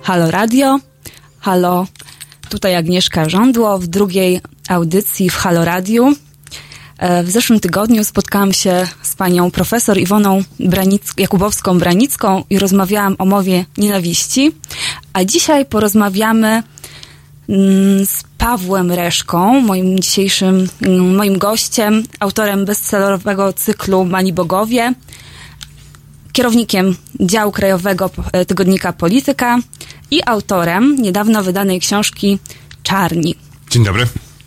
Halo Radio. Halo, tutaj Agnieszka Żądło w drugiej audycji w Halo Radiu. W zeszłym tygodniu spotkałam się z panią profesor Iwoną Jakubowską-Branicką i rozmawiałam o mowie nienawiści, a dzisiaj porozmawiamy z Pawłem Reszką, moim gościem, autorem bestsellerowego cyklu Mali Bogowie, kierownikiem działu krajowego tygodnika Polityka i autorem niedawno wydanej książki Czarni. Dzień dobry.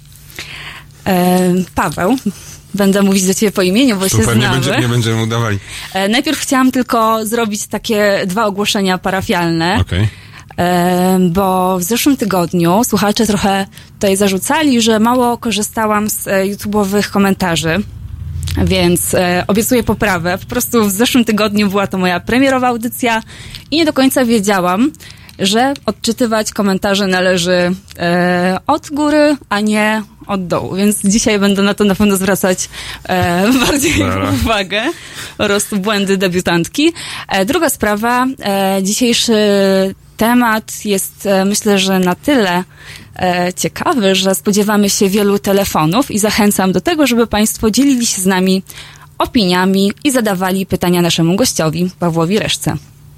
Paweł, będę mówić do ciebie po imieniu, bo Super, się znamy. Nie będziemy udawali. Najpierw chciałam tylko zrobić takie 2 ogłoszenia parafialne. Okej. Bo w zeszłym tygodniu słuchacze trochę tutaj zarzucali, że mało korzystałam z YouTube'owych komentarzy, więc obiecuję poprawę. Po prostu w zeszłym tygodniu była to moja premierowa audycja i nie do końca wiedziałam, że odczytywać komentarze należy od góry, a nie od dołu. Więc dzisiaj będę na to na pewno zwracać bardziej uwagę. Po prostu błędy debiutantki. Druga sprawa, dzisiejszy temat jest, myślę, że na tyle ciekawy, że spodziewamy się wielu telefonów i zachęcam do tego, żeby państwo dzielili się z nami opiniami i zadawali pytania naszemu gościowi, Pawłowi Reszce.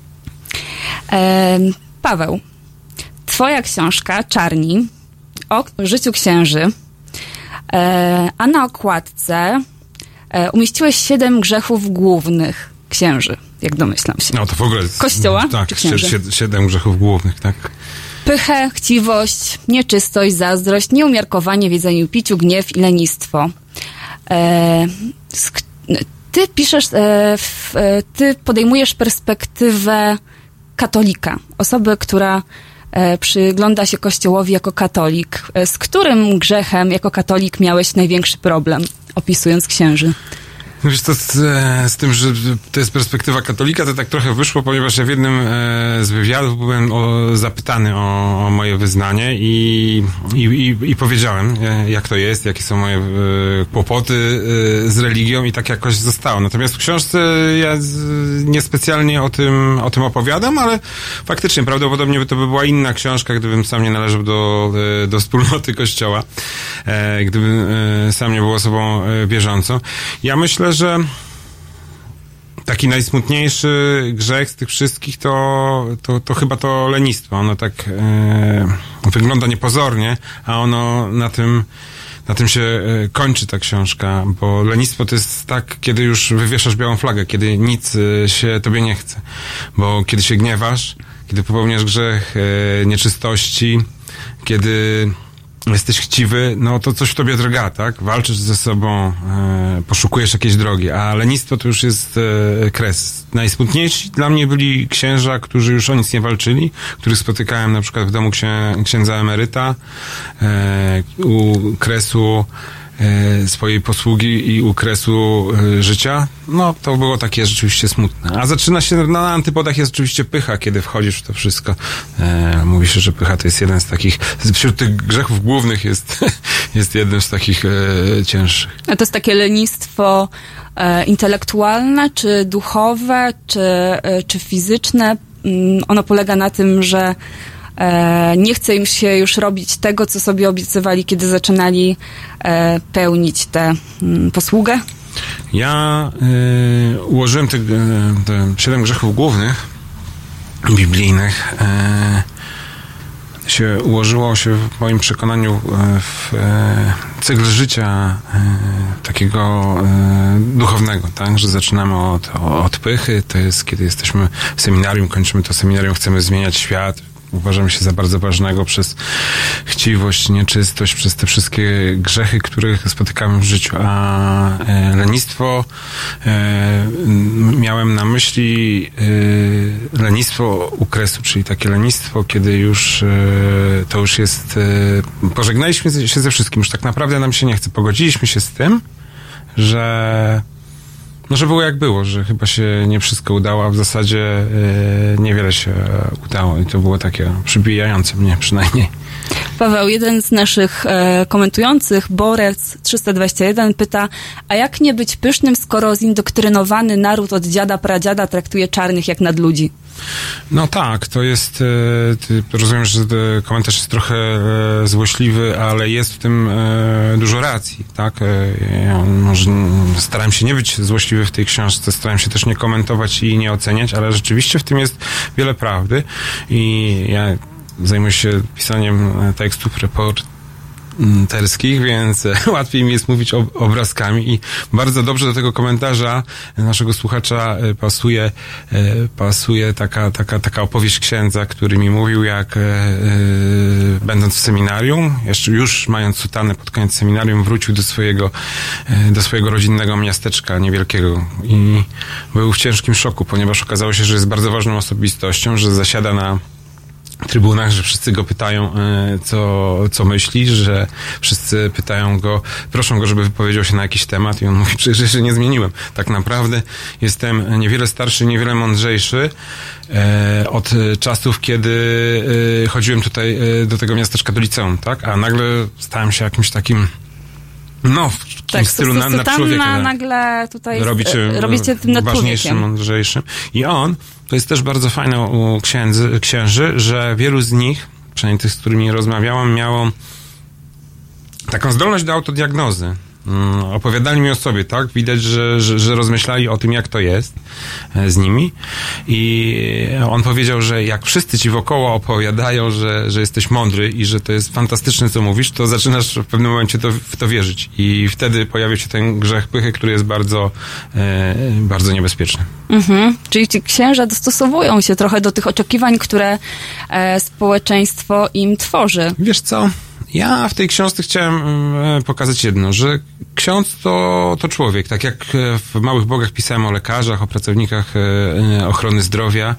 Paweł, twoja książka Czarni o życiu księży, a na okładce umieściłeś 7 grzechów głównych księży, jak domyślam się. No to w ogóle... Kościoła tak, czy księży? 7 grzechów głównych, tak. Pychę, chciwość, nieczystość, zazdrość, nieumiarkowanie w jedzeniu i piciu, gniew i lenistwo. Ty piszesz, ty podejmujesz perspektywę katolika, osoby, która przygląda się Kościołowi jako katolik. Z którym grzechem jako katolik miałeś największy problem, opisując księży? Wiesz, to z tym, że to jest perspektywa katolika, to tak trochę wyszło, ponieważ ja w jednym z wywiadów byłem zapytany o moje wyznanie i powiedziałem, jak to jest, jakie są moje kłopoty z religią i tak jakoś zostało. Natomiast w książce ja niespecjalnie o tym opowiadam, ale faktycznie prawdopodobnie to by była inna książka, gdybym sam nie należał do wspólnoty Kościoła, gdybym sam nie był osobą wierzącą. Ja myślę, że taki najsmutniejszy grzech z tych wszystkich to chyba to lenistwo. Ono tak wygląda niepozornie, a ono na tym się kończy ta książka, bo lenistwo to jest tak, kiedy już wywieszasz białą flagę, kiedy nic się tobie nie chce. Bo kiedy się gniewasz, kiedy popełniasz grzech nieczystości, kiedy jesteś chciwy, no to coś w tobie drga, tak? Walczysz ze sobą, poszukujesz jakiejś drogi, a lenistwo to już jest kres. Najsmutniejsi dla mnie byli księża, którzy już o nic nie walczyli, których spotykałem na przykład w domu księdza emeryta, u kresu swojej posługi i u kresu życia, no to było takie rzeczywiście smutne. A zaczyna się, na antypodach jest oczywiście pycha, kiedy wchodzisz w to wszystko. Mówi się, że pycha to jest jeden z takich, wśród tych grzechów głównych jest jednym z takich cięższych. A to jest takie lenistwo intelektualne, czy duchowe, czy fizyczne? Ono polega na tym, że nie chce im się już robić tego, co sobie obiecywali, kiedy zaczynali pełnić tę posługę? Ja ułożyłem te 7 grzechów głównych, biblijnych. Ułożyło się w moim przekonaniu w cykl życia takiego duchownego, tak? Że zaczynamy od pychy, to jest kiedy jesteśmy w seminarium, kończymy to seminarium, chcemy zmieniać świat, uważamy się za bardzo ważnego przez chciwość, nieczystość, przez te wszystkie grzechy, których spotykamy w życiu. A lenistwo, miałem na myśli lenistwo u kresu, czyli takie lenistwo, kiedy już to już jest, pożegnaliśmy się ze wszystkim, już tak naprawdę nam się nie chce. Pogodziliśmy się z tym, że było jak było, że chyba się nie wszystko udało, a w zasadzie niewiele się udało i to było takie przybijające mnie przynajmniej. Paweł, jeden z naszych komentujących, Borec321 pyta, a jak nie być pysznym, skoro zindoktrynowany naród od dziada, pradziada traktuje czarnych jak nadludzi? No tak, to jest, rozumiem, że komentarz jest trochę złośliwy, ale jest w tym dużo racji, tak? Ja może starałem się nie być złośliwy w tej książce, starałem się też nie komentować i nie oceniać, ale rzeczywiście w tym jest wiele prawdy i ja zajmuję się pisaniem tekstów, reporterskich, więc łatwiej mi jest mówić obrazkami i bardzo dobrze do tego komentarza naszego słuchacza pasuje taka opowieść księdza, który mi mówił, jak będąc w seminarium, już mając sutannę pod koniec seminarium, wrócił do swojego rodzinnego miasteczka niewielkiego i był w ciężkim szoku, ponieważ okazało się, że jest bardzo ważną osobistością, że zasiada na trybunach, że wszyscy go pytają, co myśli, że wszyscy proszą go, żeby wypowiedział się na jakiś temat i on mówi, przecież jeszcze nie zmieniłem. Tak naprawdę jestem niewiele starszy, niewiele mądrzejszy od czasów, kiedy chodziłem tutaj do tego miasteczka, do liceum, tak? A nagle stałem się jakimś takim w takim stylu na człowieka. Nagle tutaj robicie tym nad ważniejszym, mądrzejszym. I to jest też bardzo fajne u księży, że wielu z nich, przynajmniej tych, z którymi rozmawiałam, miało taką zdolność do autodiagnozy. Opowiadali mi o sobie, tak? Widać, że rozmyślali o tym, jak to jest z nimi. I on powiedział, że jak wszyscy ci wokoło opowiadają, że jesteś mądry i że to jest fantastyczne, co mówisz, to zaczynasz w pewnym momencie w to wierzyć. I wtedy pojawia się ten grzech pychy, który jest bardzo, bardzo niebezpieczny. Czyli ci księża dostosowują się trochę do tych oczekiwań, które społeczeństwo im tworzy. Wiesz co? Ja w tej książce chciałem pokazać jedno, że ksiądz to człowiek. Tak jak w Małych Bogach pisałem o lekarzach, o pracownikach ochrony zdrowia,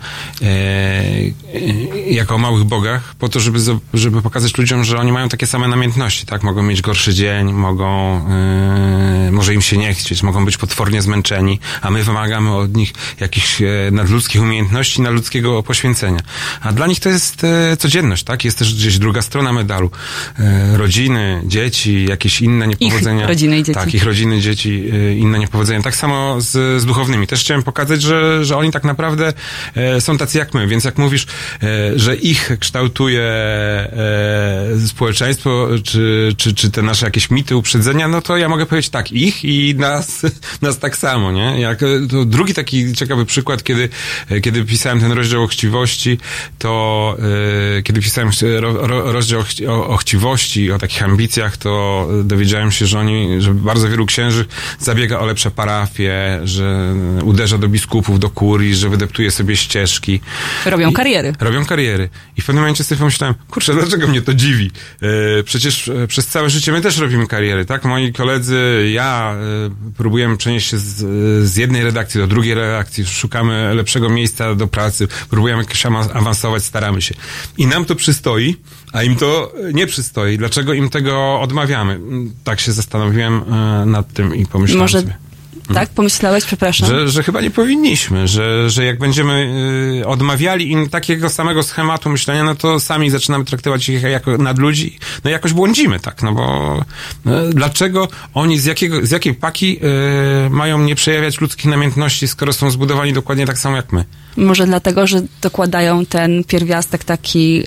jako o małych bogach, po to, żeby pokazać ludziom, że oni mają takie same namiętności, tak? Mogą mieć gorszy dzień, może im się nie chcieć, mogą być potwornie zmęczeni, a my wymagamy od nich jakichś nadludzkich umiejętności, nadludzkiego poświęcenia. A dla nich to jest codzienność, tak? Jest też gdzieś druga strona medalu. Rodziny, dzieci, jakieś inne niepowodzenia. Ich rodziny i dzieci. Tak, ich rodziny, dzieci, inne niepowodzenia. Tak samo z duchownymi. Też chciałem pokazać, że oni tak naprawdę są tacy jak my. Więc jak mówisz, że ich kształtuje społeczeństwo, czy te nasze jakieś mity, uprzedzenia, no to ja mogę powiedzieć tak, ich i nas tak samo, nie? To drugi taki ciekawy przykład, kiedy pisałem ten rozdział o chciwości, to kiedy pisałem rozdział o chciwości, o takich ambicjach, to dowiedziałem się, że bardzo wielu księży zabiega o lepsze parafie, że uderza do biskupów, do kurii, że wydeptuje sobie ścieżki. Robią kariery. I w pewnym momencie sobie pomyślałem, kurczę, dlaczego mnie to dziwi? Przecież przez całe życie my też robimy kariery, tak? Moi koledzy, ja próbujemy przenieść się z jednej redakcji do drugiej redakcji, szukamy lepszego miejsca do pracy, próbujemy jakoś awansować, staramy się. I nam to przystoi, a im to nie przystoi. Dlaczego im tego odmawiamy? Tak się zastanowiłem nad tym i pomyślałem sobie. Tak? Pomyślałeś? Przepraszam. Że chyba nie powinniśmy, że jak będziemy odmawiali im takiego samego schematu myślenia, no to sami zaczynamy traktować ich jako nadludzi, no jakoś błądzimy, tak, no bo dlaczego oni z jakiej paki mają nie przejawiać ludzkich namiętności, skoro są zbudowani dokładnie tak samo jak my? Może dlatego, że dokładają ten pierwiastek taki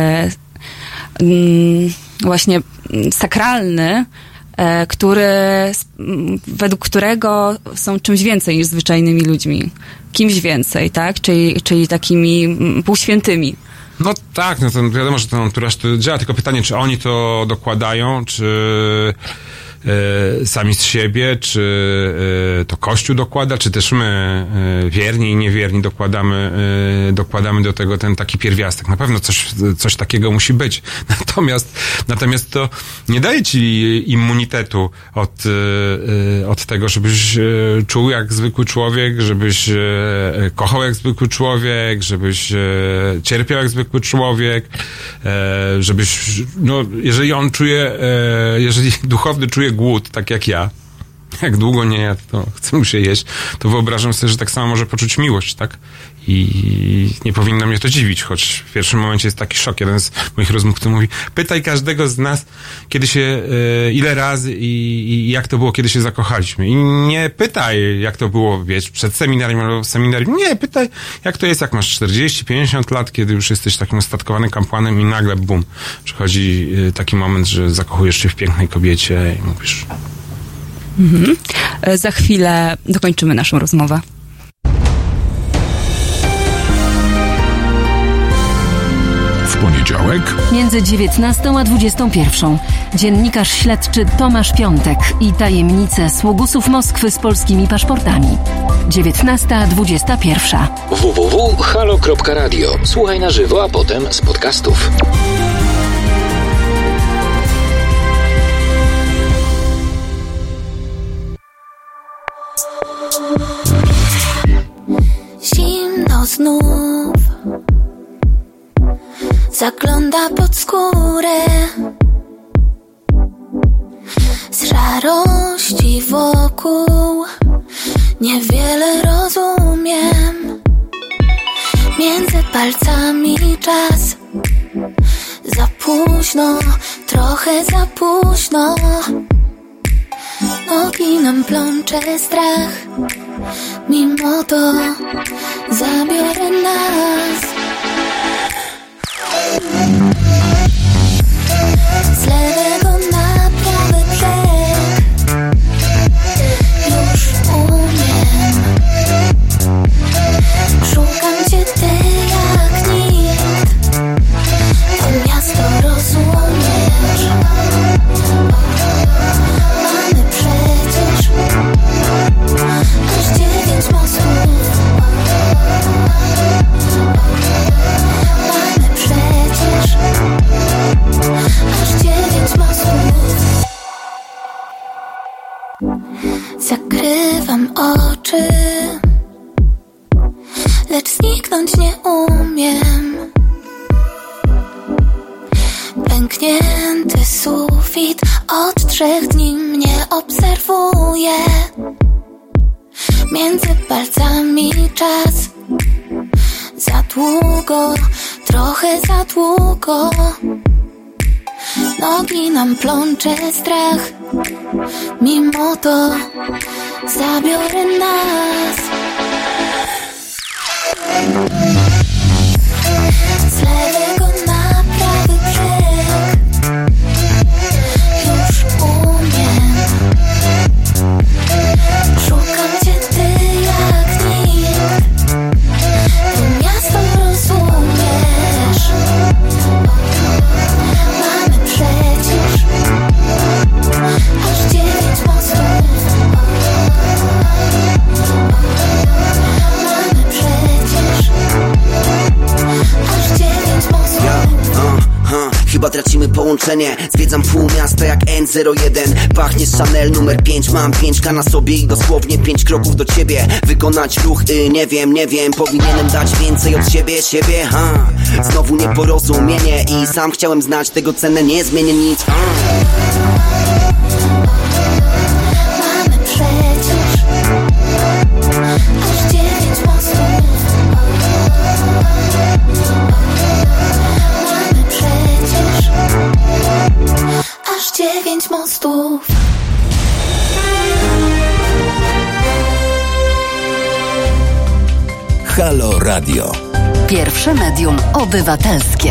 właśnie sakralny, według którego są czymś więcej niż zwyczajnymi ludźmi. Kimś więcej, tak? Czyli takimi półświętymi. No tak, no to wiadomo, że ten anturaż to działa, tylko pytanie, czy oni to dokładają, czy sami z siebie, czy to Kościół dokłada, czy też my, wierni i niewierni, dokładamy do tego ten taki pierwiastek. Na pewno coś takiego musi być. Natomiast to nie daje ci immunitetu od tego, żebyś czuł jak zwykły człowiek, żebyś kochał jak zwykły człowiek, żebyś cierpiał jak zwykły człowiek, żebyś, no, jeżeli duchowny czuje głód, tak jak ja, jak długo nie jadł, to chce mu się jeść, to wyobrażam sobie, że tak samo może poczuć miłość, tak? I nie powinno mnie to dziwić, choć w pierwszym momencie jest taki szok. Jeden z moich rozmówców mówi, pytaj każdego z nas, kiedy się, ile razy i jak to było, kiedy się zakochaliśmy. I nie pytaj, jak to było, wiesz, przed seminarium albo w seminarium. Nie, pytaj, jak to jest, jak masz 40-50 lat, kiedy już jesteś takim ustatkowanym kapłanem i nagle, bum, przychodzi taki moment, że zakochujesz się w pięknej kobiecie i mówisz... Za chwilę dokończymy naszą rozmowę. W poniedziałek między 19 a 21 dziennikarz śledczy Tomasz Piątek i tajemnice sługusów Moskwy z polskimi paszportami. 19:21. www.halo.radio. Słuchaj na żywo, a potem z podcastów. Zimno znów zagląda pod skórę, z szarości wokół niewiele rozumiem. Między palcami czas, za późno, trochę za późno. Nogi nam plącze strach, mimo to zabiorę nas. Z lewego na prawy brzeg już umiem. Szukam cię ty jak nikt, to miasto rozumiesz. Mamy przecież aż 9 mostów. Mamy przecież aż 9 mostów. Zakrywam oczy, lecz zniknąć nie umiem. Pęknięty sufit od 3 dni mnie obserwuje. Między palcami czas, za długo, trochę za długo. Nogi nam plącze strach, mimo to zabiorę nas. Z lewego na prawy brzeg już umiem. Szukam cię ty jak nikt, to miasto rozumiesz. Mamy przecież aż 9 mostów. Mamy przecież aż 9 mostów. Chyba tracimy połączenie. Zwiedzam pół miasta jak N01. Pachnie Chanel numer 5. Mam 5K na sobie i dosłownie 5 kroków do ciebie. Wykonać ruch, nie wiem. Powinienem dać więcej od siebie. Znowu nieporozumienie i sam chciałem znać tego cenę. Nie zmienię nic. Mamy przecież aż 9 mostów. Mamy przecież aż 9 mostów. Halo Radio. Pierwsze medium obywatelskie.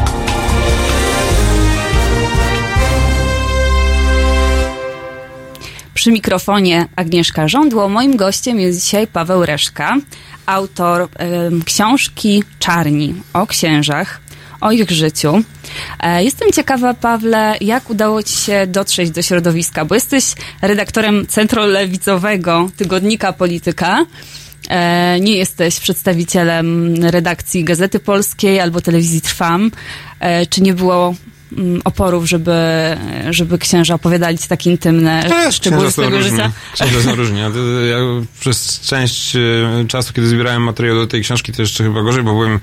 Przy mikrofonie Agnieszka Żądło. Moim gościem jest dzisiaj Paweł Reszka, autor książki Czarni o księżach, o ich życiu. Jestem ciekawa, Pawle, jak udało ci się dotrzeć do środowiska, bo jesteś redaktorem centrolewicowego tygodnika Polityka. Nie jesteś przedstawicielem redakcji Gazety Polskiej albo Telewizji Trwam. Czy nie było oporów, żeby księża opowiadali ci takie intymne szczegóły swojego życia? Księża są różni. Ja przez część czasu, kiedy zbierałem materiał do tej książki, to jeszcze chyba gorzej, bo byłem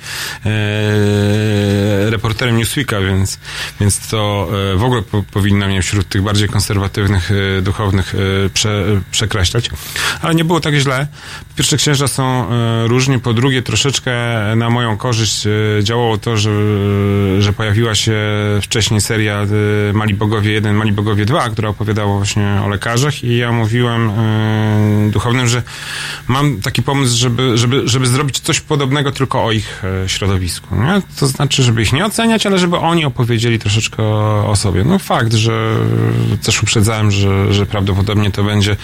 reporterem Newsweeka, więc to w ogóle powinno mnie wśród tych bardziej konserwatywnych, duchownych przekreślać. Ale nie było tak źle. Po pierwsze, księża są różni. Po drugie, troszeczkę na moją korzyść działało to, że pojawiła się wcześniej seria Mali Bogowie 1, Mali Bogowie 2, która opowiadała właśnie o lekarzach i ja mówiłem duchownym, że mam taki pomysł, żeby zrobić coś podobnego tylko o ich środowisku. Nie? To znaczy, żeby ich nie oceniać, ale żeby oni opowiedzieli troszeczkę o sobie. No fakt, że też uprzedzałem, że prawdopodobnie to będzie,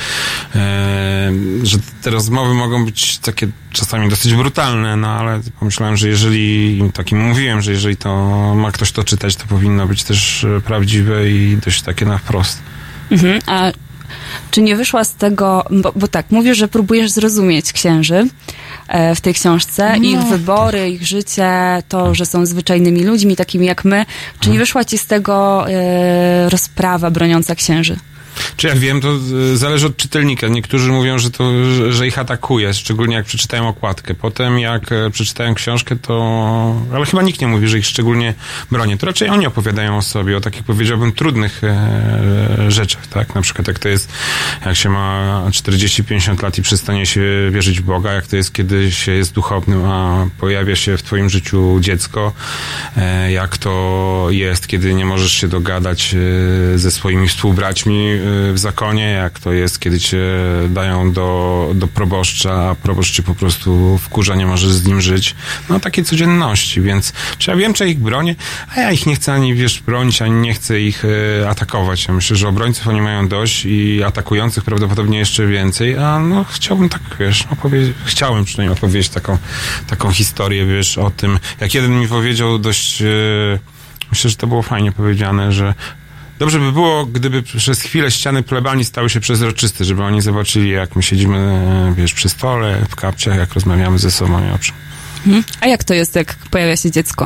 że te rozmowy mogą być takie czasami dosyć brutalne, no ale pomyślałem, że mówiłem, że jeżeli to ma ktoś to czytać, to powinno być też prawdziwe i dość takie na wprost. A czy nie wyszła z tego, bo tak, mówisz, że próbujesz zrozumieć księży w tej książce, ich wybory, ich życie, to, że są zwyczajnymi ludźmi, takimi jak my. Czy nie wyszła ci z tego rozprawa broniąca księży? Czy ja wiem, to zależy od czytelnika. Niektórzy mówią, że ich atakuje, szczególnie jak przeczytają okładkę. Potem jak przeczytają książkę, ale chyba nikt nie mówi, że ich szczególnie broni. To raczej oni opowiadają o sobie, o takich, powiedziałbym, trudnych rzeczach, tak? Na przykład jak to jest, jak się ma 40-50 lat i przestanie się wierzyć w Boga, jak to jest, kiedy się jest duchownym, a pojawia się w twoim życiu dziecko, jak to jest, kiedy nie możesz się dogadać ze swoimi współbraćmi w zakonie, jak to jest, kiedy cię dają do proboszcza, a proboszcz cię po prostu wkurza, nie możesz z nim żyć. No takiej codzienności, więc czy ja wiem, czy ich bronię? A ja ich nie chcę ani, bronić, ani nie chcę ich atakować. Ja myślę, że obrońców oni mają dość i atakujących prawdopodobnie jeszcze więcej, a no chciałbym tak, chciałem przynajmniej opowiedzieć taką historię, o tym, jak jeden mi powiedział dość, myślę, że to było fajnie powiedziane, że dobrze by było, gdyby przez chwilę ściany plebanii stały się przezroczyste, żeby oni zobaczyli, jak my siedzimy, przy stole, w kapciach, jak rozmawiamy ze sobą i o czym. A jak to jest, jak pojawia się dziecko?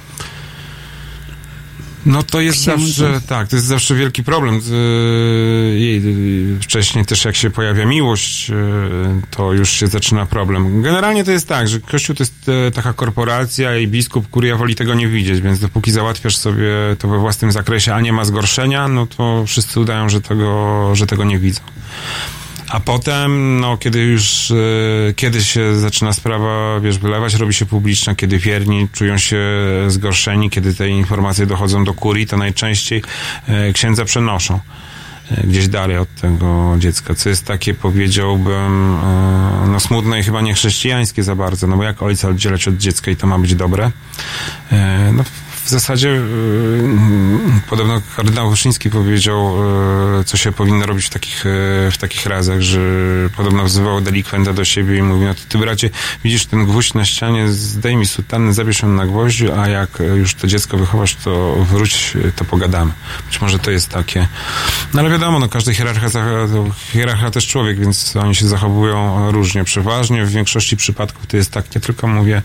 No to jest zawsze wielki problem. Wcześniej też jak się pojawia miłość, to już się zaczyna problem. Generalnie to jest tak, że Kościół to jest taka korporacja i biskup, kuria woli tego nie widzieć, więc dopóki załatwiasz sobie to we własnym zakresie, a nie ma zgorszenia, no to wszyscy udają, że tego nie widzą. A potem, kiedy się zaczyna sprawa, wylewać, robi się publiczna, kiedy wierni czują się zgorszeni, kiedy te informacje dochodzą do kurii, to najczęściej księdza przenoszą gdzieś dalej od tego dziecka, co jest takie, powiedziałbym, smutne i chyba niechrześcijańskie za bardzo, no bo jak ojca oddzielać od dziecka i to ma być dobre? W zasadzie podobno kardynał Wyszyński powiedział, co się powinno robić w takich razach, że podobno wzywał delikwenta do siebie i mówi, no ty bracie, widzisz ten gwóźdź na ścianie, zdejmij sutannę, zabierz ją na gwoździu, a jak już to dziecko wychowasz, to wróć, to pogadamy. Być może to jest takie. No ale wiadomo, każdy hierarcha też człowiek, więc oni się zachowują różnie. Przeważnie w większości przypadków to jest tak, nie tylko mówię,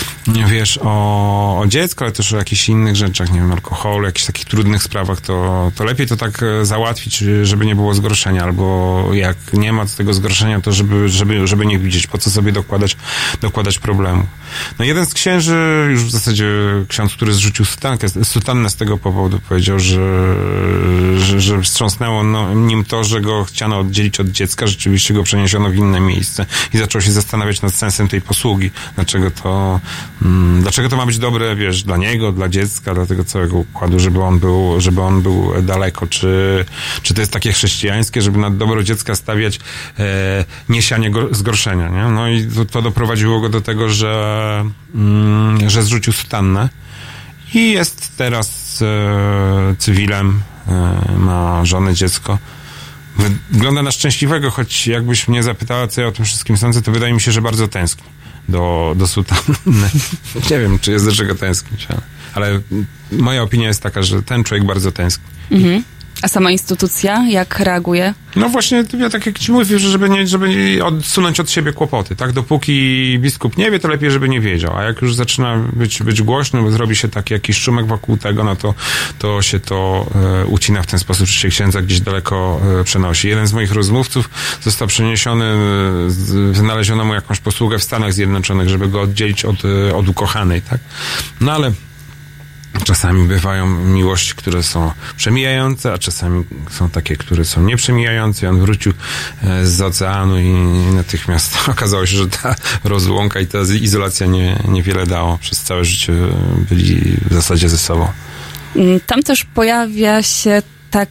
o dziecku, ale też o jakichś innych rzeczach, nie wiem, alkoholu, jakichś takich trudnych sprawach, to lepiej to tak załatwić, żeby nie było zgorszenia, albo jak nie ma tego zgorszenia, to żeby nie widzieć, po co sobie dokładać problemu. No jeden z księży, już w zasadzie ksiądz, który zrzucił sutannę z tego powodu, powiedział, że wstrząsnęło nim to, że go chciano oddzielić od dziecka, rzeczywiście go przeniesiono w inne miejsce i zaczął się zastanawiać nad sensem tej posługi. Dlaczego to ma być dobre, dla niego, dla dziecka, dla tego całego układu, żeby on był daleko. Czy to jest takie chrześcijańskie, żeby na dobro dziecka stawiać niesianie zgorszenia, nie? No i to doprowadziło go do tego, że zrzucił sutannę i jest teraz cywilem, ma żonę, dziecko. Wygląda na szczęśliwego, choć jakbyś mnie zapytała, co ja o tym wszystkim sądzę, to wydaje mi się, że bardzo tęskni do sutanny. Nie wiem, czy jest do czego tęsknić, ale moja opinia jest taka, że ten człowiek bardzo tęskni. Mhm. A sama instytucja jak reaguje? No właśnie, ja tak jak ci mówię, że żeby nie odsunąć od siebie kłopoty, tak? Dopóki biskup nie wie, to lepiej, żeby nie wiedział. A jak już zaczyna być głośno, bo zrobi się taki jakiś szumek wokół tego, no to się to ucina w ten sposób, że się księdza gdzieś daleko przenosi. Jeden z moich rozmówców został przeniesiony, znaleziono mu jakąś posługę w Stanach Zjednoczonych, żeby go oddzielić od ukochanej, tak? No ale czasami bywają miłości, które są przemijające, a czasami są takie, które są nieprzemijające. I on wrócił z oceanu i natychmiast okazało się, że ta rozłąka i ta izolacja niewiele dało. Przez całe życie byli w zasadzie ze sobą. Tam też pojawia się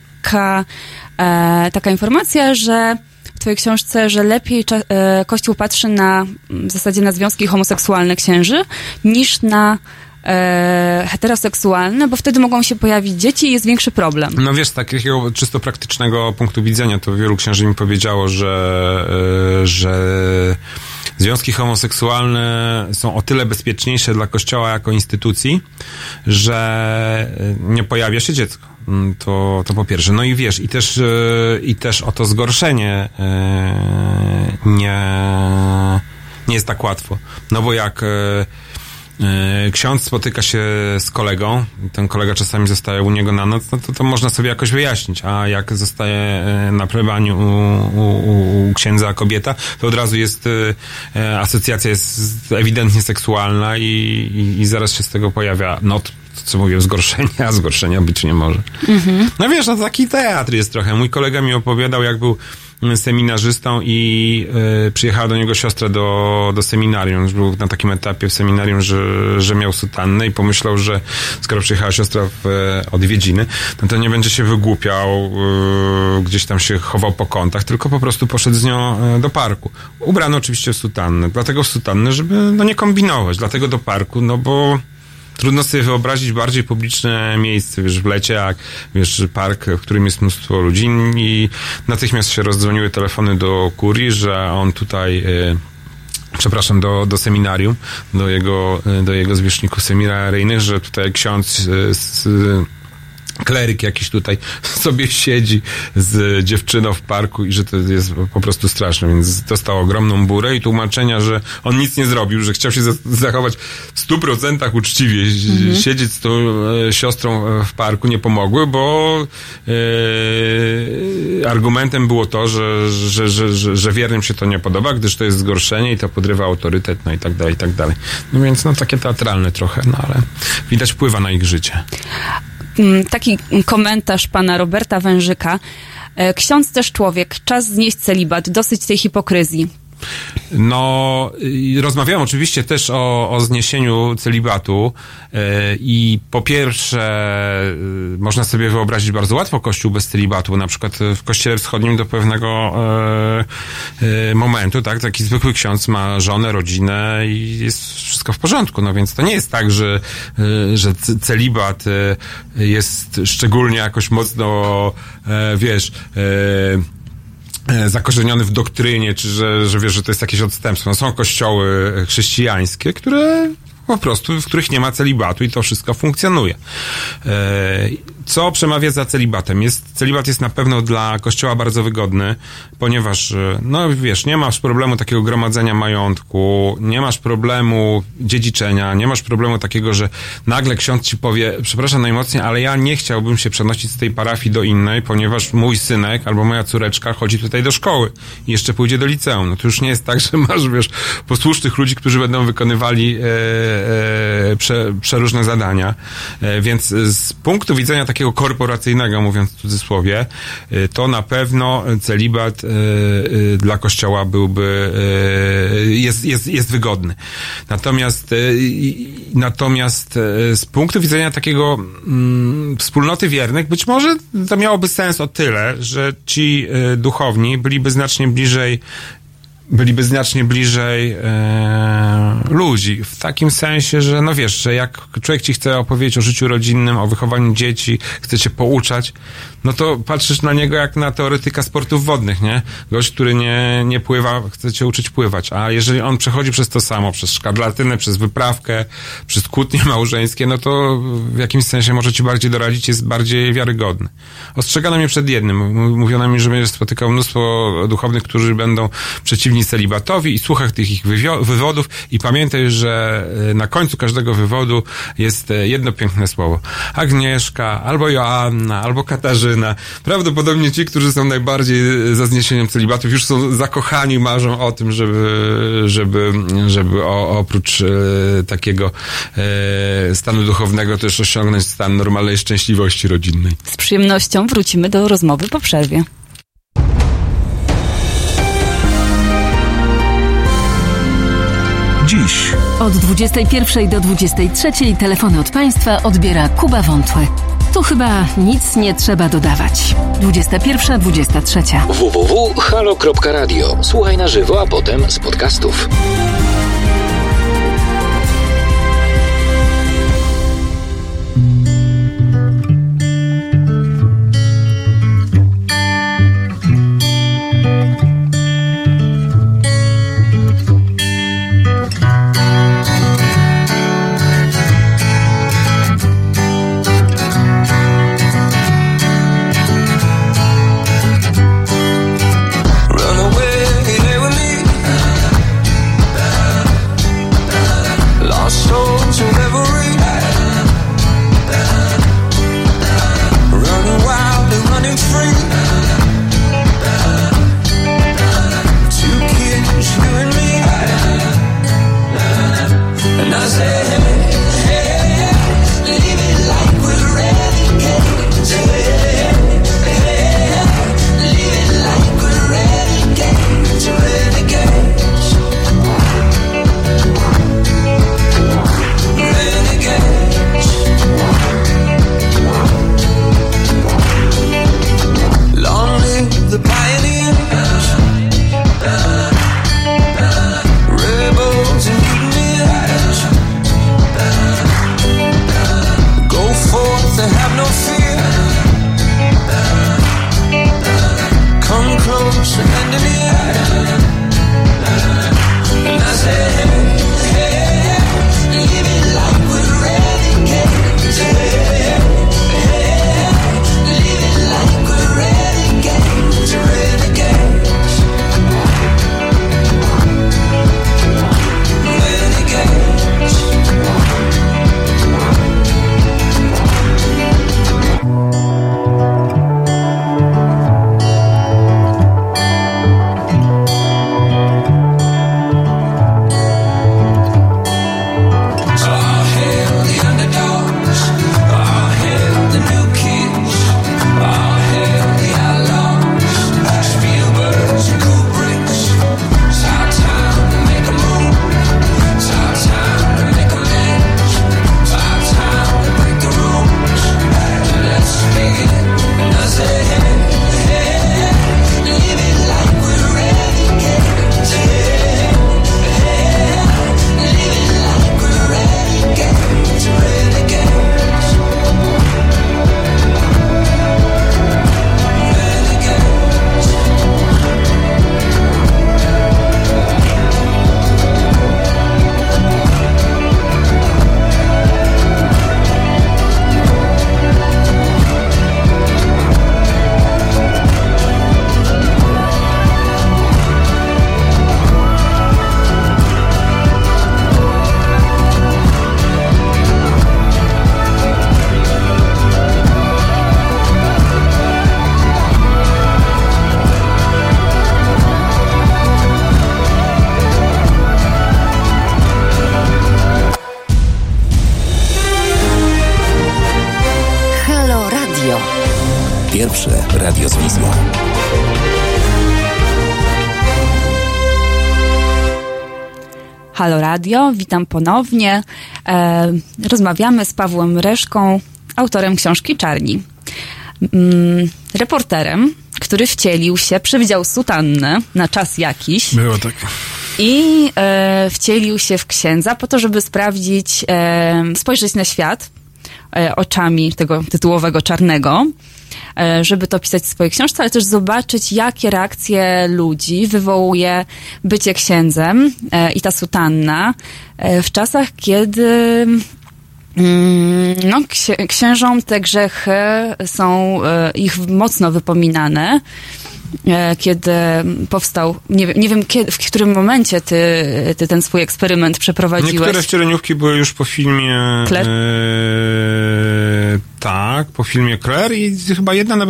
taka informacja, że w twojej książce, że lepiej Kościół patrzy w zasadzie na związki homoseksualne księży niż na heteroseksualne, bo wtedy mogą się pojawić dzieci i jest większy problem. No wiesz, z takiego czysto praktycznego punktu widzenia to wielu księży mi powiedziało, że związki homoseksualne są o tyle bezpieczniejsze dla Kościoła jako instytucji, że nie pojawia się dziecko. To po pierwsze. No i wiesz, i też o to zgorszenie nie jest tak łatwo. No bo jak ksiądz spotyka się z kolegą, ten kolega czasami zostaje u niego na noc, no to można sobie jakoś wyjaśnić, a jak zostaje na plebanii u księdza kobieta, to od razu jest asocjacja jest ewidentnie seksualna i zaraz się z tego pojawia co mówię, zgorszenie, a zgorszenia być nie może. Mhm. No wiesz, no taki teatr jest trochę. Mój kolega mi opowiadał, jak był seminarzystą i przyjechała do niego siostra do seminarium. Już był na takim etapie w seminarium, że miał sutannę i pomyślał, że skoro przyjechała siostra w odwiedziny, no to nie będzie się wygłupiał, gdzieś tam się chował po kątach, tylko po prostu poszedł z nią do parku. Ubrano oczywiście w sutannę. Dlatego w sutannę, żeby nie kombinować. Dlatego do parku, bo trudno sobie wyobrazić bardziej publiczne miejsce, wiesz, w lecie, jak, wiesz, park, w którym jest mnóstwo ludzi i natychmiast się rozdzwoniły telefony do kurii, że on tutaj, do seminarium, do jego zwierzchników seminaryjnych, że tutaj ksiądz kleryk jakiś tutaj sobie siedzi z dziewczyną w parku i że to jest po prostu straszne, więc dostał ogromną burę i tłumaczenia, że on nic nie zrobił, że chciał się zachować w 100% uczciwie. Siedzieć z tą siostrą w parku nie pomogły, bo argumentem było to, że wiernym się to nie podoba, gdyż to jest zgorszenie i to podrywa autorytet, no i tak dalej, i tak dalej. No więc takie teatralne trochę, ale widać wpływa na ich życie. Taki komentarz pana Roberta Wężyka. Ksiądz też człowiek, czas znieść celibat, dosyć tej hipokryzji. No, rozmawiałem oczywiście też o zniesieniu celibatu i po pierwsze można sobie wyobrazić bardzo łatwo kościół bez celibatu, na przykład w kościele wschodnim do pewnego momentu, tak, taki zwykły ksiądz ma żonę, rodzinę i jest wszystko w porządku, no więc to nie jest tak, że celibat jest szczególnie jakoś mocno, zakorzeniony w doktrynie, czy że wiesz, że to jest jakieś odstępstwo. No, są kościoły chrześcijańskie, które po prostu, w których nie ma celibatu i to wszystko funkcjonuje. Co przemawia za celibatem? Celibat jest na pewno dla Kościoła bardzo wygodny, ponieważ, nie masz problemu takiego gromadzenia majątku, nie masz problemu dziedziczenia, nie masz problemu takiego, że nagle ksiądz ci powie, przepraszam najmocniej, ale ja nie chciałbym się przenosić z tej parafii do innej, ponieważ mój synek albo moja córeczka chodzi tutaj do szkoły i jeszcze pójdzie do liceum. No to już nie jest tak, że masz, posłusznych ludzi, którzy będą wykonywali przeróżne zadania. Więc z punktu widzenia takiego korporacyjnego, mówiąc w cudzysłowie, to na pewno celibat dla Kościoła byłby jest wygodny. Natomiast z punktu widzenia takiego wspólnoty wiernych, być może to miałoby sens o tyle, że ci duchowni byliby znacznie bliżej byliby znacznie bliżej ludzi. W takim sensie, że no wiesz, że jak człowiek ci chce opowiedzieć o życiu rodzinnym, o wychowaniu dzieci, chce cię pouczać, no to patrzysz na niego jak na teoretyka sportów wodnych, nie? Gość, który nie pływa, chce cię uczyć pływać. A jeżeli on przechodzi przez to samo, przez szkarlatynę, przez wyprawkę, przez kłótnie małżeńskie, no to w jakimś sensie może ci bardziej doradzić, jest bardziej wiarygodny. Ostrzegano mnie przed jednym. Mówiono mi, że będziesz spotykał mnóstwo duchownych, którzy będą przeciwni celibatowi i słuchaj tych ich wywodów i pamiętaj, że na końcu każdego wywodu jest jedno piękne słowo. Agnieszka, albo Joanna, albo Katarzyna. Prawdopodobnie ci, którzy są najbardziej za zniesieniem celibatów, już są zakochani, marzą o tym, żeby oprócz takiego stanu duchownego też osiągnąć stan normalnej szczęśliwości rodzinnej. Z przyjemnością wrócimy do rozmowy po przerwie. Dziś Od 21 do 23 telefony od Państwa odbiera Kuba Wątły. Tu chyba nic nie trzeba dodawać. 21:23. www.halo.radio. Słuchaj na żywo, a potem z podcastów. Pierwsze radio z wizją. Halo Radio, witam ponownie. Rozmawiamy z Pawłem Reszką, autorem książki Czarni. Reporterem, który wcielił się, przywdział sutannę na czas jakiś. Było tak. I wcielił się w księdza po to, żeby sprawdzić, spojrzeć na świat oczami tego tytułowego czarnego, żeby to pisać w swojej książce, ale też zobaczyć, jakie reakcje ludzi wywołuje bycie księdzem i ta sutanna w czasach, kiedy księżom te grzechy są ich mocno wypominane. Kiedy powstał, nie wiem kiedy, w którym momencie ty ten swój eksperyment przeprowadziłeś. Niektóre wcieleniówki były już po filmie Claire? Tak, po filmie Claire i chyba jedna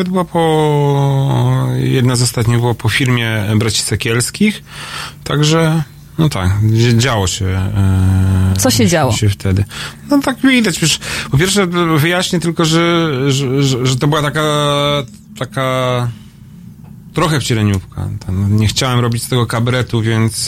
z ostatnich było po filmie Braci Sekielskich, także no tak, działo się. Co się działo? Wtedy. No tak widać, wiesz, po pierwsze wyjaśnię tylko, że to była taka trochę wcieleniówka. Nie chciałem robić z tego kabaretu,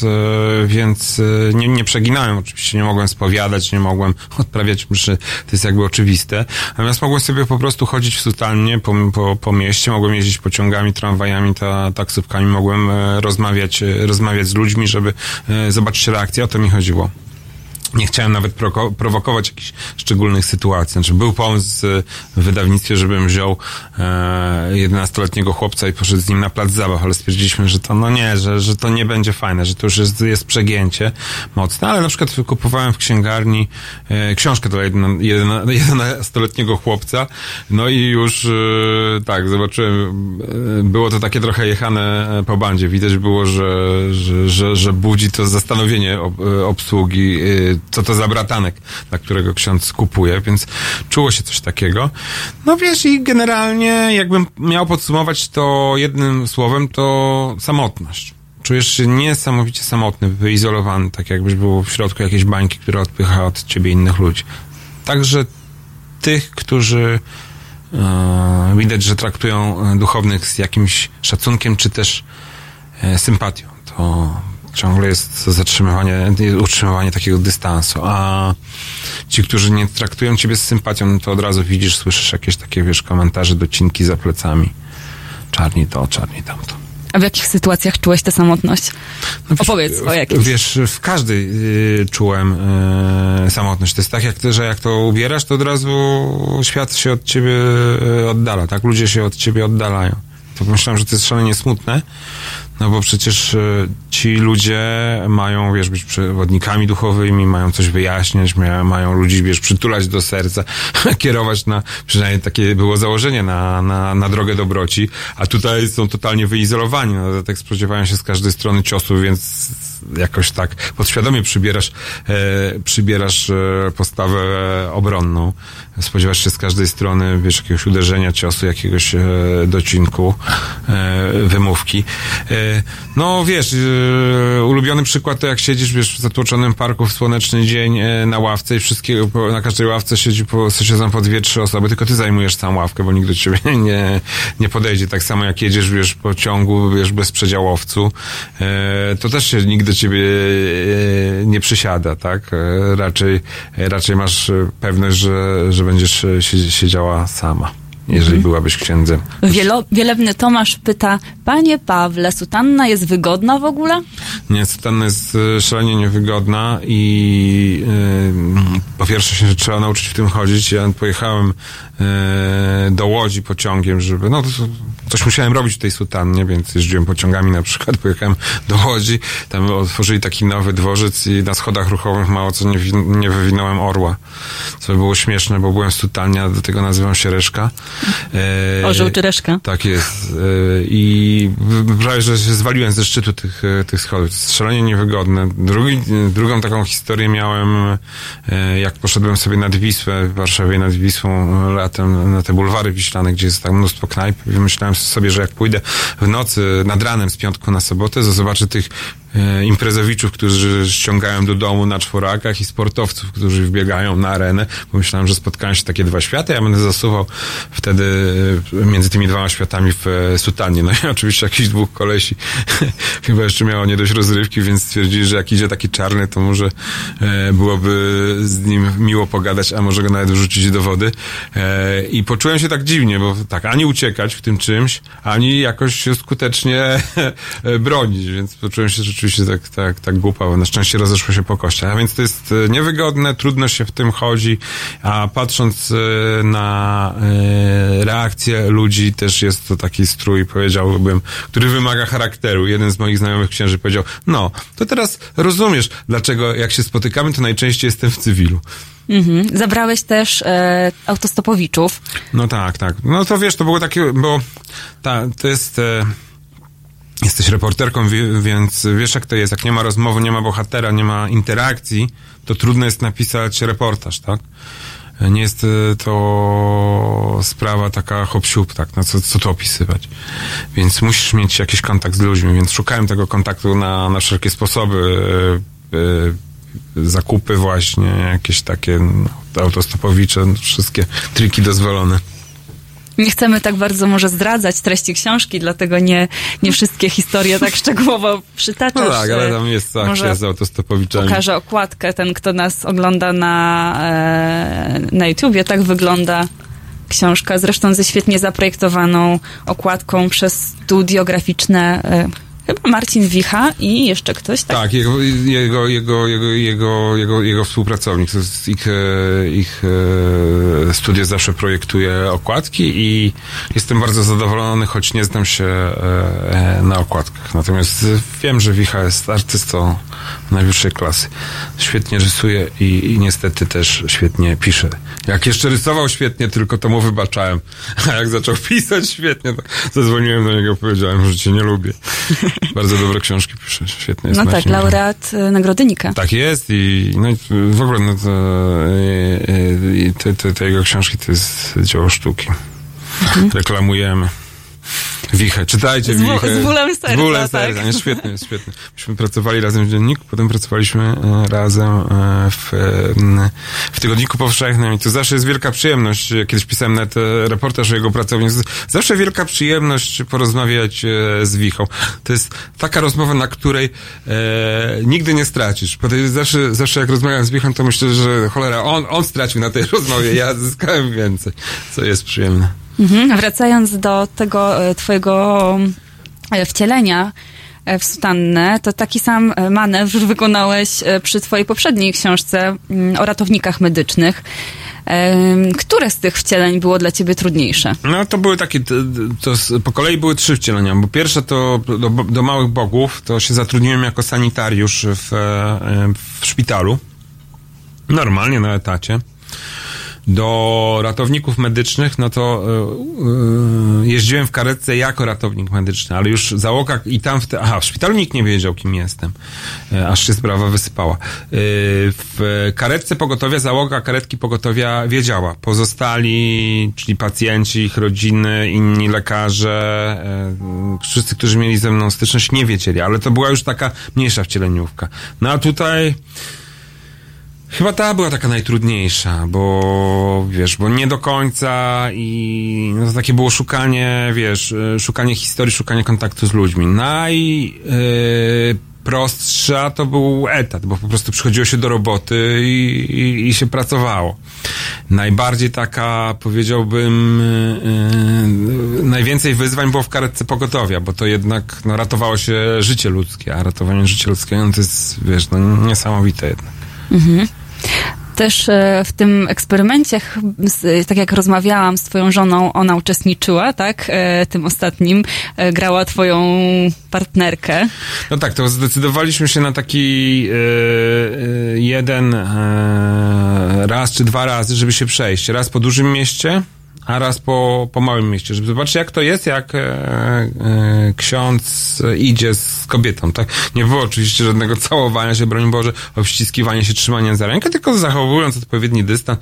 więc nie przeginałem. Oczywiście nie mogłem spowiadać, nie mogłem odprawiać mszy. To jest jakby oczywiste. Natomiast mogłem sobie po prostu chodzić w sutannie po mieście, mogłem jeździć pociągami, tramwajami, taksówkami, mogłem rozmawiać z ludźmi, żeby zobaczyć reakcję. O to mi chodziło. Nie chciałem nawet prowokować jakichś szczególnych sytuacji. Znaczy, był pomysł w wydawnictwie, żebym wziął 11-letniego chłopca i poszedł z nim na plac zabaw, ale stwierdziliśmy, że to że to nie będzie fajne, że to już jest przegięcie mocne, ale na przykład kupowałem w księgarni książkę do 11-letniego chłopca, no i już tak, zobaczyłem, było to takie trochę jechane po bandzie. Widać było, że budzi to zastanowienie obsługi, co to za bratanek, dla którego ksiądz kupuje, więc czuło się coś takiego. No wiesz, i generalnie jakbym miał podsumować to jednym słowem, to samotność. Czujesz się niesamowicie samotny, wyizolowany, tak jakbyś był w środku jakiejś bańki, która odpycha od ciebie innych ludzi. Także tych, którzy widać, że traktują duchownych z jakimś szacunkiem, czy też sympatią. To ciągle jest utrzymywanie takiego dystansu, a ci, którzy nie traktują ciebie z sympatią, to od razu widzisz, słyszysz jakieś takie, wiesz, komentarze, docinki za plecami. Czarni to, czarni tamto. A w jakich sytuacjach czułeś tę samotność? No opowiedz o jakichś. Wiesz, w każdej czułem samotność. To jest tak, że jak to ubierasz, to od razu świat się od ciebie oddala, tak? Ludzie się od ciebie oddalają. To myślałem, że to jest szalenie smutne, no bo przecież ci ludzie mają, wiesz, być przewodnikami duchowymi, mają coś wyjaśniać, mają ludzi, wiesz, przytulać do serca, kierować przynajmniej takie było założenie na drogę dobroci, a tutaj są totalnie wyizolowani, no tak spodziewają się z każdej strony ciosów, więc jakoś tak podświadomie przybierasz postawę obronną. Spodziewasz się z każdej strony, wiesz, jakiegoś uderzenia, ciosu, jakiegoś docinku, wymówki. No wiesz, ulubiony przykład to jak siedzisz, wiesz, w zatłoczonym parku w słoneczny dzień na ławce i na każdej ławce siedzą po 2-3 osoby, tylko ty zajmujesz całą ławkę, bo nikt do ciebie nie podejdzie. Tak samo jak jedziesz, wiesz, po ciągu, wiesz, bez przedziałowcu, to też się nikt do ciebie nie przysiada, tak? Raczej masz pewność, że będziesz siedziała sama, jeżeli byłabyś księdzem. Wielebny Tomasz pyta, panie Pawle, sutanna jest wygodna w ogóle? Nie, sutanna jest szalenie niewygodna i po pierwsze się trzeba nauczyć w tym chodzić. Ja pojechałem do Łodzi pociągiem, żeby, no coś musiałem robić w tej sutannie, więc jeździłem pociągami na przykład, pojechałem do Łodzi, tam otworzyli taki nowy dworzec i na schodach ruchowych mało co nie wywinąłem orła. Co było śmieszne, bo byłem w sutannie, a do tego nazywam się Reszka. Orzeł czy Reszka? Tak jest. I prawie, że się zwaliłem ze szczytu tych schodów. To jest szalenie niewygodne. Drugą taką historię miałem, jak poszedłem sobie nad Wisłę, w Warszawie nad Wisłą latem, na te bulwary wiślane, gdzie jest tak mnóstwo knajp. I wymyślałem sobie, że jak pójdę w nocy, nad ranem z piątku na sobotę, to zobaczę tych imprezowiczów, którzy ściągają do domu na czworakach i sportowców, którzy wbiegają na arenę. Pomyślałem, że spotkają się takie dwa światy, ja będę zasuwał wtedy między tymi dwoma światami w sutannie. No i oczywiście jakichś dwóch kolesi chyba jeszcze miało nie dość rozrywki, więc stwierdzili, że jak idzie taki czarny, to może byłoby z nim miło pogadać, a może go nawet wrzucić do wody. I poczułem się tak dziwnie, bo tak, ani uciekać w tym czymś, ani jakoś się skutecznie bronić, więc poczułem się rzeczywiście tak głupawo. Na szczęście rozeszło się po kościach. A więc to jest niewygodne, trudno się w tym chodzi, a patrząc na reakcję ludzi, też jest to taki strój, powiedziałbym, który wymaga charakteru. Jeden z moich znajomych księży powiedział, no, to teraz rozumiesz, dlaczego jak się spotykamy, to najczęściej jestem w cywilu. Zabrałeś też autostopowiczów. No tak. No to wiesz, to było takie, bo to jest... Jesteś reporterką, więc wiesz jak to jest. Jak nie ma rozmowy, nie ma bohatera, nie ma interakcji, to trudno jest napisać reportaż, tak? Nie jest to sprawa taka hop-siup, tak? No co tu opisywać? Więc musisz mieć jakiś kontakt z ludźmi, więc szukałem tego kontaktu na wszelkie sposoby. Zakupy właśnie, jakieś takie autostopowicze, wszystkie triki dozwolone. Nie chcemy tak bardzo może zdradzać treści książki, dlatego nie wszystkie historie tak szczegółowo przytaczasz. No tak, ale tam jest akcja z autostopowiczami. Pokażę okładkę, ten kto nas ogląda na YouTubie, tak wygląda książka, zresztą ze świetnie zaprojektowaną okładką przez studio graficzne chyba Marcin Wicha i jeszcze ktoś, tak? Tak, jego współpracownik. To jest ich studio zawsze projektuje okładki i jestem bardzo zadowolony, choć nie znam się na okładkach. Natomiast wiem, że Wicha jest artystą najwyższej klasy. Świetnie rysuje i niestety też świetnie pisze. Jak jeszcze rysował świetnie, tylko to mu wybaczałem. A jak zaczął pisać świetnie, to zadzwoniłem do niego i powiedziałem, że cię nie lubię. Bardzo dobre książki pisze, świetnie jest. No tak, laureat Nagrody Nika. Tak jest i w ogóle te jego książki to jest dzieło sztuki. Reklamujemy. Wichę, czytajcie Wichę. Z bólem serca. Z bólem serca, tak. Świetnie. Myśmy pracowali razem w dzienniku, potem pracowaliśmy razem w Tygodniku Powszechnym i to zawsze jest wielka przyjemność. Kiedyś pisałem nawet reportaż o jego pracowni. Zawsze wielka przyjemność porozmawiać z Wichą. To jest taka rozmowa, na której nigdy nie stracisz. Zawsze jak rozmawiam z Wichą, to myślę, że cholera, on stracił na tej rozmowie, ja zyskałem więcej, co jest przyjemne. Wracając do tego twojego wcielenia w sutannę, to taki sam manewr wykonałeś przy twojej poprzedniej książce o ratownikach medycznych. Które z tych wcieleń było dla ciebie trudniejsze? No to były takie, po kolei były 3 wcielenia, bo pierwsze to do Małych Bogów, to się zatrudniłem jako sanitariusz w szpitalu. Normalnie na etacie. Do ratowników medycznych, no to jeździłem w karetce jako ratownik medyczny, ale już załoga i tam w szpitalu nikt nie wiedział, kim jestem, aż się sprawa wysypała. W karetce pogotowia, załoga karetki pogotowia wiedziała. Pozostali, czyli pacjenci, ich rodziny, inni lekarze, wszyscy, którzy mieli ze mną styczność, nie wiedzieli, ale to była już taka mniejsza wcieleniówka. No a tutaj chyba ta była taka najtrudniejsza, bo nie do końca i to takie było szukanie historii, szukanie kontaktu z ludźmi. Najprostsza to był etat, bo po prostu przychodziło się do roboty i się pracowało. Najbardziej taka, powiedziałbym, najwięcej wyzwań było w karetce pogotowia, bo to jednak ratowało się życie ludzkie, a ratowanie życia ludzkiego to jest, niesamowite jednak. Też w tym eksperymencie, tak jak rozmawiałam z twoją żoną, ona uczestniczyła, tak? Tym ostatnim grała twoją partnerkę. No tak, to zdecydowaliśmy się na taki jeden raz czy 2 razy, żeby się przejść. Raz po dużym mieście, a raz po małym mieście, żeby zobaczyć, jak to jest, jak ksiądz idzie z kobietą, tak? Nie było oczywiście żadnego całowania się, broń Boże, obściskiwania się, trzymania za rękę, tylko zachowując odpowiedni dystans,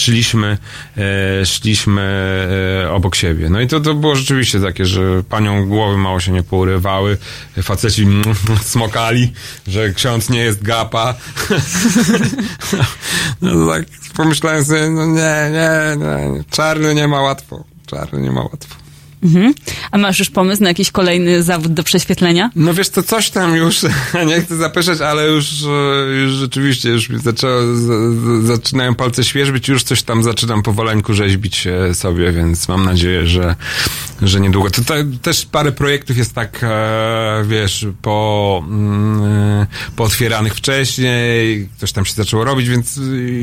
szliśmy obok siebie. No i to było rzeczywiście takie, że panią głowy mało się nie pourywały, faceci smokali, że ksiądz nie jest gapa. No tak pomyślałem sobie, no nie, czarny nie ma łatwo. Mhm. A masz już pomysł na jakiś kolejny zawód do prześwietlenia? No wiesz, to coś tam już, nie chcę zapeszać, ale już rzeczywiście, już mi zaczynają palce świeżbić, już coś tam zaczynam powoleńku rzeźbić sobie, więc mam nadzieję, że niedługo. To też parę projektów jest tak, wiesz, pootwieranych wcześniej, coś tam się zaczęło robić, więc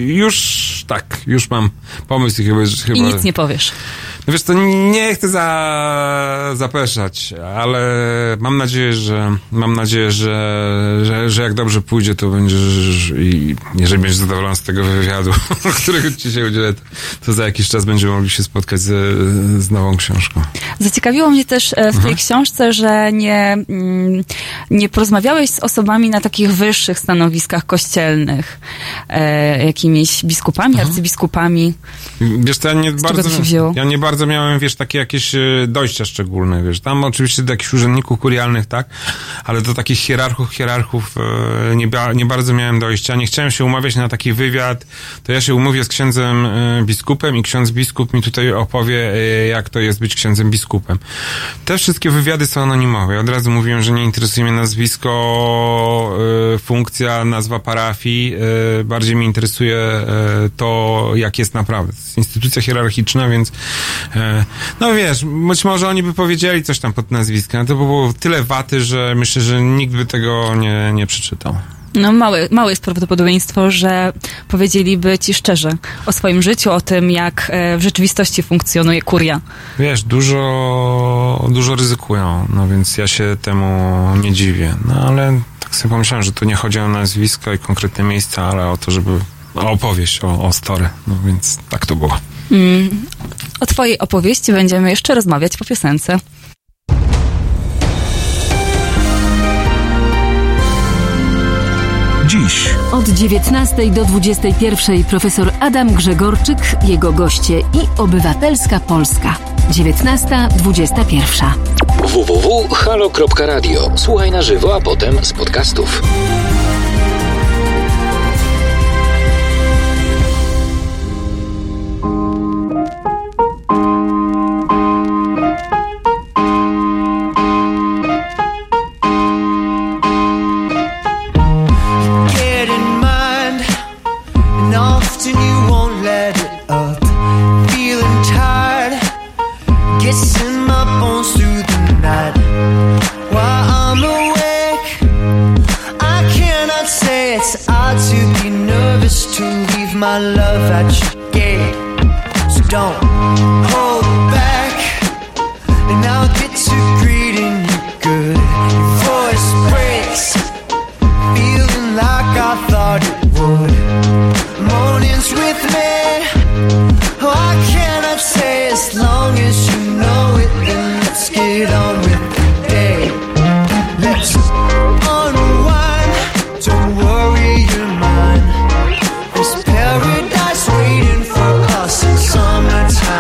już mam pomysł i chyba... I nic nie powiesz. No wiesz, to nie chcę zapeszać, ale mam nadzieję, że jak dobrze pójdzie, to będziesz i jeżeli będziesz zadowolony z tego wywiadu, którego ci się udzielę, to za jakiś czas będziemy mogli się spotkać z nową książką. Zaciekawiło mnie też w tej książce, że nie porozmawiałeś z osobami na takich wyższych stanowiskach kościelnych, jakimiś biskupami, arcybiskupami. Wiesz, to ja nie bardzo miałem, wiesz, takie jakieś dojścia szczególne, wiesz. Tam oczywiście do jakichś urzędników kurialnych, tak, ale do takich hierarchów nie bardzo miałem dojścia. Nie chciałem się umawiać na taki wywiad, to ja się umówię z księdzem biskupem i ksiądz biskup mi tutaj opowie, jak to jest być księdzem biskupem. Te wszystkie wywiady są anonimowe. Ja od razu mówiłem, że nie interesuje mnie nazwisko, funkcja, nazwa parafii. Bardziej mnie interesuje to, jak jest naprawdę. To jest instytucja hierarchiczna, więc no wiesz, być może oni by powiedzieli coś tam pod nazwiskiem, to by było tyle waty, że myślę, że nikt by tego nie przeczytał. No małe jest prawdopodobieństwo, że powiedzieliby ci szczerze o swoim życiu, o tym, jak w rzeczywistości funkcjonuje kuria. Wiesz, dużo ryzykują, no więc ja się temu nie dziwię. No ale tak sobie pomyślałem, że tu nie chodzi o nazwiska i konkretne miejsca, ale o to, żeby opowieść o story. No więc tak to było. O twojej opowieści będziemy jeszcze rozmawiać po piosence. Dziś od 19 do 21 profesor Adam Grzegorczyk, jego goście i Obywatelska Polska. 19:21. www.halo.radio. Słuchaj na żywo, a potem z podcastów. My love at your gate, so don't hold back, and I'll get to greeting you good. Your voice breaks, feeling like I thought it would. Mornings with me, oh, I cannot say as long as you know it. Then let's get on with the day. Let's unwind, don't worry your mind. There's paradise waiting for us in summertime.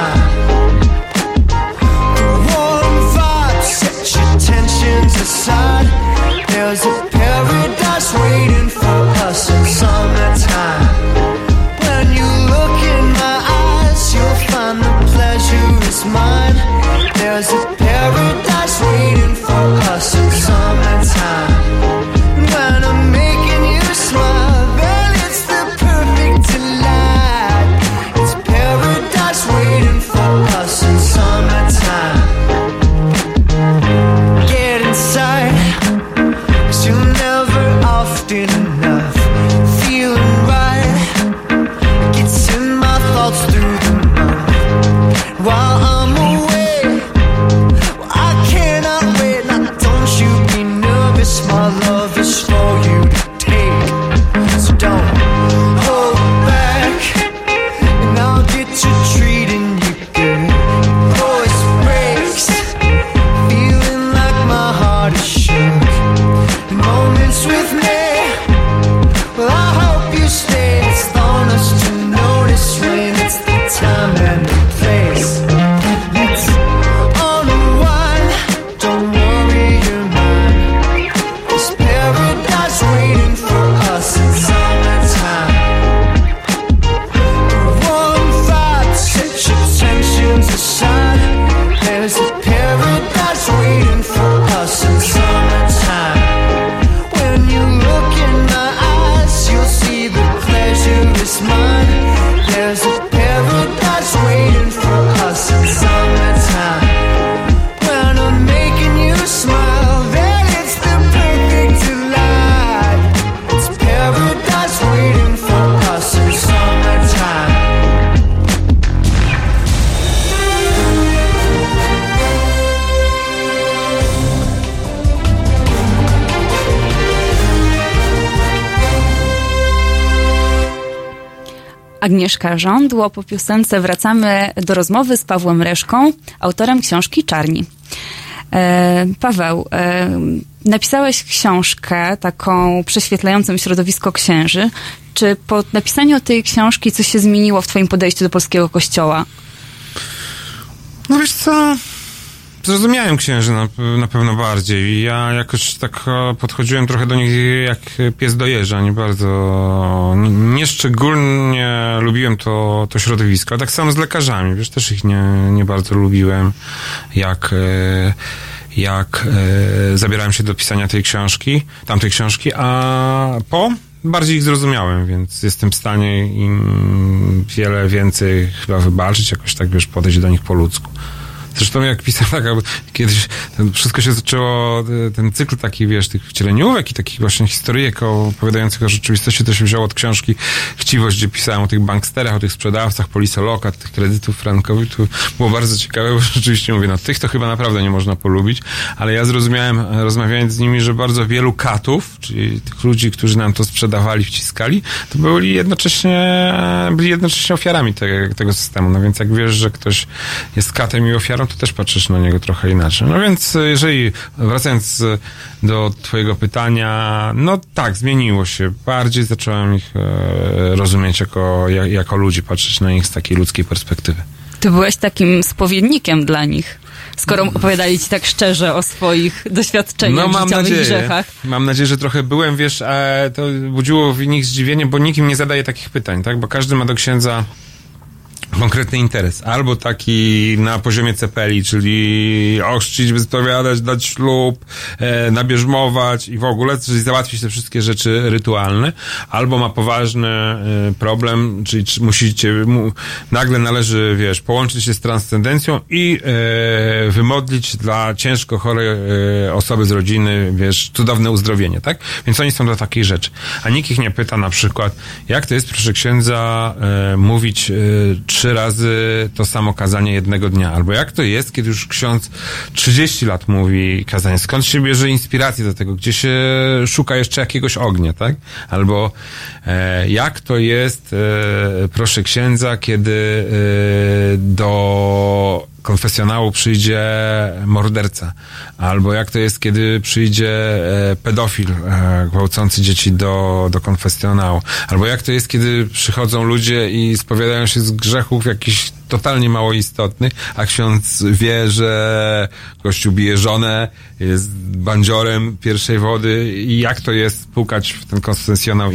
Agnieszka Żądło. Po piosence wracamy do rozmowy z Pawłem Reszką, autorem książki Czarni. Paweł, napisałeś książkę taką prześwietlającą środowisko księży. Czy po napisaniu tej książki coś się zmieniło w twoim podejściu do polskiego kościoła? No wiesz co, zrozumiałem księży na pewno bardziej. Ja jakoś tak podchodziłem trochę do nich jak pies do jeża, nie bardzo, nieszczególnie lubiłem to środowisko. Tak samo z lekarzami, wiesz, też ich nie bardzo lubiłem, jak zabierałem się do pisania tamtej książki, a bardziej ich zrozumiałem, więc jestem w stanie im wiele więcej chyba wybaczyć, jakoś tak, wiesz, podejść do nich po ludzku. Zresztą jak pisałem, kiedyś wszystko się zaczęło, ten cykl taki, wiesz, tych wcieleniówek i takich właśnie historyjek opowiadających o rzeczywistości, to się wzięło od książki Chciwość, gdzie pisałem o tych banksterach, o tych sprzedawcach, polisolokat, tych kredytów frankowych. To było bardzo ciekawe, bo rzeczywiście mówię, no tych to chyba naprawdę nie można polubić, ale ja zrozumiałem, rozmawiając z nimi, że bardzo wielu katów, czyli tych ludzi, którzy nam to sprzedawali, wciskali, to byli jednocześnie ofiarami tego systemu. No więc jak wiesz, że ktoś jest katem i ofiarą, to też patrzysz na niego trochę inaczej. No więc jeżeli, wracając do twojego pytania, no tak, zmieniło się. Bardziej zacząłem ich rozumieć jako ludzi, patrzeć na nich z takiej ludzkiej perspektywy. Ty byłeś takim spowiednikiem dla nich, skoro opowiadali ci tak szczerze o swoich doświadczeniach, życiowych i grzechach. Mam nadzieję, że trochę byłem, wiesz, a to budziło w nich zdziwienie, bo nikt im nie zadaje takich pytań, tak? Bo każdy ma do księdza konkretny interes. Albo taki na poziomie cepeli, czyli ochrzcić, wyspowiadać, dać ślub, nabierzmować i w ogóle, czyli załatwić te wszystkie rzeczy rytualne. Albo ma poważny problem, czyli nagle należy, wiesz, połączyć się z transcendencją i wymodlić dla ciężko chorej osoby z rodziny, wiesz, cudowne uzdrowienie, tak? Więc oni są do takiej rzeczy. A nikt ich nie pyta na przykład, jak to jest, proszę księdza, mówić 3 razy to samo kazanie jednego dnia. Albo jak to jest, kiedy już ksiądz 30 lat mówi kazanie. Skąd się bierze inspiracja do tego? Gdzie się szuka jeszcze jakiegoś ognia, tak? Albo jak to jest, proszę księdza, kiedy do konfesjonału przyjdzie morderca. Albo jak to jest, kiedy przyjdzie pedofil gwałcący dzieci do konfesjonału. Albo jak to jest, kiedy przychodzą ludzie i spowiadają się z grzechów jakichś totalnie mało istotnych, a ksiądz wie, że gościu bije żonę, jest bandziorem pierwszej wody i jak to jest pukać w ten konfesjonał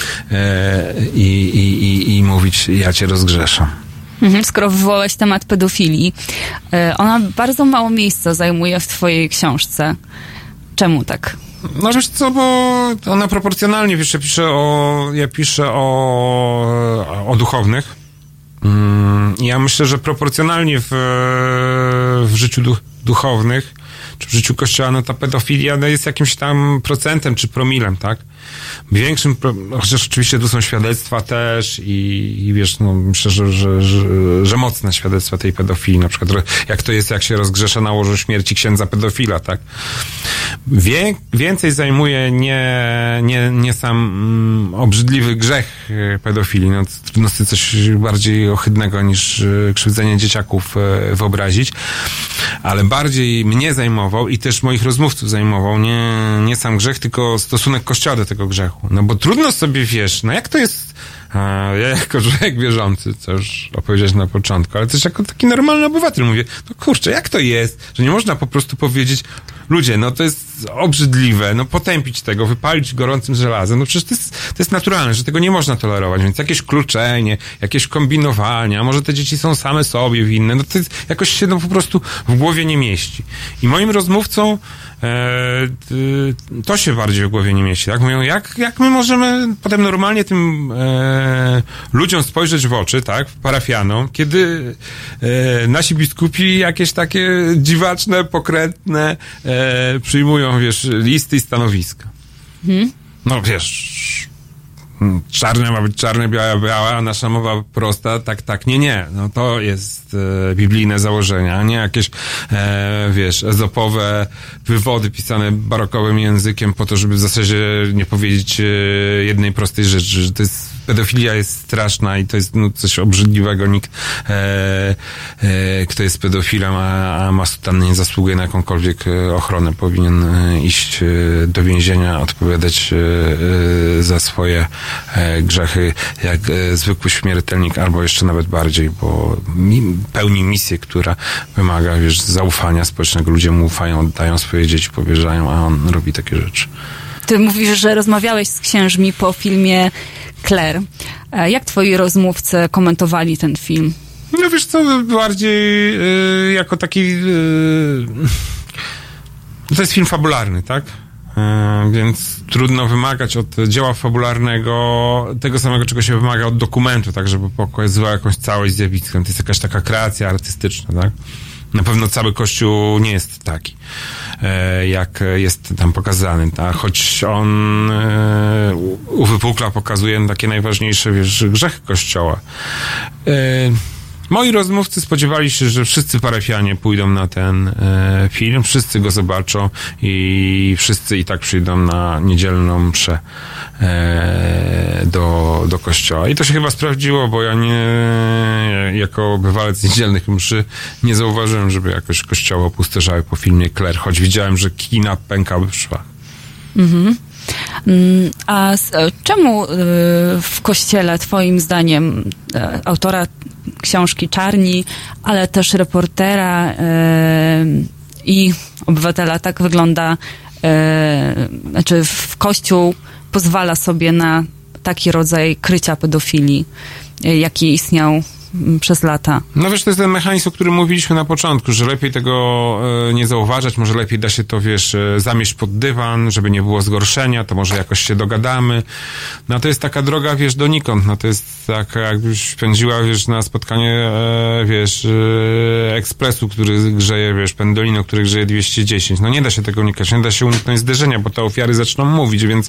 i mówić, ja cię rozgrzeszam. Skoro wywołałeś temat pedofilii, ona bardzo mało miejsca zajmuje w twojej książce. Czemu tak? No wiesz co, bo ona proporcjonalnie, wiesz, ja piszę o duchownych. Ja myślę, że proporcjonalnie w życiu duchownych, czy w życiu Kościoła, no ta pedofilia jest jakimś tam procentem, czy promilem, tak? Większym, chociaż oczywiście tu są świadectwa też i wiesz, no myślę, że mocne świadectwa tej pedofilii, na przykład jak to jest, jak się rozgrzesza na łożu śmierci księdza pedofila, tak? Więcej zajmuje nie sam obrzydliwy grzech pedofilii, no trudno sobie coś bardziej ohydnego niż krzywdzenie dzieciaków wyobrazić, ale bardziej mnie zajmował i też moich rozmówców zajmował nie sam grzech, tylko stosunek Kościoła do tego grzechu. No bo trudno sobie, wiesz, no jak to jest, ja jako człowiek wierzący, co już opowiedziałeś na początku, ale też jako taki normalny obywatel mówię, no kurczę, jak to jest, że nie można po prostu powiedzieć, ludzie, no to jest obrzydliwe, no potępić tego, wypalić gorącym żelazem, no przecież to jest naturalne, że tego nie można tolerować, więc jakieś kluczenie, jakieś kombinowania, może te dzieci są same sobie winne, no to jest, jakoś się po prostu w głowie nie mieści. I moim rozmówcom to się bardziej w głowie nie mieści, tak? Mówią, jak my możemy potem normalnie tym ludziom spojrzeć w oczy, tak? Parafianom, kiedy nasi biskupi jakieś takie dziwaczne, pokrętne przyjmują, wiesz, listy i stanowiska. No wiesz, czarne ma być czarne, biała, a nasza mowa prosta, tak, nie. No to jest biblijne założenia, a nie jakieś, wiesz, ezopowe wywody pisane barokowym językiem po to, żeby w zasadzie nie powiedzieć jednej prostej rzeczy, że to jest pedofilia jest straszna i to jest coś obrzydliwego. Nikt, kto jest pedofilem, a ma sutannę, nie zasługuje na jakąkolwiek ochronę. Powinien iść do więzienia, odpowiadać za swoje grzechy jak zwykły śmiertelnik, albo jeszcze nawet bardziej, bo pełni misję, która wymaga, zaufania społecznego. Ludzie mu ufają, oddają swoje dzieci, powierzają, a on robi takie rzeczy. Ty mówisz, że rozmawiałeś z księżmi po filmie Claire. Jak twoi rozmówcy komentowali ten film? No wiesz co, bardziej jako taki... to jest film fabularny, tak? Więc trudno wymagać od dzieła fabularnego tego samego, czego się wymaga od dokumentu, tak, żeby pokazywał jakąś całość zjawiska. To jest jakaś taka kreacja artystyczna, tak? Na pewno cały Kościół nie jest taki, jak jest tam pokazany, tak? Choć on uwypukla, pokazuje takie najważniejsze, grzechy Kościoła. Moi rozmówcy spodziewali się, że wszyscy parafianie pójdą na ten film, wszyscy go zobaczą i wszyscy i tak przyjdą na niedzielną mszę do kościoła. I to się chyba sprawdziło, bo ja jako bywalec niedzielnych mszy nie zauważyłem, żeby jakoś kościoły opustoszały po filmie Claire, choć widziałem, że kina pękały w szwach. Mhm. A czemu w kościele, twoim zdaniem, autora książki Czarni, ale też reportera i obywatela, tak wygląda, znaczy w Kościół pozwala sobie na taki rodzaj krycia pedofilii, jaki istniał przez lata? No wiesz, to jest ten mechanizm, o którym mówiliśmy na początku, że lepiej tego nie zauważać, może lepiej da się to, zamieść pod dywan, żeby nie było zgorszenia, to może jakoś się dogadamy. No to jest taka droga, donikąd, no to jest taka, jakbyś pędziła, na spotkanie, ekspresu, który grzeje, Pendolino, który grzeje 210. No nie da się tego unikać, nie da się uniknąć zderzenia, bo te ofiary zaczną mówić, więc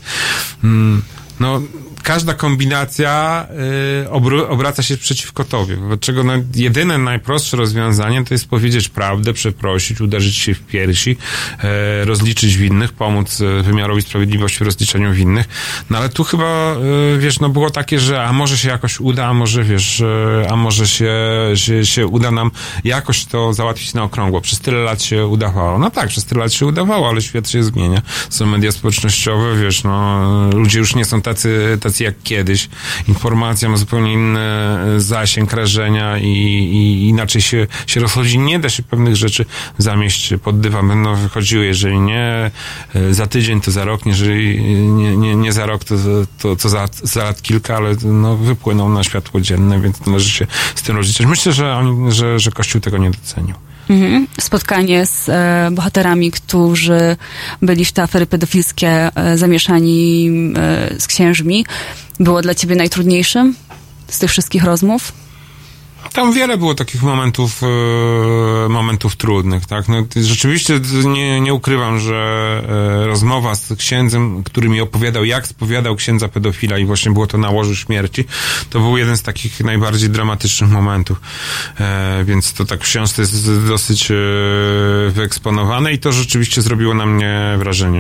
każda kombinacja obraca się przeciwko tobie. Wobec czego jedyne, najprostsze rozwiązanie to jest powiedzieć prawdę, przeprosić, uderzyć się w piersi, rozliczyć winnych, pomóc wymiarowi sprawiedliwości w rozliczeniu winnych. No ale tu chyba, było takie, że a może się jakoś uda, a może się uda nam jakoś to załatwić na okrągło. Przez tyle lat się udawało. No tak, przez tyle lat się udawało, ale świat się zmienia. Są media społecznościowe, ludzie już nie są tacy jak kiedyś. Informacja ma zupełnie inny zasięg rażenia i inaczej się rozchodzi. Nie da się pewnych rzeczy zamieść pod dywan. Będą wychodziły, jeżeli nie za tydzień, to za rok, jeżeli nie za rok, to za lat kilka, ale wypłyną na światło dzienne, więc należy się z tym rozliczać. Myślę, że Kościół tego nie docenił. Spotkanie z bohaterami, którzy byli w te afery pedofilskie zamieszani z księżmi, było dla ciebie najtrudniejszym z tych wszystkich rozmów? Tam wiele było takich momentów trudnych, tak? Rzeczywiście nie ukrywam, że rozmowa z księdzem, który mi opowiadał, jak spowiadał księdza pedofila i właśnie było to na łożu śmierci, to był jeden z takich najbardziej dramatycznych momentów. Więc to tak w książce jest dosyć wyeksponowane i to rzeczywiście zrobiło na mnie wrażenie,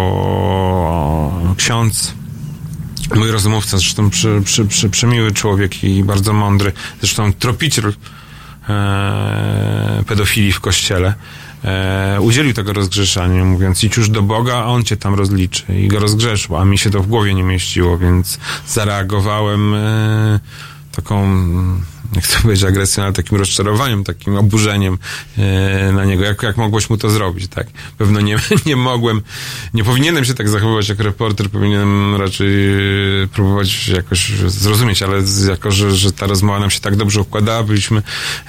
bo ksiądz, mój rozmówca, zresztą przemiły człowiek i bardzo mądry, zresztą tropiciel pedofilii w kościele, udzielił tego rozgrzeszania, mówiąc: idź już do Boga, a On cię tam rozliczy. I go rozgrzeszył, a mi się to w głowie nie mieściło, więc zareagowałem taką, nie chcę powiedzieć agresją, ale takim rozczarowaniem, takim oburzeniem na niego. Jak mogłeś mu to zrobić, tak? Pewno nie mogłem, nie powinienem się tak zachowywać jak reporter, powinienem raczej próbować jakoś zrozumieć, ale jako, że ta rozmowa nam się tak dobrze układała, byliśmy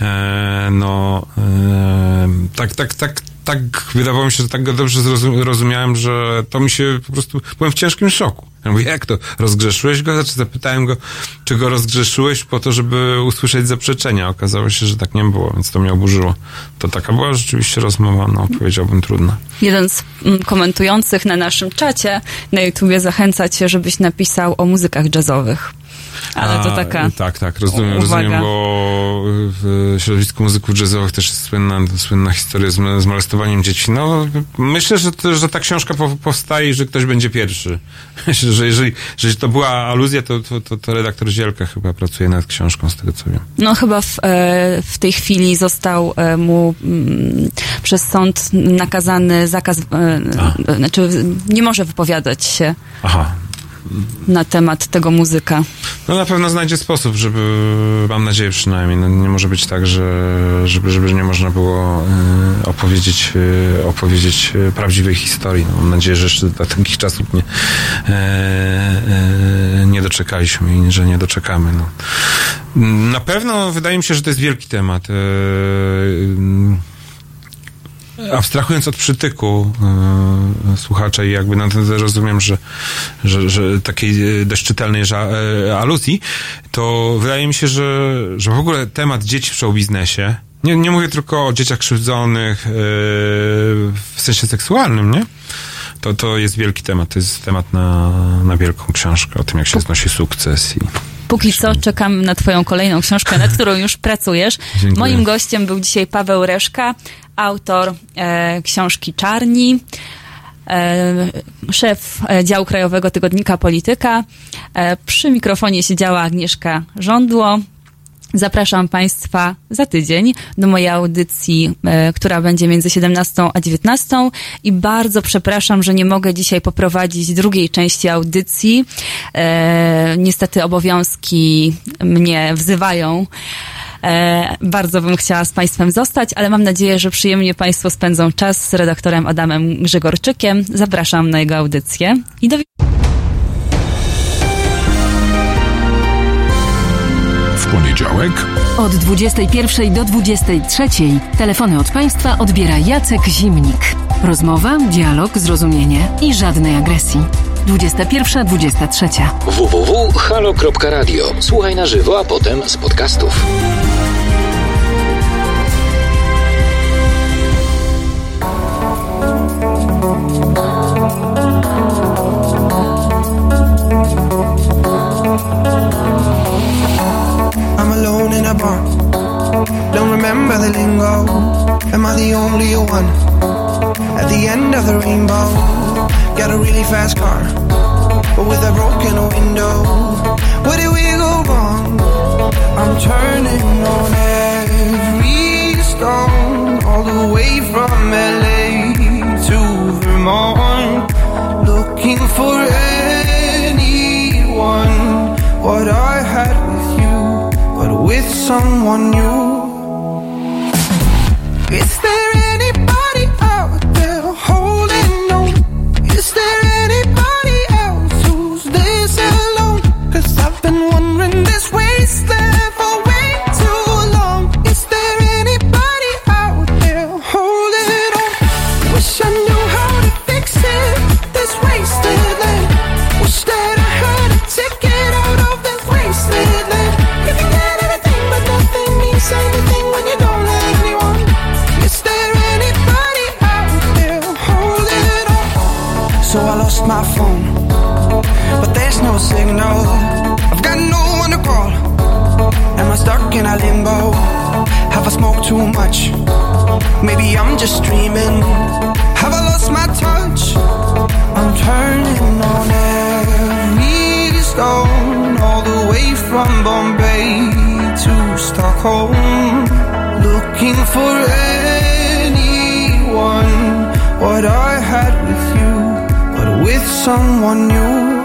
tak wydawało mi się, że tak go dobrze rozumiałem, że to mi się po prostu, byłem w ciężkim szoku. Ja mówię: jak to? Rozgrzeszyłeś go? Zapytałem go, czy go rozgrzeszyłeś po to, żeby usłyszeć zaprzeczenia. Okazało się, że tak nie było, więc to mnie oburzyło. To taka była rzeczywiście rozmowa, powiedziałbym, trudna. Jeden z komentujących na naszym czacie na YouTubie zachęca cię, żebyś napisał o muzykach jazzowych. Ale to taka Tak, rozumiem, bo w środowisku muzyków jazzowych też jest słynna historia z molestowaniem dzieci. No, myślę, że ta książka powstaje i że ktoś będzie pierwszy. Myślę, że jeżeli to była aluzja, to redaktor Zielka chyba pracuje nad książką, z tego co wiem. No chyba w tej chwili został mu przez sąd nakazany zakaz, znaczy nie może wypowiadać się na temat tego muzyka. No na pewno znajdzie sposób, żeby, mam nadzieję przynajmniej, no, nie może być tak, żeby nie można było opowiedzieć prawdziwej historii. No, mam nadzieję, że jeszcze do takich czasów nie doczekaliśmy i że nie doczekamy. No. Na pewno wydaje mi się, że to jest wielki temat. Abstrahując od przytyku słuchacza i jakby na ten rozumiem, że takiej dość czytelnej aluzji, to wydaje mi się, że w ogóle temat dzieci w showbiznesie, nie mówię tylko o dzieciach krzywdzonych w sensie seksualnym, nie? To jest wielki temat, to jest temat na wielką książkę o tym, jak się znosi sukces i... Póki co czekam na twoją kolejną książkę, nad którą już pracujesz. Dziękuję. Moim gościem był dzisiaj Paweł Reszka, autor książki Czarni, szef działu krajowego tygodnika Polityka. Przy mikrofonie siedziała Agnieszka Żądło. Zapraszam Państwa za tydzień do mojej audycji, która będzie między 17 a 19 i bardzo przepraszam, że nie mogę dzisiaj poprowadzić drugiej części audycji. Niestety obowiązki mnie wzywają. Bardzo bym chciała z Państwem zostać, ale mam nadzieję, że przyjemnie Państwo spędzą czas z redaktorem Adamem Grzegorczykiem. Zapraszam na jego audycję i do widzenia. Poniedziałek od 21 do 23 telefony od Państwa odbiera Jacek Zimnik. Rozmowa, dialog, zrozumienie i żadnej agresji. 21-23. www.halo.radio. Słuchaj na żywo, a potem z podcastów. In a bar, don't remember the lingo. Am I the only one at the end of the rainbow? Got a really fast car, but with a broken window. Where did we go wrong? I'm turning on every stone, all the way from LA to Vermont, looking for anyone. What I had with you, but with someone new. Is there anybody out there holding on? Is there anybody else who's this alone? 'Cause I've been wondering this wasteland for way too long. Is there anybody out there holding on? Wish I knew how to fix it, this wasted land. Wish that I had a ticket out of this wasted land. You can get everything but nothing means anything when you don't have anyone. Is there anybody out there holding on? So I lost my phone, but there's no signal. I've got no one to call. Am I stuck in a limbo? Have I smoked too much? Maybe I'm just dreaming. Have I lost my touch? I'm turning on every stone, all the way from Bombay to Stockholm, looking for anyone. What I had with you, but with someone new.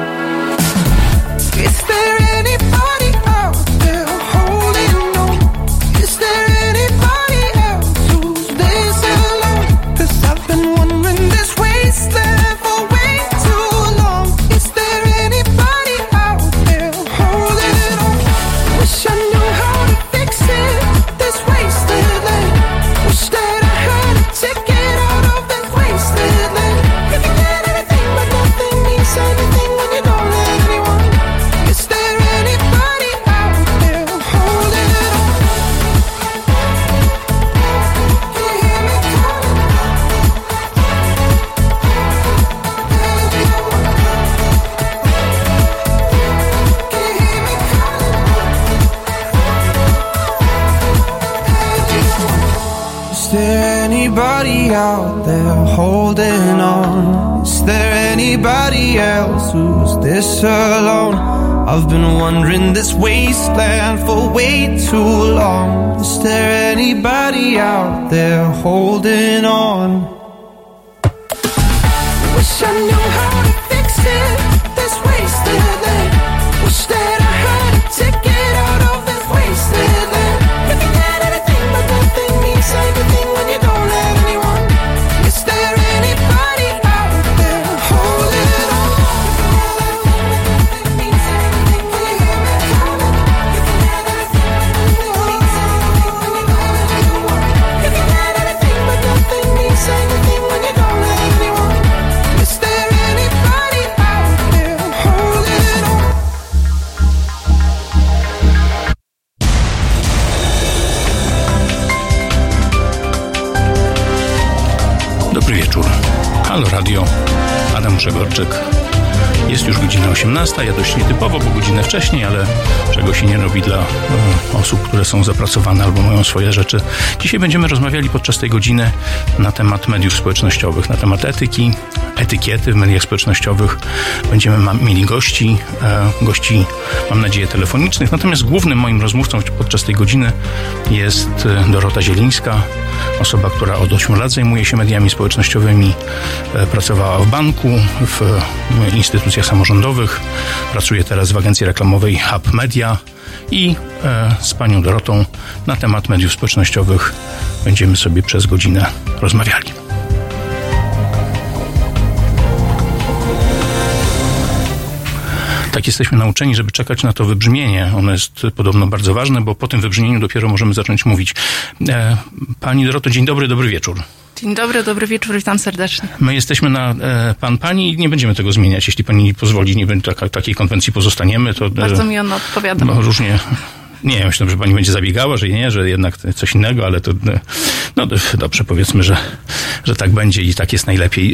Is there anybody out there holding on? Is there anybody else who's this alone? 'Cause I've been wondering this wasteland for way too long. Is there anybody out there holding on? Wish I knew how to fix it, this wasted land. Wish that I had a ticket out of this wasted land. You can get everything but nothing means anything anybody out there holding on? Is there anybody else who's this alone? I've been wandering this wasteland for way too long. Is there anybody out there holding on? Wish I knew how to fix it, this wasted land. Wish that I had a ticket out of this wasted land. Looking at anything but nothing means anything when you don't have anyone. Is there anybody out there holding on? Nothing means anything when you hear me calling. Looking at anything but nothing means anything when you don't have anyone. Looking at anything but nothing means anything when you don't have anyone. Is there anybody out there holding on? Dobry wieczór. Halo Radio, Adam Grzegorczyk. Jest już godzina 18, ja dość nietypowo, bo godzinę wcześniej, ale czego się nie robi dla osób, które są zapracowane albo mają swoje rzeczy. Dzisiaj będziemy rozmawiali podczas tej godziny na temat mediów społecznościowych, na temat etyki, etykiety w mediach społecznościowych. Będziemy mieli gości, mam nadzieję, telefonicznych. Natomiast głównym moim rozmówcą podczas tej godziny jest Dorota Zielińska, osoba, która od 8 lat zajmuje się mediami społecznościowymi, pracowała w banku, w instytucjach samorządowych, pracuje teraz w agencji reklamowej Hub Media i z panią Dorotą na temat mediów społecznościowych będziemy sobie przez godzinę rozmawiali. Tak jesteśmy nauczeni, żeby czekać na to wybrzmienie. Ono jest podobno bardzo ważne, bo po tym wybrzmieniu dopiero możemy zacząć mówić. Pani Doroto, dzień dobry, dobry wieczór. Dzień dobry, dobry wieczór, witam serdecznie. My jesteśmy na pani i nie będziemy tego zmieniać. Jeśli pani pozwoli, nie będzie takiej konwencji pozostaniemy, to... Bardzo mi ono odpowiada. No, różnie... Nie, myślę, że pani będzie zabiegała, że nie, że jednak coś innego, ale to... No dobrze, powiedzmy, że tak będzie i tak jest najlepiej.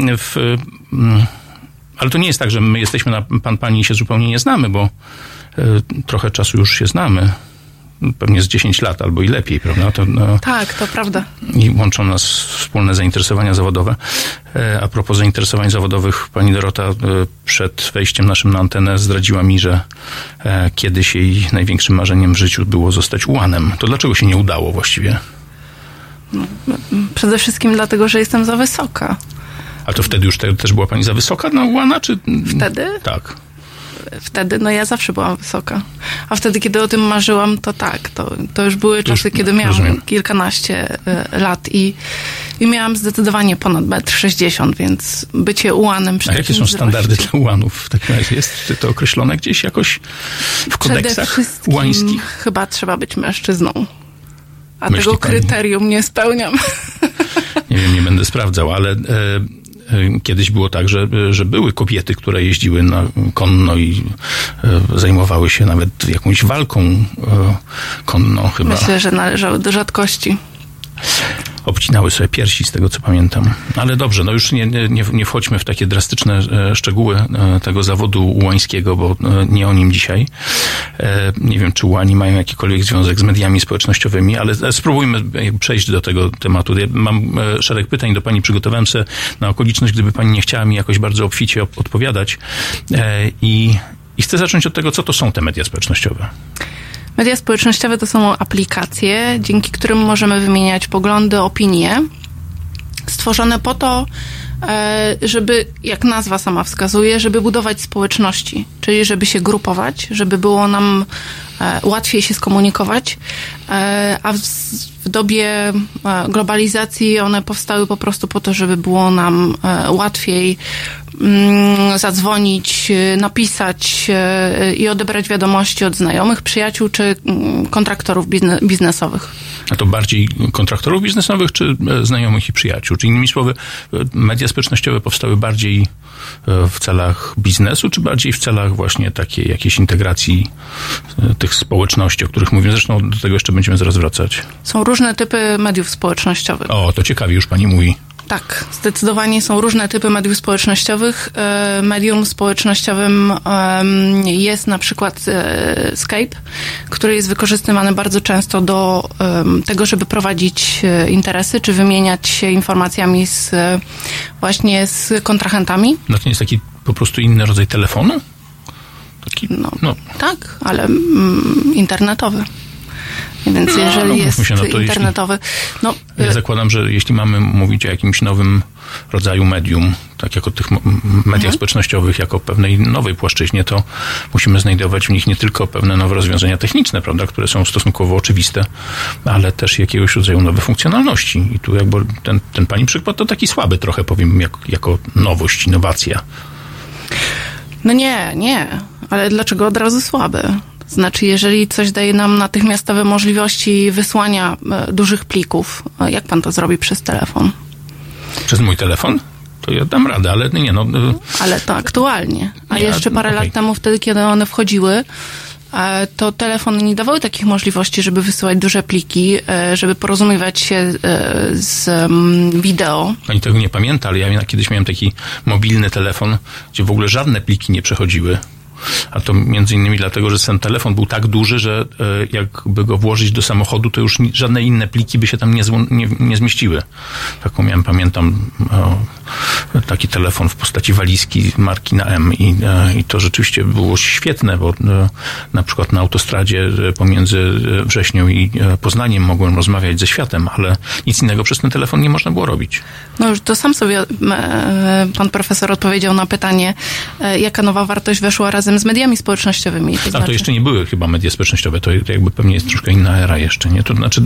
Ale to nie jest tak, że my jesteśmy pani i się zupełnie nie znamy, bo trochę czasu już się znamy. Pewnie z 10 lat albo i lepiej, prawda? Tak, to prawda. I łączą nas wspólne zainteresowania zawodowe. A propos zainteresowań zawodowych, pani Dorota przed wejściem naszym na antenę zdradziła mi, że kiedyś jej największym marzeniem w życiu było zostać ułanem. To dlaczego się nie udało właściwie? No, przede wszystkim dlatego, że jestem za wysoka. A to wtedy już też była pani za wysoka na ułana, czy... Wtedy? Tak. Wtedy, no ja zawsze byłam wysoka. A wtedy, kiedy o tym marzyłam, to tak, to już były czasy, kiedy miałam kilkanaście lat i miałam zdecydowanie ponad 1,60 m, więc bycie ułanem przy takim jakie są standardy dla ułanów w takim razie? Jest to określone gdzieś jakoś w kodeksach ułańskich? Chyba trzeba być mężczyzną. A Myśli tego pani? kryterium nie spełniam. Nie wiem, nie będę sprawdzał, ale... Kiedyś było tak, że były kobiety, które jeździły na konno i zajmowały się nawet jakąś walką konną chyba. Myślę, że należały do rzadkości. Obcinały sobie piersi, z tego co pamiętam. Ale dobrze, no już nie wchodźmy w takie drastyczne szczegóły tego zawodu ułańskiego, bo nie o nim dzisiaj. Nie wiem, czy ułani mają jakikolwiek związek z mediami społecznościowymi, ale spróbujmy przejść do tego tematu. Ja mam szereg pytań do pani, przygotowałem sobie na okoliczność, gdyby pani nie chciała mi jakoś bardzo obficie odpowiadać. I chcę zacząć od tego, co to są te media społecznościowe. Media społecznościowe to są aplikacje, dzięki którym możemy wymieniać poglądy, opinie, stworzone po to, żeby, jak nazwa sama wskazuje, żeby budować społeczności, czyli żeby się grupować, żeby było nam łatwiej się skomunikować, a w dobie globalizacji one powstały po prostu po to, żeby było nam łatwiej zadzwonić, napisać i odebrać wiadomości od znajomych, przyjaciół czy kontraktorów biznesowych. A to bardziej kontraktorów biznesowych, czy znajomych i przyjaciół? Czy innymi słowy, media społecznościowe powstały bardziej w celach biznesu, czy bardziej w celach właśnie takiej jakiejś integracji tych społeczności, o których mówimy? Zresztą do tego jeszcze będziemy zaraz wracać. Są różne typy mediów społecznościowych. O, to ciekawie już pani mówi. Tak, zdecydowanie są różne typy mediów społecznościowych. Medium społecznościowym jest na przykład Skype, który jest wykorzystywany bardzo często do tego, żeby prowadzić interesy, czy wymieniać się informacjami właśnie z kontrahentami. No to nie jest taki po prostu inny rodzaj telefonu? Taki, tak, ale internetowy. Więc jeżeli jest internetowy... Ja zakładam, że jeśli mamy mówić o jakimś nowym rodzaju medium, tak jak o tych mediach społecznościowych, jako pewnej nowej płaszczyźnie, to musimy znajdować w nich nie tylko pewne nowe rozwiązania techniczne, prawda, które są stosunkowo oczywiste, ale też jakiegoś rodzaju nowe funkcjonalności. I tu jakby ten pani przykład to taki słaby trochę, powiem, jako nowość, innowacja. No nie. Ale dlaczego od razu słaby? Znaczy, jeżeli coś daje nam natychmiastowe możliwości wysłania dużych plików, jak pan to zrobi przez telefon? Przez mój telefon? To ja dam radę, ale nie. Ale to aktualnie. A jeszcze parę lat temu, wtedy, kiedy one wchodziły, to telefony nie dawały takich możliwości, żeby wysyłać duże pliki, żeby porozumiewać się z wideo. Pani tego nie pamięta, ale ja kiedyś miałem taki mobilny telefon, gdzie w ogóle żadne pliki nie przechodziły. A to między innymi dlatego, że ten telefon był tak duży, że jakby go włożyć do samochodu, to już żadne inne pliki by się tam nie zmieściły. Taką miałem, pamiętam, taki telefon w postaci walizki marki na M i to rzeczywiście było świetne, bo na przykład na autostradzie pomiędzy Wrześnią i Poznaniem mogłem rozmawiać ze światem, ale nic innego przez ten telefon nie można było robić. No już to sam sobie pan profesor odpowiedział na pytanie, jaka nowa wartość weszła razem z mediami społecznościowymi. To jeszcze nie były chyba media społecznościowe, to jakby pewnie jest troszkę inna era jeszcze, nie? To znaczy,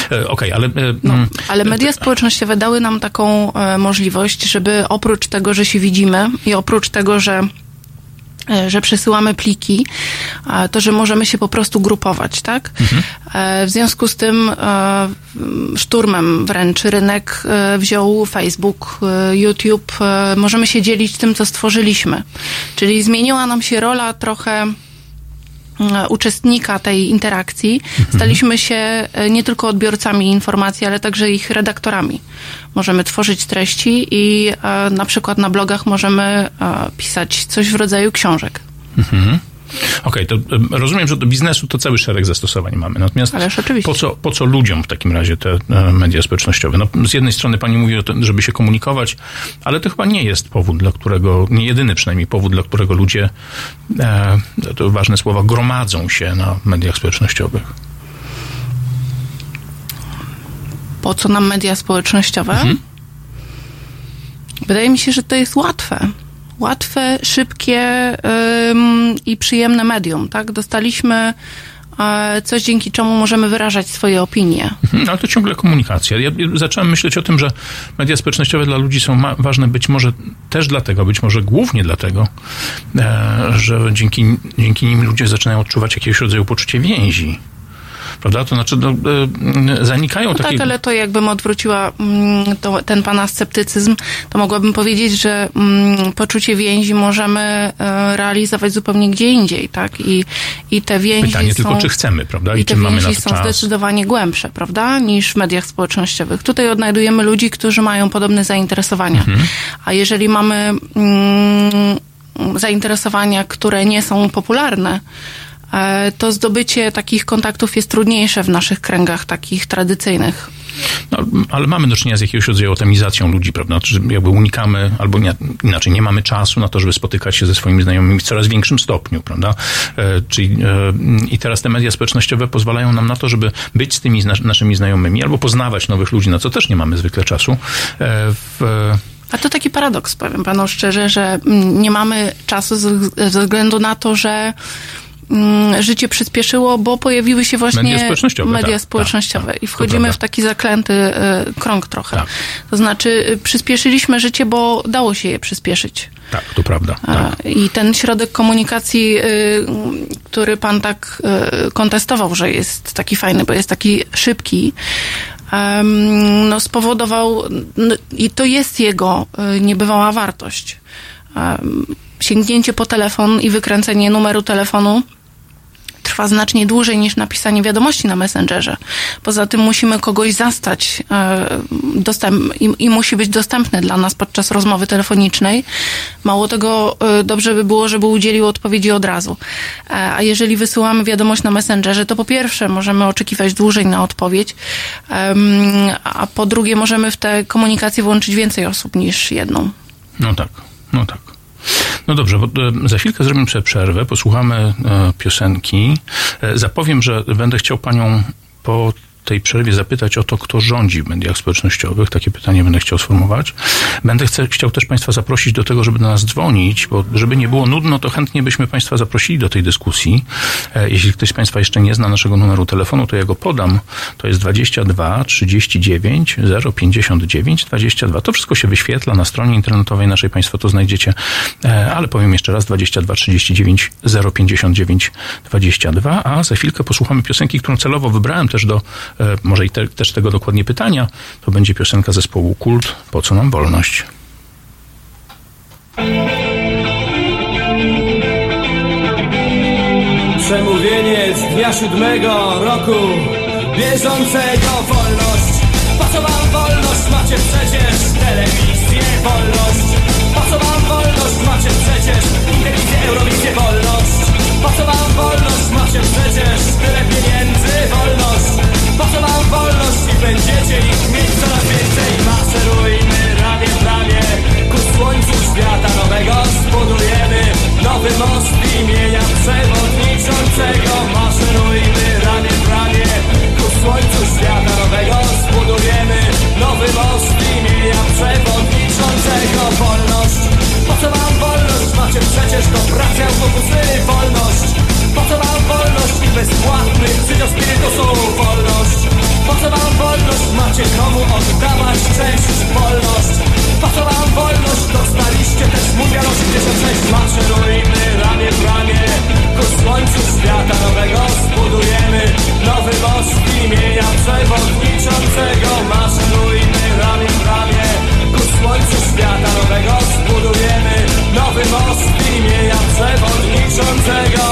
ale media społecznościowe dały nam taką możliwość, żeby oprócz tego, że się widzimy i oprócz tego, że przesyłamy pliki, to, że możemy się po prostu grupować, tak? W związku z tym szturmem wręcz rynek wziął Facebook, YouTube. Możemy się dzielić tym, co stworzyliśmy. Czyli zmieniła nam się rola trochę uczestnika tej interakcji. Staliśmy się nie tylko odbiorcami informacji, ale także ich redaktorami. Możemy tworzyć treści i na przykład na blogach możemy pisać coś w rodzaju książek. Okej, to rozumiem, że do biznesu to cały szereg zastosowań mamy. Natomiast oczywiście. Po co ludziom w takim razie te media społecznościowe? No, z jednej strony pani mówi o tym, żeby się komunikować, ale to chyba nie jest powód, dla którego, nie jedyny przynajmniej powód, dla którego ludzie, to ważne słowa, gromadzą się na mediach społecznościowych. Po co nam media społecznościowe? Wydaje mi się, że to jest łatwe, szybkie i przyjemne medium, tak? Dostaliśmy coś, dzięki czemu możemy wyrażać swoje opinie. Ale to ciągle komunikacja. Ja zacząłem myśleć o tym, że media społecznościowe dla ludzi są ważne być może też dlatego, być może głównie dlatego, że dzięki nim ludzie zaczynają odczuwać jakiegoś rodzaju poczucie więzi. Prawda? To znaczy, zanikają takie... Tak, ale to jakbym odwróciła ten pana sceptycyzm, to mogłabym powiedzieć, że poczucie więzi możemy realizować zupełnie gdzie indziej, tak? I te więzi Pytanie tylko, czy chcemy, prawda? I te więzi są zdecydowanie głębsze, prawda? Niż w mediach społecznościowych. Tutaj odnajdujemy ludzi, którzy mają podobne zainteresowania. A jeżeli mamy zainteresowania, które nie są popularne, to zdobycie takich kontaktów jest trudniejsze w naszych kręgach takich tradycyjnych. No, ale mamy do czynienia z jakiegoś rodzaju atomizacją ludzi, prawda? Znaczy, jakby unikamy, albo inaczej, nie mamy czasu na to, żeby spotykać się ze swoimi znajomymi w coraz większym stopniu, prawda? I teraz te media społecznościowe pozwalają nam na to, żeby być z tymi naszymi znajomymi, albo poznawać nowych ludzi, na co też nie mamy zwykle czasu. A to taki paradoks, powiem panu szczerze, że nie mamy czasu ze względu na to, że życie przyspieszyło, bo pojawiły się właśnie media społecznościowe i wchodzimy w taki zaklęty krąg trochę. Tak. To znaczy przyspieszyliśmy życie, bo dało się je przyspieszyć. Tak, to prawda. Tak. I ten środek komunikacji, który pan tak kontestował, że jest taki fajny, bo jest taki szybki, spowodował, i to jest jego niebywała wartość. Sięgnięcie po telefon i wykręcenie numeru telefonu trwa znacznie dłużej niż napisanie wiadomości na Messengerze. Poza tym musimy kogoś zastać i musi być dostępny dla nas podczas rozmowy telefonicznej. Mało tego, dobrze by było, żeby udzielił odpowiedzi od razu. A jeżeli wysyłamy wiadomość na Messengerze, to po pierwsze możemy oczekiwać dłużej na odpowiedź, a po drugie możemy w tę komunikację włączyć więcej osób niż jedną. No tak. No dobrze, bo za chwilkę zrobimy sobie przerwę, posłuchamy piosenki. Zapowiem, że będę chciał panią po tej przerwie zapytać o to, kto rządzi w mediach społecznościowych. Takie pytanie będę chciał sformułować. Będę chciał też państwa zaprosić do tego, żeby do nas dzwonić, bo żeby nie było nudno, to chętnie byśmy państwa zaprosili do tej dyskusji. Jeśli ktoś z państwa jeszcze nie zna naszego numeru telefonu, to ja go podam. To jest 22 39 059 22. To wszystko się wyświetla na stronie internetowej naszej. Państwo to znajdziecie, ale powiem jeszcze raz: 22 39 059 22. A za chwilkę posłuchamy piosenki, którą celowo wybrałem też do może i też tego dokładnie pytania. To będzie piosenka zespołu Kult Po co nam wolność? Przemówienie z dnia 7 roku bieżącego. Wolność. Po co wam wolność? Macie przecież telewizję. Wolność. Po co wam wolność? Macie przecież telewizję, Eurowizję. Wolność. Po co wam wolność? Macie przecież tyle pieniędzy. Wolność. Po co wam wolność? I będziecie ich mieć coraz więcej. Maszerujmy ramię w ramię ku słońcu świata nowego. Zbudujemy nowy most imienia przewodniczącego. Maszerujmy ramię w ramię ku słońcu świata nowego. Zbudujemy nowy most imienia przewodniczącego. Wolność. Po co wam wolność? Macie przecież do pracy autobusy. Wolność. Po co wam wolność i bezpłatny przydział spirytusu? Wolność. Po co wam wolność? Macie komu oddawać cześć? Wolność. Po co wam wolność? Dostaliście też mundial 86. Maszerujmy ramię w ramię ku słońcu świata nowego. Zbudujemy nowy most imienia przewodniczącego. Maszerujmy ramię w ramię ku słońcu świata nowego. Zbudujemy nowy most imienia przewodniczącego.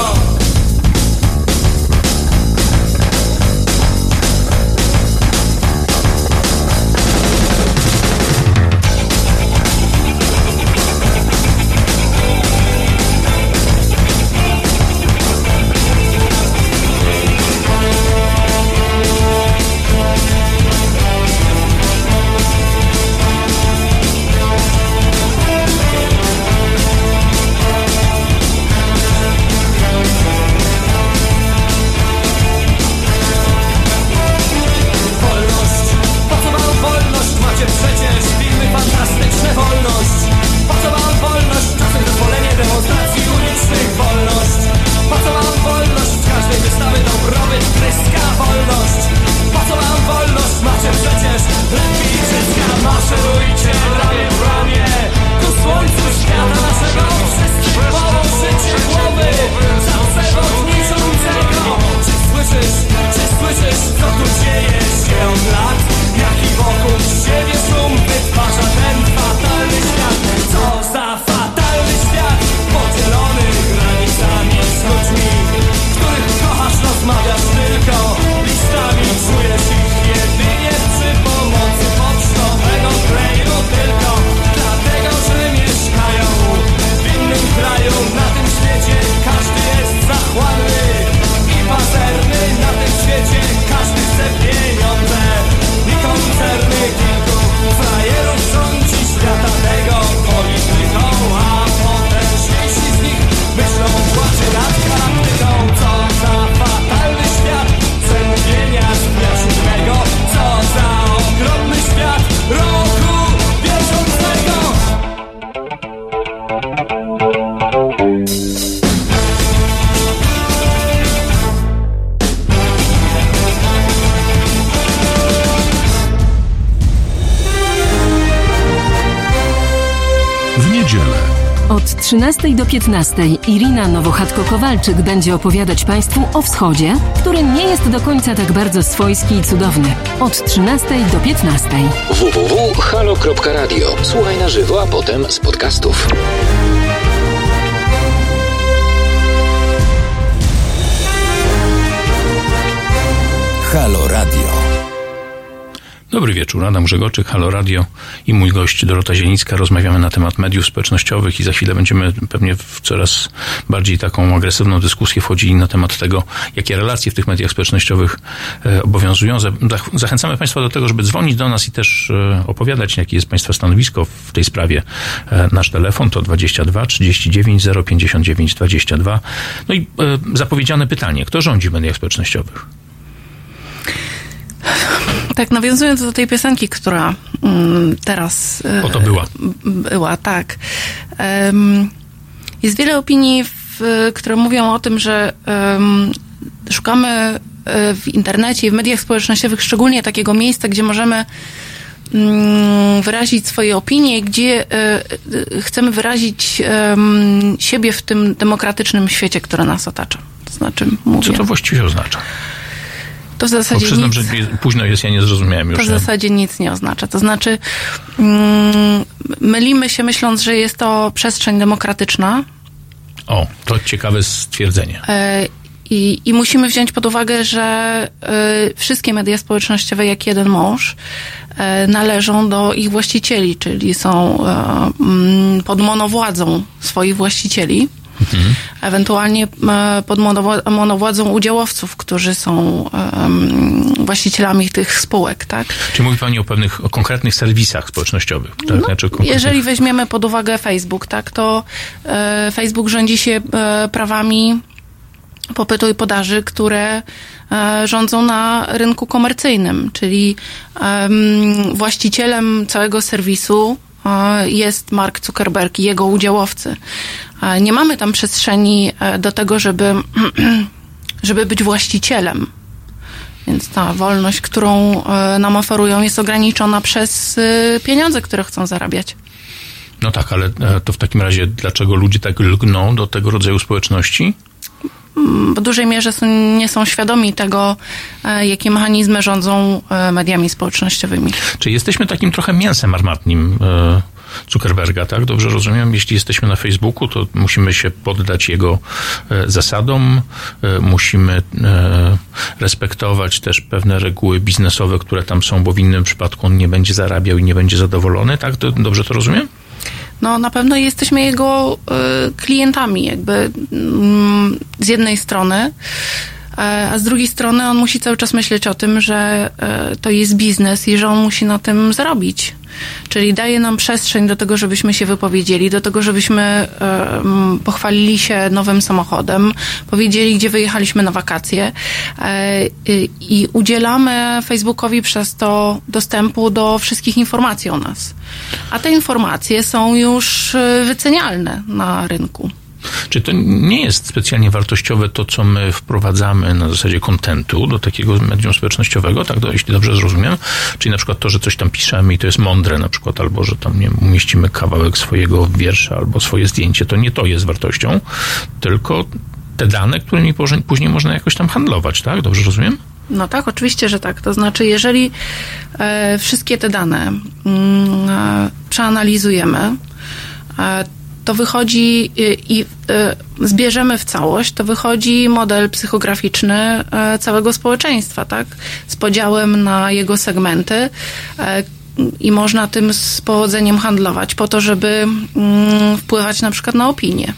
Od 13 do 15 Irina Nowochatko-Kowalczyk będzie opowiadać Państwu o Wschodzie, który nie jest do końca tak bardzo swojski i cudowny. Od 13 do 15. www.halo.radio. Słuchaj na żywo, a potem z podcastów. Halo Radio. Dobry wieczór, Adam Grzegorczyk, Halo Radio i mój gość Dorota Zielińska. Rozmawiamy na temat mediów społecznościowych i za chwilę będziemy pewnie w coraz bardziej taką agresywną dyskusję wchodzili na temat tego, jakie relacje w tych mediach społecznościowych obowiązują. Zachęcamy Państwa do tego, żeby dzwonić do nas i też opowiadać, jakie jest Państwa stanowisko w tej sprawie. Nasz telefon to 22 39 059 22. No i zapowiedziane pytanie, kto rządzi w mediach społecznościowych? Tak, nawiązując do tej piosenki, która teraz oto była, tak. Jest wiele opinii, które mówią o tym, że szukamy w internecie i w mediach społecznościowych szczególnie takiego miejsca, gdzie możemy wyrazić swoje opinie, gdzie chcemy wyrazić siebie w tym demokratycznym świecie, który nas otacza. To znaczy, co to właściwie oznacza? To w zasadzie przyznam, że późno jest, ja nie zrozumiałem już. To w zasadzie nic nie oznacza. To znaczy mylimy się myśląc, że jest to przestrzeń demokratyczna. O, to ciekawe stwierdzenie. I musimy wziąć pod uwagę, że wszystkie media społecznościowe, jak jeden mąż, należą do ich właścicieli, czyli są pod monowładzą swoich właścicieli. Ewentualnie pod monowładzą udziałowców, którzy są właścicielami tych spółek, tak? Czy mówi Pani o konkretnych serwisach społecznościowych? Tak? No, znaczy jeżeli weźmiemy pod uwagę Facebook, tak, to Facebook rządzi się prawami popytu i podaży, które rządzą na rynku komercyjnym, czyli właścicielem całego serwisu jest Mark Zuckerberg i jego udziałowcy. Nie mamy tam przestrzeni do tego, żeby być właścicielem. Więc ta wolność, którą nam oferują, jest ograniczona przez pieniądze, które chcą zarabiać. No tak, ale to w takim razie dlaczego ludzie tak lgną do tego rodzaju społeczności? W dużej mierze nie są świadomi tego, jakie mechanizmy rządzą mediami społecznościowymi. Czy jesteśmy takim trochę mięsem armatnim Zuckerberga, tak? Dobrze rozumiem? Jeśli jesteśmy na Facebooku, to musimy się poddać jego zasadom, musimy respektować też pewne reguły biznesowe, które tam są, bo w innym przypadku on nie będzie zarabiał i nie będzie zadowolony, tak? Dobrze to rozumiem? No, na pewno jesteśmy jego klientami, jakby z jednej strony, a z drugiej strony on musi cały czas myśleć o tym, że to jest biznes i że on musi na tym zarobić. Czyli daje nam przestrzeń do tego, żebyśmy się wypowiedzieli, do tego, żebyśmy pochwalili się nowym samochodem, powiedzieli, gdzie wyjechaliśmy na wakacje i udzielamy Facebookowi przez to dostępu do wszystkich informacji o nas. A te informacje są już wycenialne na rynku. Czy to nie jest specjalnie wartościowe to, co my wprowadzamy na zasadzie kontentu do takiego medium społecznościowego, tak, jeśli dobrze zrozumiem? Czyli na przykład to, że coś tam piszemy i to jest mądre na przykład, albo że tam nie umieścimy kawałek swojego wiersza albo swoje zdjęcie, to nie to jest wartością, tylko te dane, którymi później można jakoś tam handlować, tak? Dobrze rozumiem? No tak, oczywiście, że tak. To znaczy, jeżeli wszystkie te dane przeanalizujemy, to wychodzi i zbierzemy w całość, to wychodzi model psychograficzny całego społeczeństwa, tak? Z podziałem na jego segmenty i można tym z powodzeniem handlować po to, żeby wpływać na przykład na opinię.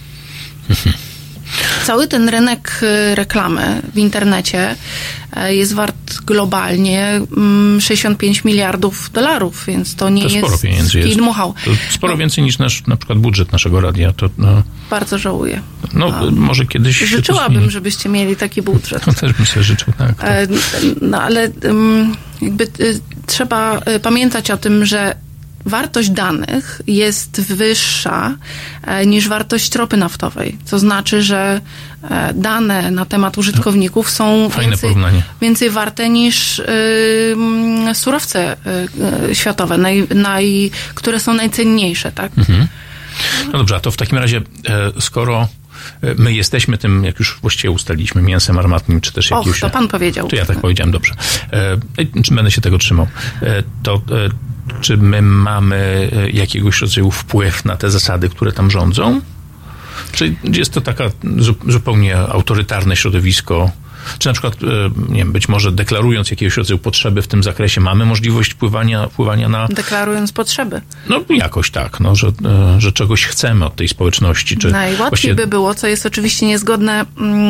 Cały ten rynek reklamy w internecie jest wart globalnie 65 miliardów dolarów, więc to nie jest sporo pieniędzy kij dmuchał. To sporo więcej niż na przykład budżet naszego radia. To, Bardzo żałuję. Może kiedyś życzyłabym, żebyście mieli taki budżet. To też bym sobie życzył, tak. No ale jakby trzeba pamiętać o tym, że wartość danych jest wyższa niż wartość ropy naftowej. To znaczy, że dane na temat użytkowników są więcej warte niż surowce światowe, które są najcenniejsze, tak? Mhm. No dobrze, a to w takim razie, skoro my jesteśmy tym, jak już właściwie ustaliliśmy, mięsem armatnim, czy też jakimś... to pan powiedział. To ja tak powiedziałem, dobrze. Czy będę się tego trzymał? Czy my mamy jakiegoś rodzaju wpływ na te zasady, które tam rządzą? Czy jest to taka zupełnie autorytarne środowisko, Czy na przykład, nie wiem, być może deklarując jakiegoś rodzaju potrzeby w tym zakresie, mamy możliwość wpływania na... Deklarując potrzeby. No jakoś tak, no, że czegoś chcemy od tej społeczności. Czy najłatwiej by było, co jest oczywiście niezgodne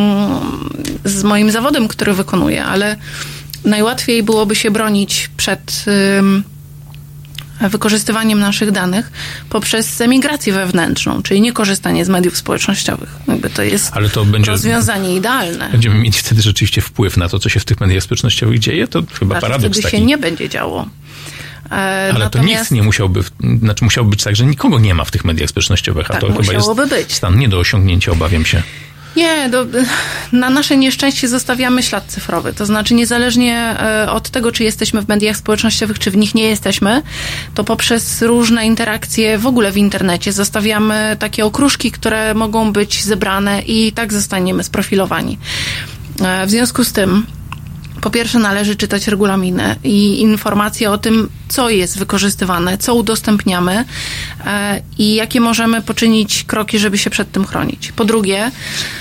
z moim zawodem, który wykonuję, ale najłatwiej byłoby się bronić przed wykorzystywaniem naszych danych poprzez emigrację wewnętrzną, czyli niekorzystanie z mediów społecznościowych. Jakby to jest rozwiązanie idealne. Będziemy mieć wtedy rzeczywiście wpływ na to, co się w tych mediach społecznościowych dzieje, to chyba paradoks wtedy taki. się nie będzie działo. Ale natomiast... to nikt nie musiałby, musiałby być tak, że nikogo nie ma w tych mediach społecznościowych, a tak, to chyba jest być. Stan nie do osiągnięcia, obawiam się. Nie, na nasze nieszczęście zostawiamy ślad cyfrowy. To znaczy niezależnie od tego, czy jesteśmy w mediach społecznościowych, czy w nich nie jesteśmy, to poprzez różne interakcje w ogóle w internecie zostawiamy takie okruszki, które mogą być zebrane i tak zostaniemy sprofilowani. W związku z tym po pierwsze należy czytać regulaminy i informacje o tym, co jest wykorzystywane, co udostępniamy i jakie możemy poczynić kroki, żeby się przed tym chronić. Po drugie,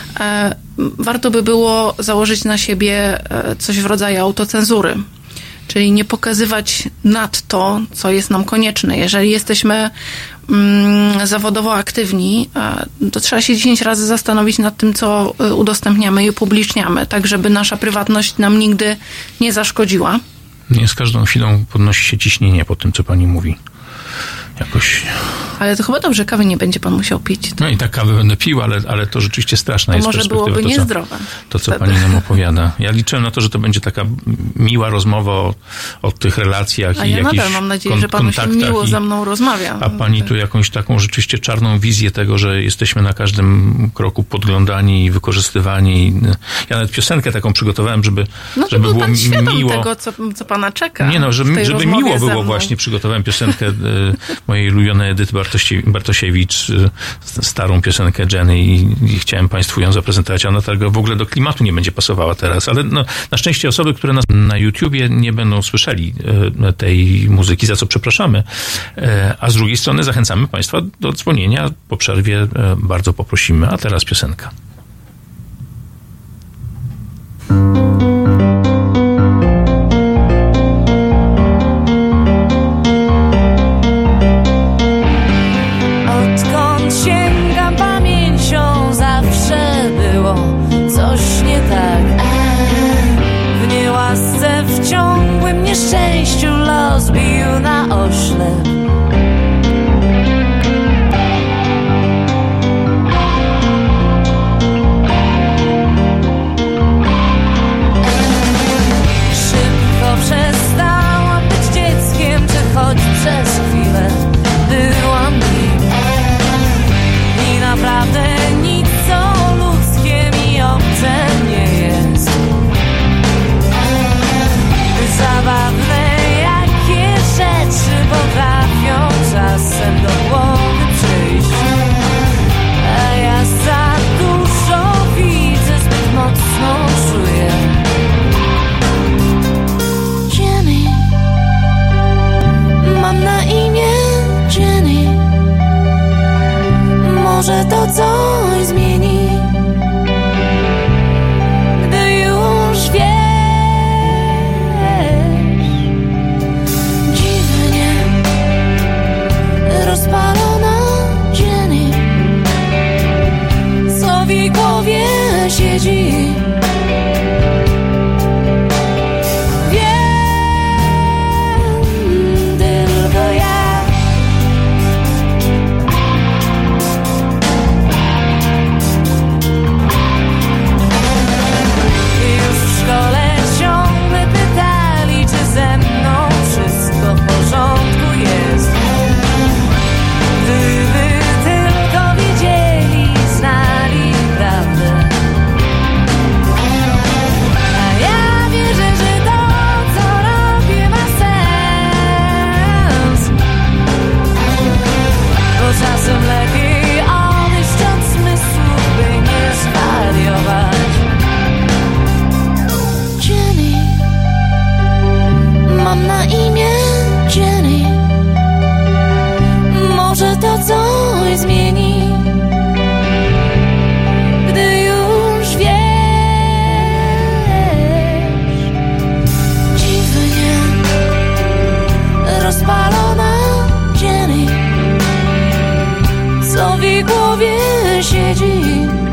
warto by było założyć na siebie coś w rodzaju autocenzury, czyli nie pokazywać nad to, co jest nam konieczne. Jeżeli jesteśmy zawodowo aktywni, to trzeba się 10 razy zastanowić nad tym, co udostępniamy i upubliczniamy, tak żeby nasza prywatność nam nigdy nie zaszkodziła. Nie z każdą chwilą podnosi się ciśnienie po tym, co pani mówi. Jakoś... Ale to chyba dobrze, kawy nie będzie pan musiał pić. No i tak kawę będę pił, ale to rzeczywiście straszna jest może byłoby niezdrowe. To, co pani nam opowiada. Ja liczyłem na to, że to będzie taka miła rozmowa o tych relacjach i jakichś kontaktach. A ja nadal mam nadzieję, że panu się miło ze mną rozmawia. A pani tu jakąś taką rzeczywiście czarną wizję tego, że jesteśmy na każdym kroku podglądani i wykorzystywani. Ja nawet piosenkę taką przygotowałem, żeby było pan miło. Tego, co pana czeka. Nie no, żeby miło było właśnie. Przygotowałem piosenkę mojej ulubionej Edyty Bartosiewicz, starą piosenkę Jenny i chciałem państwu ją zaprezentować. Ona tak w ogóle do klimatu nie będzie pasowała teraz, ale na szczęście osoby, które nas na YouTubie nie będą słyszeli tej muzyki, za co przepraszamy, a z drugiej strony zachęcamy państwa do dzwonienia. Po przerwie bardzo poprosimy, a teraz piosenka. Nieszczęściu los bił na oślep. Szybko przestałam być dzieckiem, czy choć przez chwilę byłam nim. I naprawdę nic co ludzkie mi obce nie jest. Zabawne jakie rzeczy potrafią czasem do głowy przyjść. A ja za dużo widzę, zbyt mocno czuję. Jenny, mam na imię Jenny. Może to coś zmieni, gdy już wiem. Rozpalona Jenny, co w jej głowie siedzi. Wiem tylko ja. w głowie siedzi.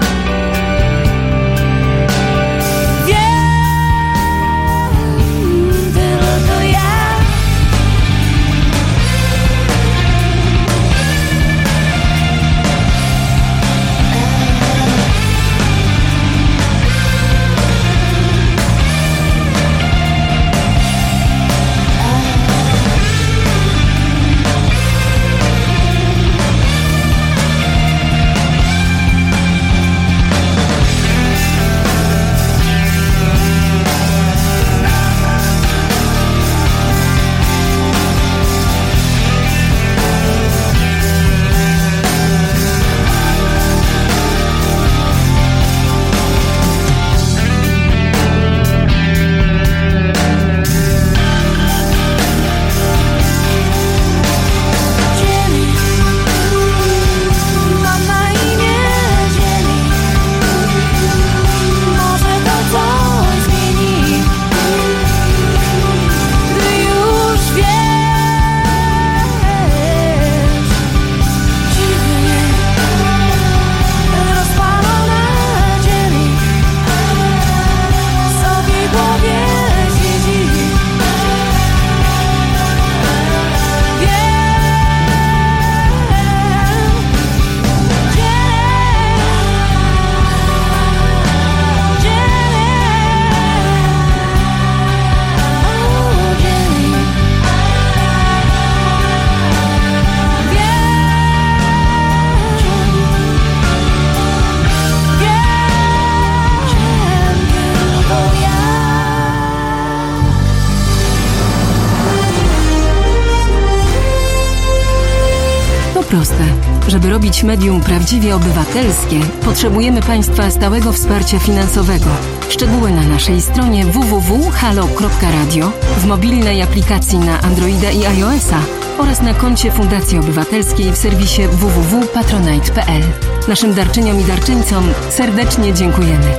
Proste. Żeby robić medium prawdziwie obywatelskie, potrzebujemy Państwa stałego wsparcia finansowego. Szczegóły na naszej stronie www.halo.radio, w mobilnej aplikacji na Androida i iOS-a oraz na koncie Fundacji Obywatelskiej w serwisie www.patronite.pl. Naszym darczyniom i darczyńcom serdecznie dziękujemy.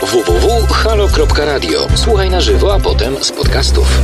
www.halo.radio. Słuchaj na żywo, a potem z podcastów.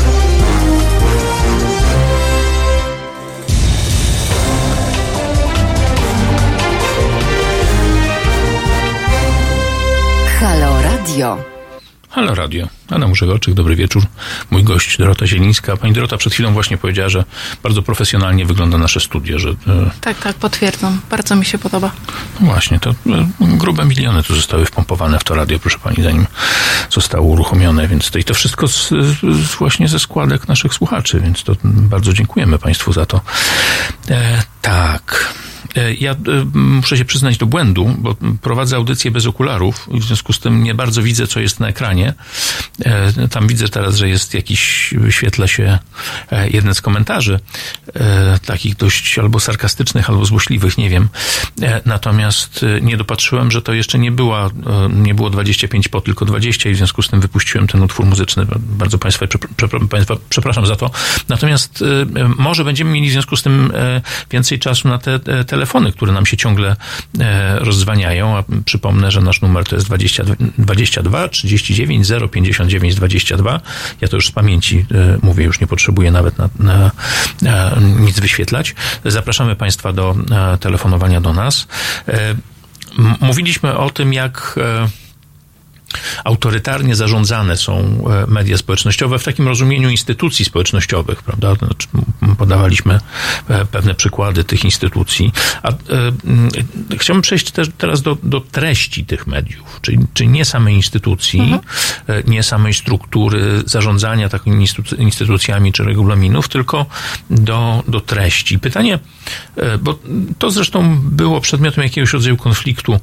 Halo Radio. Halo Radio. Adam Grzegorczyk, dobry wieczór. Mój gość Dorota Zielińska. Pani Dorota przed chwilą właśnie powiedziała, że bardzo profesjonalnie wygląda nasze studio. Że, Tak, potwierdzam. Bardzo mi się podoba. No właśnie, to grube miliony tu zostały wpompowane w to radio, proszę pani, zanim zostało uruchomione, więc to wszystko właśnie ze składek naszych słuchaczy, więc to bardzo dziękujemy Państwu za to. Tak. Ja muszę się przyznać do błędu, bo prowadzę audycję bez okularów i w związku z tym nie bardzo widzę, co jest na ekranie. Tam widzę teraz, że jest jakiś, wyświetla się jeden z komentarzy, takich dość albo sarkastycznych, albo złośliwych, nie wiem. Natomiast nie dopatrzyłem, że to jeszcze nie było 25 po, tylko 20 i w związku z tym wypuściłem ten utwór muzyczny. Bardzo Państwa przepraszam za to. Natomiast może będziemy mieli w związku z tym więcej czasu na te telefony, które nam się ciągle rozdzwaniają, a przypomnę, że nasz numer to jest 22 39 059 22. Ja to już z pamięci mówię, już nie potrzebuję nawet na nic wyświetlać. Zapraszamy Państwa do telefonowania do nas. Mówiliśmy o tym, jak autorytarnie zarządzane są media społecznościowe w takim rozumieniu instytucji społecznościowych, prawda? Znaczy, podawaliśmy pewne przykłady tych instytucji. Chciałbym przejść też teraz do treści tych mediów, czyli nie samej instytucji, nie samej struktury zarządzania takimi instytucjami czy regulaminów, tylko do treści. Pytanie, bo to zresztą było przedmiotem jakiegoś rodzaju konfliktu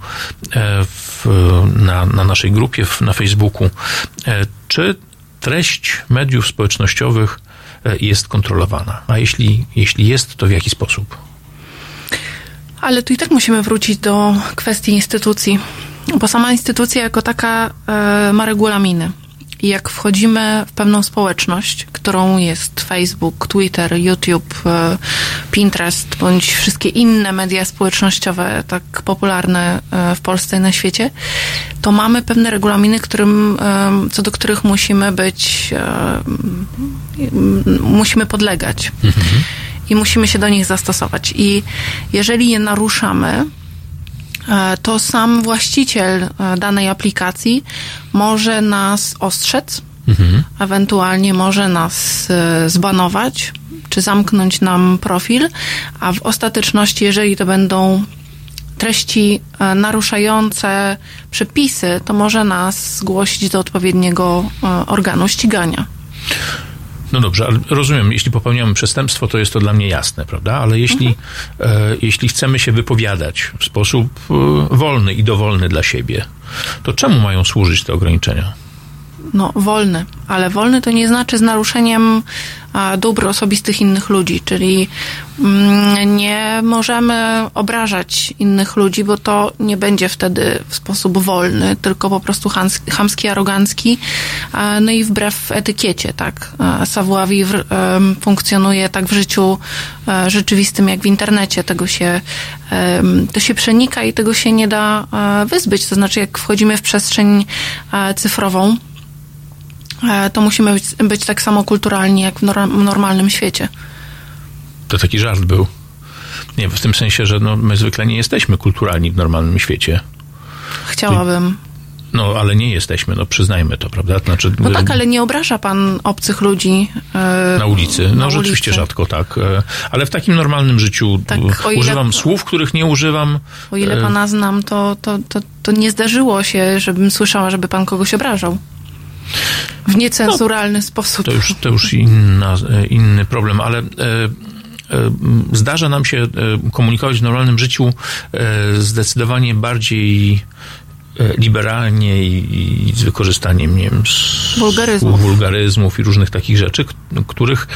na naszej grupie, na Facebooku. Czy treść mediów społecznościowych jest kontrolowana? A jeśli jest, to w jaki sposób? Ale tu i tak musimy wrócić do kwestii instytucji, bo sama instytucja jako taka ma regulaminy. I jak wchodzimy w pewną społeczność, którą jest Facebook, Twitter, YouTube, Pinterest, bądź wszystkie inne media społecznościowe tak popularne w Polsce i na świecie, to mamy pewne regulaminy, co do których musimy podlegać. I musimy się do nich zastosować. I jeżeli je naruszamy, to sam właściciel danej aplikacji może nas ostrzec, ewentualnie może nas zbanować, czy zamknąć nam profil, a w ostateczności, jeżeli to będą treści naruszające przepisy, to może nas zgłosić do odpowiedniego organu ścigania. No dobrze, ale rozumiem, jeśli popełniamy przestępstwo, to jest to dla mnie jasne, prawda? Ale jeśli chcemy się wypowiadać w sposób wolny i dowolny dla siebie, to czemu mają służyć te ograniczenia? No, wolny, ale wolny to nie znaczy z naruszeniem dóbr osobistych innych ludzi, czyli nie możemy obrażać innych ludzi, bo to nie będzie wtedy w sposób wolny, tylko po prostu chamski, arogancki, no i wbrew etykiecie, tak. Savoir-vivre funkcjonuje tak w życiu rzeczywistym, jak w internecie. To się przenika i tego się nie da wyzbyć. To znaczy, jak wchodzimy w przestrzeń cyfrową, to musimy być tak samo kulturalni, jak w normalnym świecie. To taki żart był. Nie, w tym sensie, że my zwykle nie jesteśmy kulturalni w normalnym świecie. Chciałabym. No, ale nie jesteśmy, przyznajmy to, prawda? Znaczy, no tak, ale nie obraża pan obcych ludzi na ulicy? No rzeczywiście rzadko, tak. Ale w takim normalnym życiu tak, używam słów, których nie używam. O ile pana znam, to nie zdarzyło się, żebym słyszała, żeby pan kogoś obrażał. W niecenzuralny sposób. To już inny problem, ale zdarza nam się komunikować w normalnym życiu zdecydowanie bardziej liberalnie i z wykorzystaniem, nie wiem, wulgaryzmów i różnych takich rzeczy, których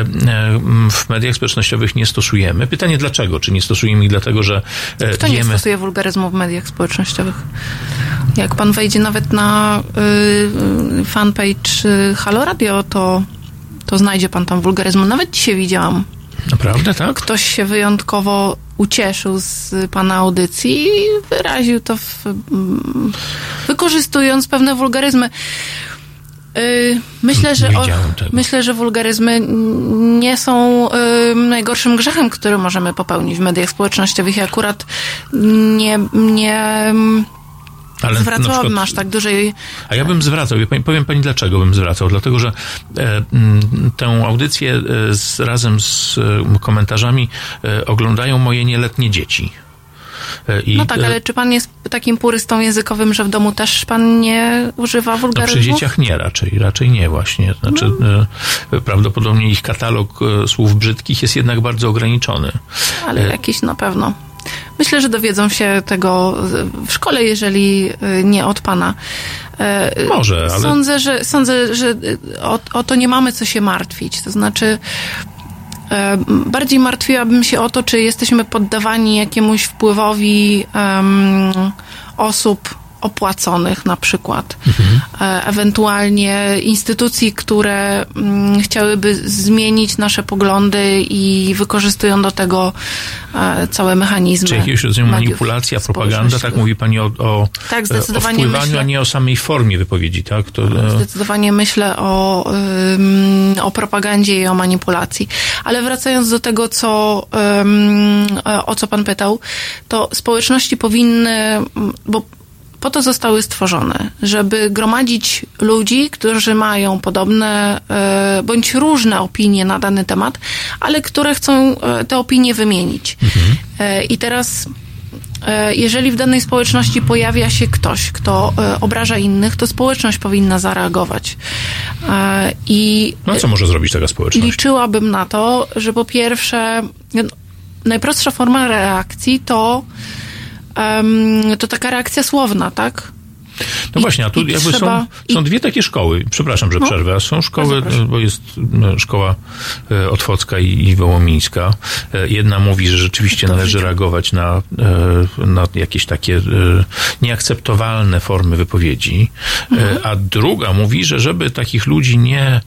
w mediach społecznościowych nie stosujemy. Pytanie dlaczego? Czy nie stosujemy ich dlatego, że Kto nie stosuje wulgaryzmu w mediach społecznościowych? Jak pan wejdzie nawet na fanpage Halo Radio, to znajdzie pan tam wulgaryzmu. Nawet dzisiaj widziałam. Naprawdę, tak? Ktoś się wyjątkowo ucieszył z pana audycji i wyraził to wykorzystując pewne wulgaryzmy. Myślę, że wulgaryzmy nie są najgorszym grzechem, który możemy popełnić w mediach społecznościowych. I akurat nie ale zwracałabym aż tak dużej... A ja bym zwracał. Powiem pani, dlaczego bym zwracał. Dlatego, że tę audycję razem z komentarzami oglądają moje nieletnie dzieci. No tak, ale czy pan jest takim purystą językowym, że w domu też pan nie używa wulgaryzmów? No przy dzieciach nie, raczej nie właśnie. Znaczy, prawdopodobnie ich katalog słów brzydkich jest jednak bardzo ograniczony. Ale jakiś na pewno. Myślę, że dowiedzą się tego w szkole, jeżeli nie od pana. Może, ale... Sądzę, że o to nie mamy co się martwić. To znaczy, bardziej martwiłabym się o to, czy jesteśmy poddawani jakiemuś wpływowi osób opłaconych na przykład. Ewentualnie instytucji, które chciałyby zmienić nasze poglądy i wykorzystują do tego całe mechanizmy. Czy jakiegoś rodzaju manipulacja, propaganda, tak mówi pani o wpływaniu, a nie o samej formie wypowiedzi, tak? Zdecydowanie myślę o propagandzie i o manipulacji. Ale wracając do tego, o co pan pytał, to społeczności powinny, bo po to zostały stworzone, żeby gromadzić ludzi, którzy mają podobne bądź różne opinie na dany temat, ale które chcą te opinie wymienić. I teraz, jeżeli w danej społeczności pojawia się ktoś, kto obraża innych, to społeczność powinna zareagować. No co może zrobić taka społeczność? Liczyłabym na to, że po pierwsze, najprostsza forma reakcji to taka reakcja słowna, tak? No właśnie, a tu jakby są dwie takie szkoły. Przepraszam, że przerwę. A są szkoły, bo jest szkoła otwocka i wołomińska. Jedna mówi, że rzeczywiście należy reagować na jakieś takie nieakceptowalne formy wypowiedzi. A druga mówi, że żeby takich ludzi nie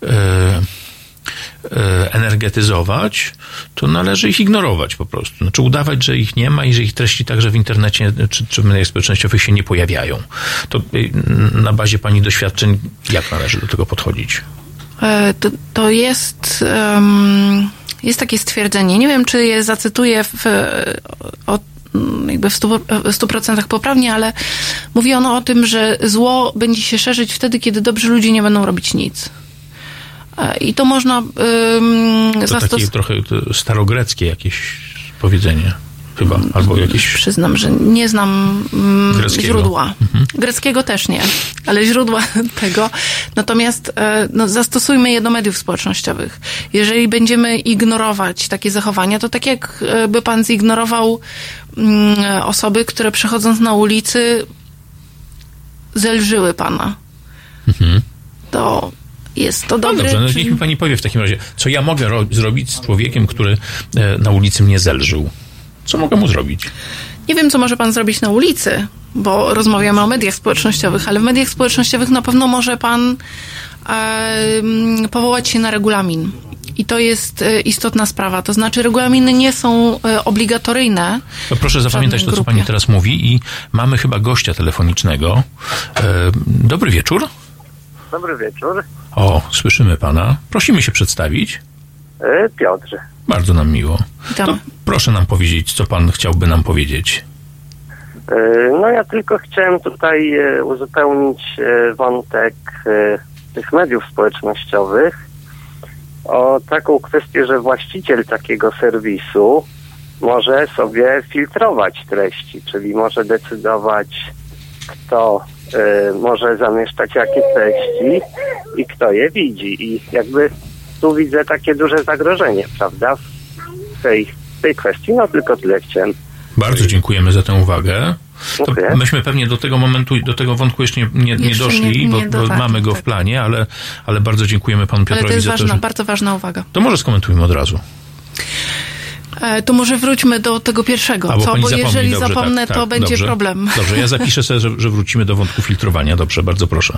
energetyzować, to należy ich ignorować po prostu. Znaczy udawać, że ich nie ma i że ich treści także w internecie czy w mediach społecznościowych się nie pojawiają. To na bazie pani doświadczeń jak należy do tego podchodzić? To jest takie stwierdzenie. Nie wiem, czy je zacytuję jakby w 100% poprawnie, ale mówi ono o tym, że zło będzie się szerzyć wtedy, kiedy dobrzy ludzie nie będą robić nic. I to można to takie trochę starogreckie jakieś powiedzenie chyba, albo jakieś... Przyznam, że nie znam źródła. Greckiego też nie, ale źródła tego. Natomiast zastosujmy je do mediów społecznościowych. Jeżeli będziemy ignorować takie zachowania, to tak jakby pan zignorował osoby, które przechodząc na ulicy zelżyły pana. To jest to dobre. No dobrze, niech mi pani powie w takim razie, co ja mogę zrobić z człowiekiem, który na ulicy mnie zelżył? Co mogę mu zrobić? Nie wiem, co może pan zrobić na ulicy, bo rozmawiamy o mediach społecznościowych, ale w mediach społecznościowych na pewno może pan powołać się na regulamin. I to jest istotna sprawa. To znaczy regulaminy nie są obligatoryjne. No proszę zapamiętać to, co pani teraz mówi i mamy chyba gościa telefonicznego. Dobry wieczór. Dobry wieczór. O, słyszymy pana. Prosimy się przedstawić. Piotr. Bardzo nam miło. To proszę nam powiedzieć, co pan chciałby nam powiedzieć. No ja tylko chciałem tutaj uzupełnić wątek tych mediów społecznościowych o taką kwestię, że właściciel takiego serwisu może sobie filtrować treści, czyli może decydować, kto może zamieszczać jakie treści i kto je widzi. I jakby tu widzę takie duże zagrożenie, prawda, w tej kwestii. No tylko tyle chciałem. Bardzo dziękujemy za tę uwagę. To myśmy pewnie do tego momentu, do tego wątku jeszcze nie doszli, bo mamy go w planie, ale bardzo dziękujemy panu Piotrowi. Ale to jest za to, że... bardzo ważna uwaga. To może skomentujmy od razu. To może wróćmy do tego pierwszego, bo jeżeli zapomnę, to będzie problem. Dobrze, ja zapiszę sobie, że wrócimy do wątku filtrowania. Dobrze, bardzo proszę.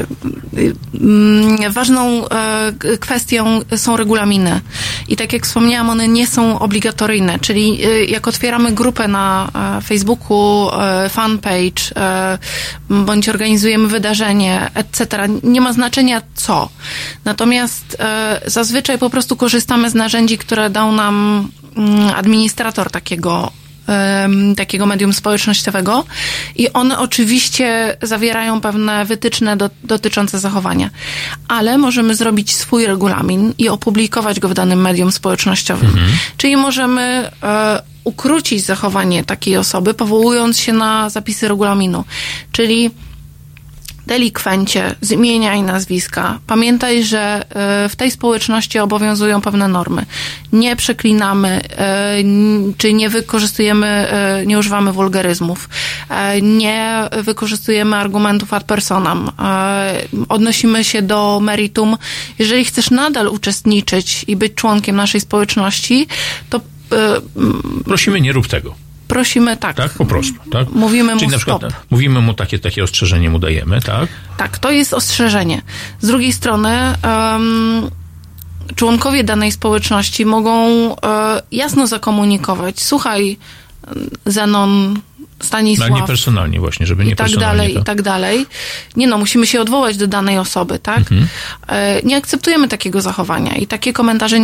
Ważną kwestią są regulaminy. I tak jak wspomniałam, one nie są obligatoryjne, czyli jak otwieramy grupę na Facebooku, fanpage, bądź organizujemy wydarzenie, etc., nie ma znaczenia co. Natomiast zazwyczaj po prostu korzystamy z narzędzi, które dał nam administrator takiego medium społecznościowego i one oczywiście zawierają pewne wytyczne dotyczące zachowania. Ale możemy zrobić swój regulamin i opublikować go w danym medium społecznościowym. Czyli możemy ukrócić zachowanie takiej osoby, powołując się na zapisy regulaminu. Czyli delikwencie z imienia i nazwiska. Pamiętaj, że w tej społeczności obowiązują pewne normy. Nie przeklinamy, czy nie wykorzystujemy, nie używamy wulgaryzmów, nie wykorzystujemy argumentów ad personam, odnosimy się do meritum. Jeżeli chcesz nadal uczestniczyć i być członkiem naszej społeczności, to prosimy, nie rób tego. Prosimy, tak. Tak, po prostu, tak? Mówimy Czyli mu na przykład stop. Mówimy mu takie ostrzeżenie mu dajemy, tak? Tak, to jest ostrzeżenie. Z drugiej strony członkowie danej społeczności mogą jasno zakomunikować: słuchaj, Zenon, Stanisław... No, nie personalnie właśnie, żeby nie personalnie. I tak dalej. Nie no, musimy się odwołać do danej osoby, tak? Nie akceptujemy takiego zachowania i takie komentarze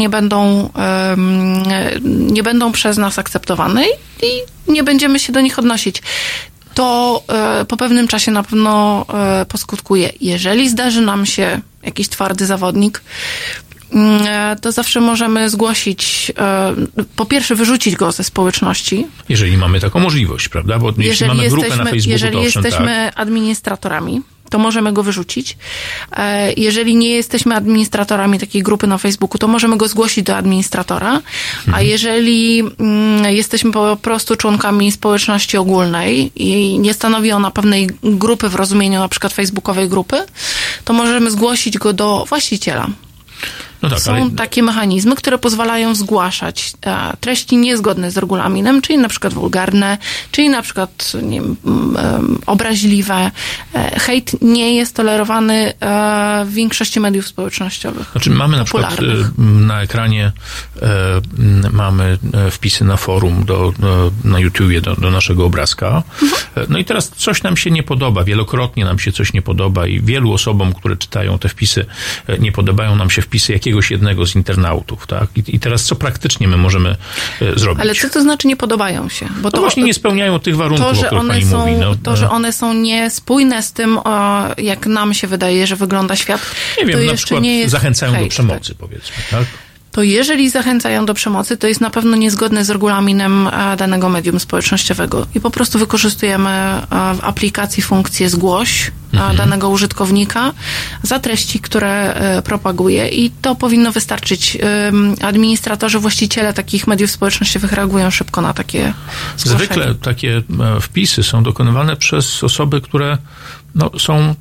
nie będą przez nas akceptowane i nie będziemy się do nich odnosić. To po pewnym czasie na pewno poskutkuje. Jeżeli zdarzy nam się jakiś twardy zawodnik, to zawsze możemy zgłosić, po pierwsze wyrzucić go ze społeczności. Jeżeli mamy taką możliwość, prawda? Bo jeśli mamy grupę na Facebooku, jeżeli to owszem, jesteśmy administratorami, to możemy go wyrzucić. Jeżeli nie jesteśmy administratorami takiej grupy na Facebooku, to możemy go zgłosić do administratora. A jeżeli jesteśmy po prostu członkami społeczności ogólnej i nie stanowi ona pewnej grupy w rozumieniu na przykład facebookowej grupy, to możemy zgłosić go do właściciela. No tak, Są takie mechanizmy, które pozwalają zgłaszać treści niezgodne z regulaminem, czyli na przykład wulgarne, czyli na przykład nie wiem, obraźliwe. Hejt nie jest tolerowany w większości mediów społecznościowych. Znaczy mamy na przykład na ekranie mamy wpisy na forum na YouTubie do naszego obrazka. No i teraz coś nam się nie podoba, wielokrotnie nam się coś nie podoba i wielu osobom, które czytają te wpisy, nie podobają nam się wpisy jakiegoś jakiegoś jednego z internautów, tak? I teraz co praktycznie my możemy zrobić? Ale co to znaczy nie podobają się? Bo to właśnie nie spełniają tych warunków, o których pani mówi. Że one są niespójne z tym, jak nam się wydaje, że wygląda świat. Nie wiem, to na jeszcze przykład nie jest zachęcają do przemocy, powiedzmy, tak? To jeżeli zachęcają do przemocy, to jest na pewno niezgodne z regulaminem danego medium społecznościowego. I po prostu wykorzystujemy w aplikacji funkcję zgłoś danego użytkownika za treści, które propaguje i to powinno wystarczyć. Administratorzy, właściciele takich mediów społecznościowych reagują szybko na takie zgłoszenia. Zwykle takie wpisy są dokonywane przez osoby, które są...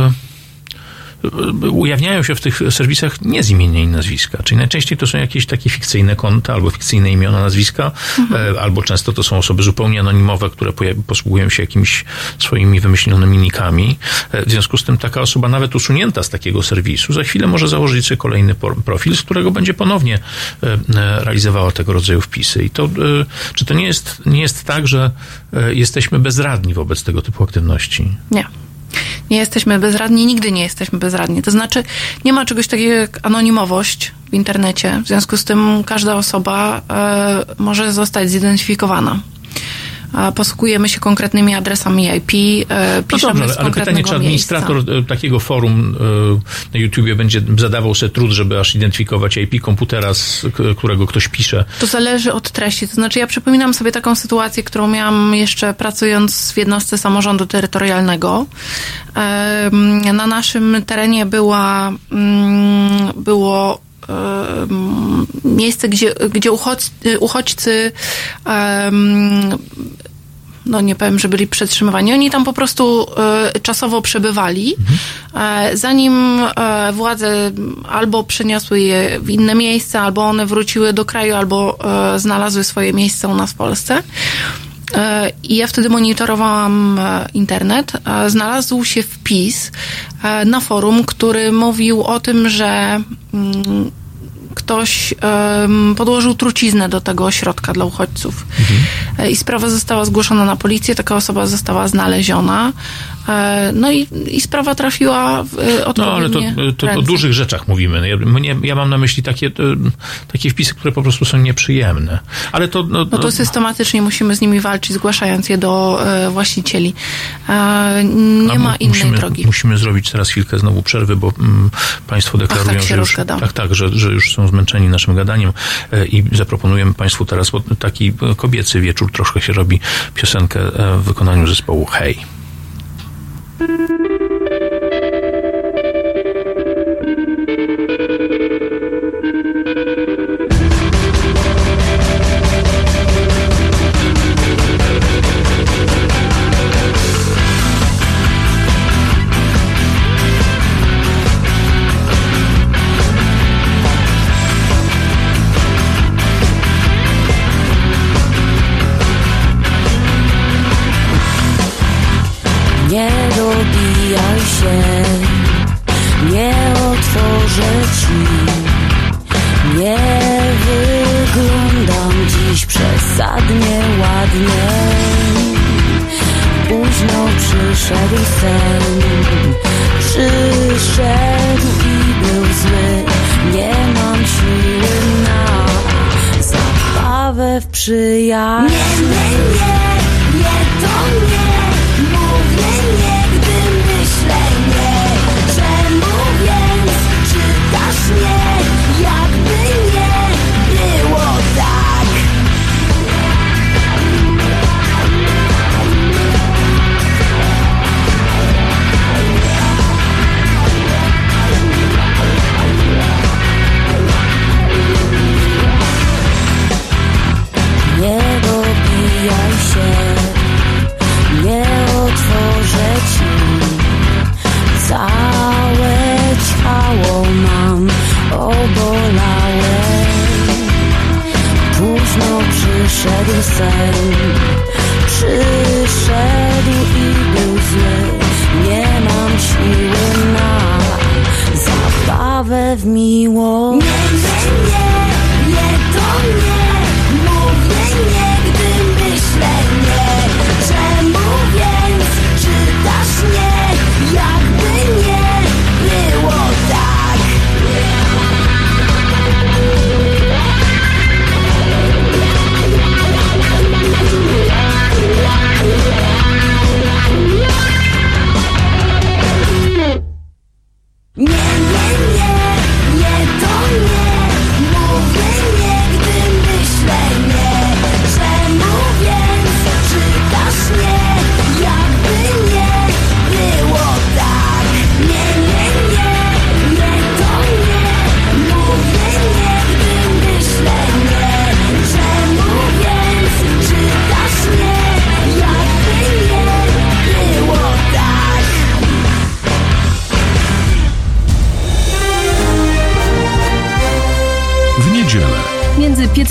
ujawniają się w tych serwisach nie z imienia i nazwiska. Czyli najczęściej to są jakieś takie fikcyjne konta albo fikcyjne imiona, nazwiska, albo często to są osoby zupełnie anonimowe, które posługują się jakimiś swoimi wymyślonymi nikami. W związku z tym taka osoba nawet usunięta z takiego serwisu za chwilę może założyć sobie kolejny profil, z którego będzie ponownie realizowała tego rodzaju wpisy. I to, czy to nie jest tak, że jesteśmy bezradni wobec tego typu aktywności? Nie. Nie jesteśmy bezradni, nigdy nie jesteśmy bezradni. To znaczy, nie ma czegoś takiego jak anonimowość w internecie. W związku z tym każda osoba może zostać zidentyfikowana. Posługujemy się konkretnymi adresami IP, piszemy z konkretnego ale pytanie, czy administrator takiego forum na YouTubie będzie zadawał sobie trud, żeby aż identyfikować IP komputera, z którego ktoś pisze? To zależy od treści. To znaczy, ja przypominam sobie taką sytuację, którą miałam jeszcze pracując w jednostce samorządu terytorialnego. Na naszym terenie było miejsce, gdzie uchodźcy nie powiem, że byli przetrzymywani. Oni tam po prostu czasowo przebywali, zanim władze albo przeniosły je w inne miejsca, albo one wróciły do kraju, albo znalazły swoje miejsce u nas w Polsce. I ja wtedy monitorowałam internet. Znalazł się wpis na forum, który mówił o tym, że ktoś podłożył truciznę do tego ośrodka dla uchodźców. I sprawa została zgłoszona na policję, taka osoba została znaleziona. No i sprawa trafiła w odpowiednie ale to o dużych rzeczach mówimy. Ja mam na myśli takie wpisy, które po prostu są nieprzyjemne. Ale to systematycznie musimy z nimi walczyć, zgłaszając je do właścicieli. Nie ma innej drogi. Musimy zrobić teraz chwilkę znowu przerwy, bo państwo deklarują, że już są zmęczeni naszym gadaniem i zaproponujemy państwu teraz taki kobiecy wieczór, troszkę się robi, piosenkę w wykonaniu zespołu Hej. Nie dobijaj się, nie otworzę ci. Nie wyglądam dziś przesadnie ładnie. Późno przyszedł sen, przyszedł i był zły. Nie mam siły na zabawę w przyjaźń. Nie, to nie. Mówię nie, gdy myślę nie. Czemu więc czytasz nie? Jakby nie było tak. Nie dobijaj się. Nie otworzę ci. Całe ciało mam obolałe. Późno przyszedł sen, przyszedł i był zły. Nie mam siły na zabawę w miłość. Nie, to nie. Mówię nie, gdy myślę nie. Czemu więc czytasz nie? Jakby nie było tak.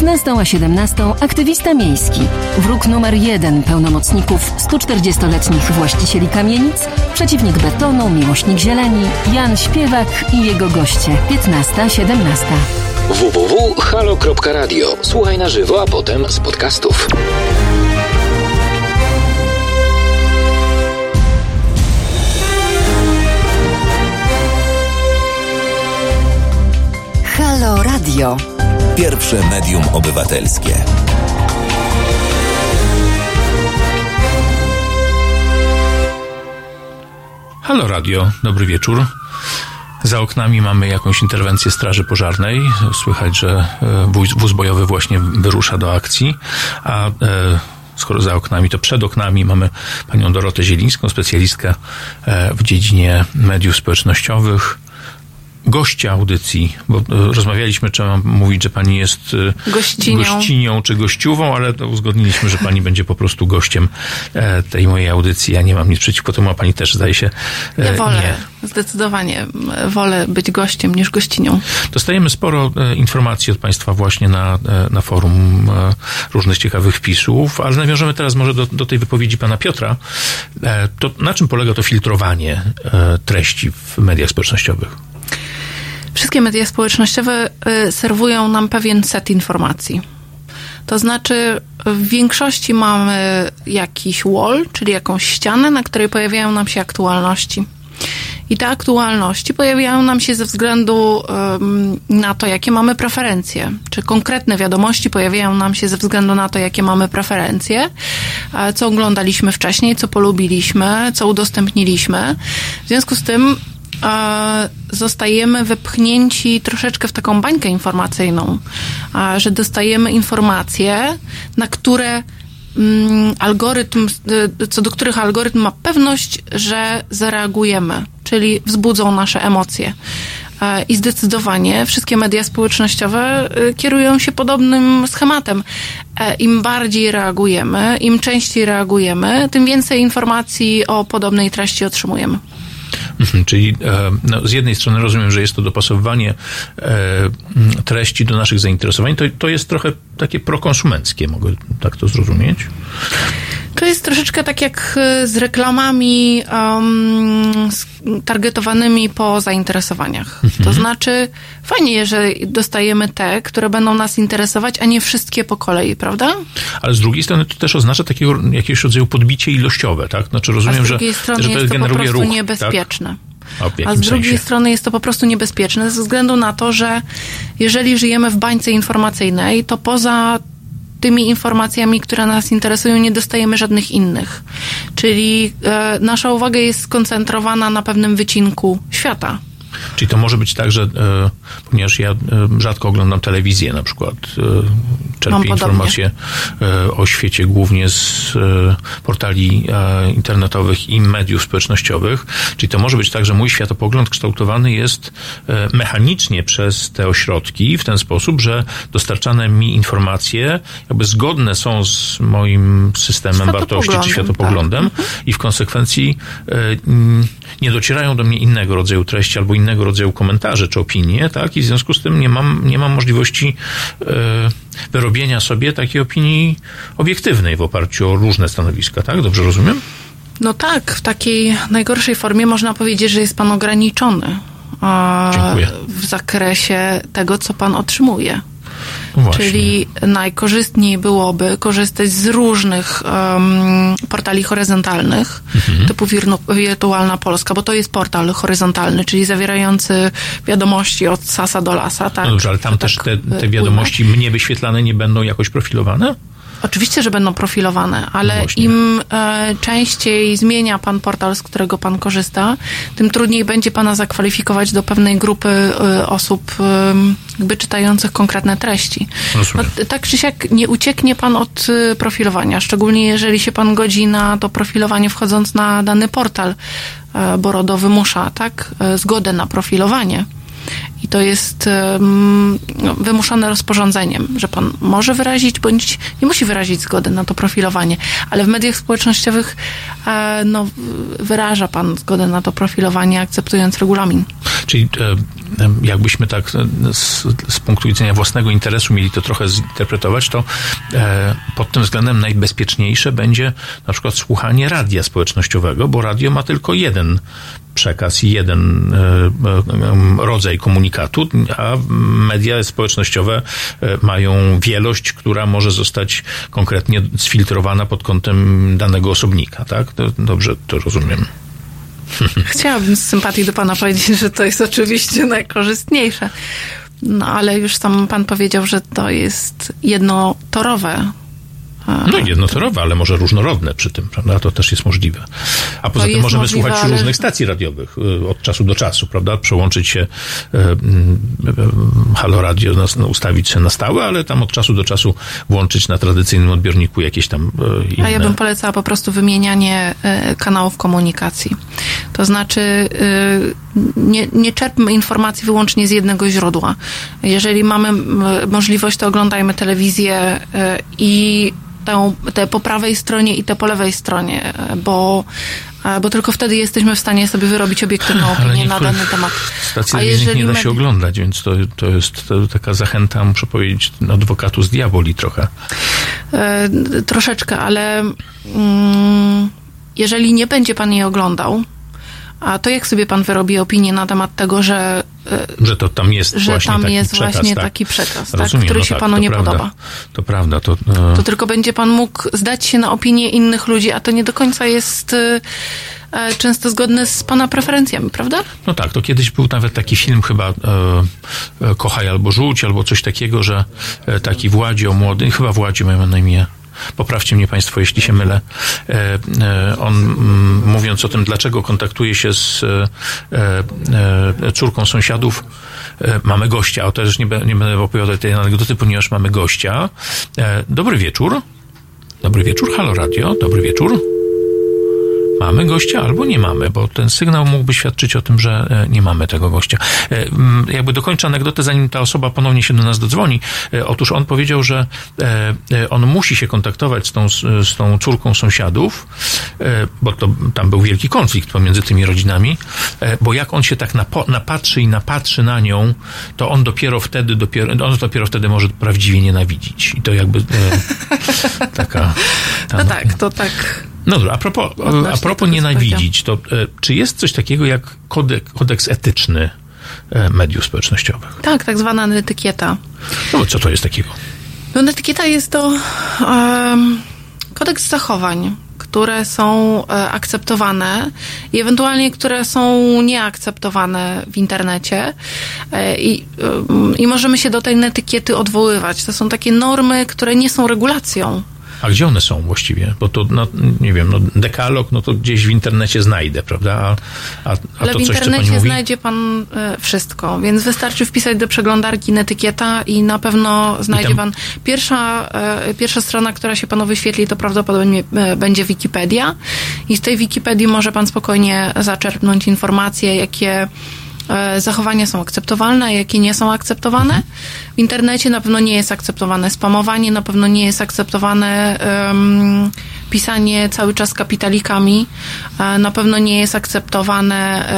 16 a 17 aktywista miejski, wróg numer 1 pełnomocników 140-letnich właścicieli kamienic, przeciwnik betonu, miłośnik zieleni, Jan Śpiewak i jego goście. 15-17. www.halo.radio. Słuchaj na żywo, a potem z podcastów. Halo Radio. Pierwsze medium obywatelskie. Halo Radio, dobry wieczór. Za oknami mamy jakąś interwencję Straży Pożarnej. Słychać, że wóz bojowy właśnie wyrusza do akcji, a skoro za oknami, to przed oknami mamy panią Dorotę Zielińską, specjalistkę w dziedzinie mediów społecznościowych, gościa audycji, bo rozmawialiśmy, czy mam mówić, że pani jest gościnią czy gościową, ale to uzgodniliśmy, że pani będzie po prostu gościem tej mojej audycji. Ja nie mam nic przeciwko temu, a pani też zdaje się ja wolę, zdecydowanie wolę być gościem niż gościnią. Dostajemy sporo informacji od państwa właśnie na forum, różnych ciekawych wpisów, ale nawiążemy teraz może do tej wypowiedzi pana Piotra. To na czym polega to filtrowanie treści w mediach społecznościowych? Wszystkie media społecznościowe serwują nam pewien set informacji. To znaczy w większości mamy jakiś wall, czyli jakąś ścianę, na której pojawiają nam się aktualności. I te aktualności pojawiają nam się ze względu na to, jakie mamy preferencje. Czy konkretne wiadomości pojawiają nam się ze względu na to, jakie mamy preferencje, co oglądaliśmy wcześniej, co polubiliśmy, co udostępniliśmy. W związku z tym zostajemy wepchnięci troszeczkę w taką bańkę informacyjną, że dostajemy informacje, na które co do których algorytm ma pewność, że zareagujemy, czyli wzbudzą nasze emocje. I zdecydowanie wszystkie media społecznościowe kierują się podobnym schematem. Im bardziej reagujemy, im częściej reagujemy, tym więcej informacji o podobnej treści otrzymujemy. Czyli z jednej strony rozumiem, że jest to dopasowywanie treści do naszych zainteresowań. To jest trochę takie prokonsumenckie, mogę tak to zrozumieć? To jest troszeczkę tak jak z reklamami targetowanymi po zainteresowaniach. To znaczy fajnie, że dostajemy te, które będą nas interesować, a nie wszystkie po kolei, prawda? Ale z drugiej strony to też oznacza jakiegoś rodzaju podbicie ilościowe, tak? Znaczy rozumiem, że to jest po prostu ruch, niebezpieczne. Tak? A z drugiej strony jest to po prostu niebezpieczne ze względu na to, że jeżeli żyjemy w bańce informacyjnej, to poza tymi informacjami, które nas interesują, nie dostajemy żadnych innych. Czyli nasza uwaga jest skoncentrowana na pewnym wycinku świata. Czyli to może być tak, że ponieważ ja rzadko oglądam telewizję na przykład, czerpię informacje o świecie głównie z portali internetowych i mediów społecznościowych, czyli to może być tak, że mój światopogląd kształtowany jest mechanicznie przez te ośrodki w ten sposób, że dostarczane mi informacje jakby zgodne są z moim systemem wartości czy światopoglądem i w konsekwencji nie docierają do mnie innego rodzaju treści albo innego rodzaju komentarze czy opinie, tak? I w związku z tym nie mam możliwości wyrobienia sobie takiej opinii obiektywnej w oparciu o różne stanowiska, tak? Dobrze rozumiem? No tak, w takiej najgorszej formie można powiedzieć, że jest pan ograniczony w zakresie tego, co pan otrzymuje. Właśnie. Czyli najkorzystniej byłoby korzystać z różnych portali horyzontalnych, typu Wirtualna Polska, bo to jest portal horyzontalny, czyli zawierający wiadomości od sasa do lasa. Tak? No dobrze, ale tam też te wiadomości mnie wyświetlane nie będą jakoś profilowane? Oczywiście, że będą profilowane, ale im częściej zmienia pan portal, z którego pan korzysta, tym trudniej będzie pana zakwalifikować do pewnej grupy osób jakby czytających konkretne treści. No, tak czy siak nie ucieknie pan od profilowania, szczególnie jeżeli się pan godzi na to profilowanie wchodząc na dany portal, bo RODO wymusza, tak, zgodę na profilowanie. I to jest wymuszone rozporządzeniem, że pan może wyrazić, bądź nie musi wyrazić zgody na to profilowanie, ale w mediach społecznościowych wyraża pan zgodę na to profilowanie, akceptując regulamin. Czyli jakbyśmy tak z punktu widzenia własnego interesu mieli to trochę zinterpretować, to pod tym względem najbezpieczniejsze będzie na przykład słuchanie radia społecznościowego, bo radio ma tylko jeden przekaz i jeden rodzaj komunikatu, a media społecznościowe mają wielość, która może zostać konkretnie sfiltrowana pod kątem danego osobnika, tak? Dobrze to rozumiem. Chciałabym z sympatii do pana powiedzieć, że to jest oczywiście najkorzystniejsze. No ale już sam pan powiedział, że to jest jednotorowe. No jednotorowe, ale może różnorodne przy tym, prawda? To też jest możliwe. A poza tym możemy słuchać różnych stacji radiowych od czasu do czasu, prawda? Przełączyć się Halo Radio, ustawić się na stałe, ale tam od czasu do czasu włączyć na tradycyjnym odbiorniku jakieś tam inne. A ja bym polecała po prostu wymienianie kanałów komunikacji. To znaczy nie czerpmy informacji wyłącznie z jednego źródła. Jeżeli mamy możliwość, to oglądajmy telewizję i te po prawej stronie i te po lewej stronie, bo tylko wtedy jesteśmy w stanie sobie wyrobić obiektywną opinię na dany temat. Stacji telewizyjnych nie da się oglądać, więc to jest taka zachęta, muszę powiedzieć, advocatus diaboli trochę. Troszeczkę, ale jeżeli nie będzie pan jej oglądał, a to jak sobie pan wyrobi opinię na temat tego, że to tam jest właśnie taki przekaz, tak, który się panu nie podoba. To prawda. To tylko będzie pan mógł zdać się na opinię innych ludzi, a to nie do końca jest często zgodne z pana preferencjami, prawda? No tak, to kiedyś był nawet taki film chyba Kochaj albo rzuć, albo coś takiego, że taki Władzio młody, chyba Władzio miał na imię, poprawcie mnie państwo, jeśli się mylę. On, mówiąc o tym, dlaczego kontaktuje się z córką sąsiadów, mamy gościa. O, też nie będę opowiadał tej anegdoty, ponieważ mamy gościa. Dobry wieczór. Dobry wieczór, Halo Radio. Dobry wieczór. Mamy gościa albo nie mamy, bo ten sygnał mógłby świadczyć o tym, że nie mamy tego gościa. Jakby dokończę anegdotę, zanim ta osoba ponownie się do nas dodzwoni. Otóż on powiedział, że on musi się kontaktować z tą córką sąsiadów, bo tam był wielki konflikt pomiędzy tymi rodzinami, bo jak on się tak napatrzy na nią, to on dopiero wtedy może prawdziwie nienawidzić. I to jakby taka... No tak, to tak... No dobra, a propos nienawidzić, to czy jest coś takiego jak kodeks etyczny mediów społecznościowych? Tak zwana etykieta. No co to jest takiego? No etykieta jest to kodeks zachowań, które są akceptowane i ewentualnie które są nieakceptowane w internecie i możemy się do tej etykiety odwoływać. To są takie normy, które nie są regulacją. A gdzie one są właściwie? Bo to, nie wiem, dekalog, to gdzieś w internecie znajdę, prawda? Ale to w internecie znajdzie pan wszystko, więc wystarczy wpisać do przeglądarki etykieta i na pewno znajdzie pan... Pierwsza strona, która się panu wyświetli, to prawdopodobnie będzie Wikipedia i z tej Wikipedii może pan spokojnie zaczerpnąć informacje, jakie zachowania są akceptowalne, a jakie nie są akceptowane. W internecie na pewno nie jest akceptowane spamowanie, na pewno nie jest akceptowane pisanie cały czas kapitalikami, na pewno nie jest akceptowane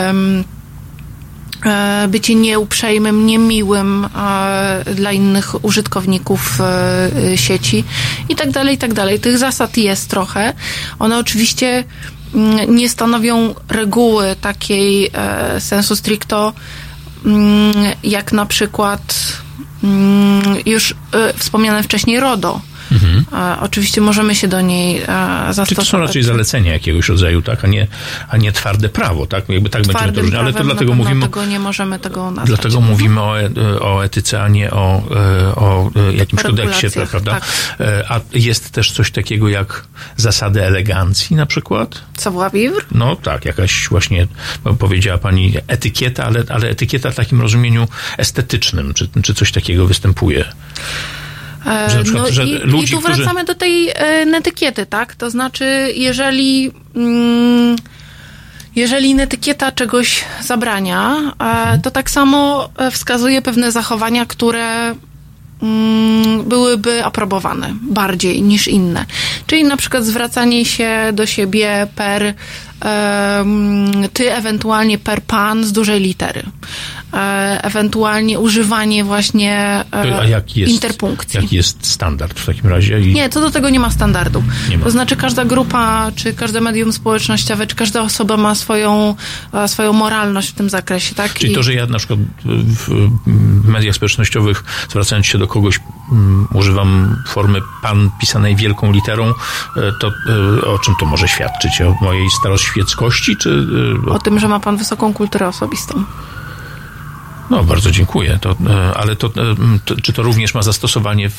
bycie nieuprzejmym, niemiłym dla innych użytkowników sieci i tak dalej, i tak dalej. Tych zasad jest trochę. One oczywiście nie stanowią reguły takiej sensu stricto, jak na przykład już wspomniane wcześniej RODO. Oczywiście możemy się do niej zastosować. Czyli to są raczej zalecenia jakiegoś rodzaju, tak, a nie twarde prawo, tak? Jakby tak będzie to różnie, ale to dlatego mówimy... Tego nie możemy tego nazwać. Dlatego mówimy o etyce, a nie o jakimś kodeksie, prawda? Tak. A jest też coś takiego jak zasady elegancji na przykład? Savoir-vivre? No tak, jakaś właśnie, powiedziała pani etykieta, ale etykieta w takim rozumieniu estetycznym, czy coś takiego występuje? I tu wracamy do tej etykiety, tak? To znaczy, jeżeli Jeżeli etykieta czegoś zabrania, to tak samo wskazuje pewne zachowania, które byłyby aprobowane bardziej niż inne. Czyli na przykład zwracanie się do siebie per ty, ewentualnie per pan z dużej litery. Ewentualnie używanie właśnie interpunkcji. Jaki jest standard w takim razie? Nie, co do tego nie ma standardu. Nie ma. To znaczy każda grupa, czy każde medium społecznościowe, czy każda osoba ma swoją moralność w tym zakresie, tak? Czyli to, że ja na przykład w mediach społecznościowych, zwracając się do kogoś, używam formy pan pisanej wielką literą, to o czym to może świadczyć? O mojej staroświeckości, czy... O tym, że ma pan wysoką kulturę osobistą. No, bardzo dziękuję. Ale czy to również ma zastosowanie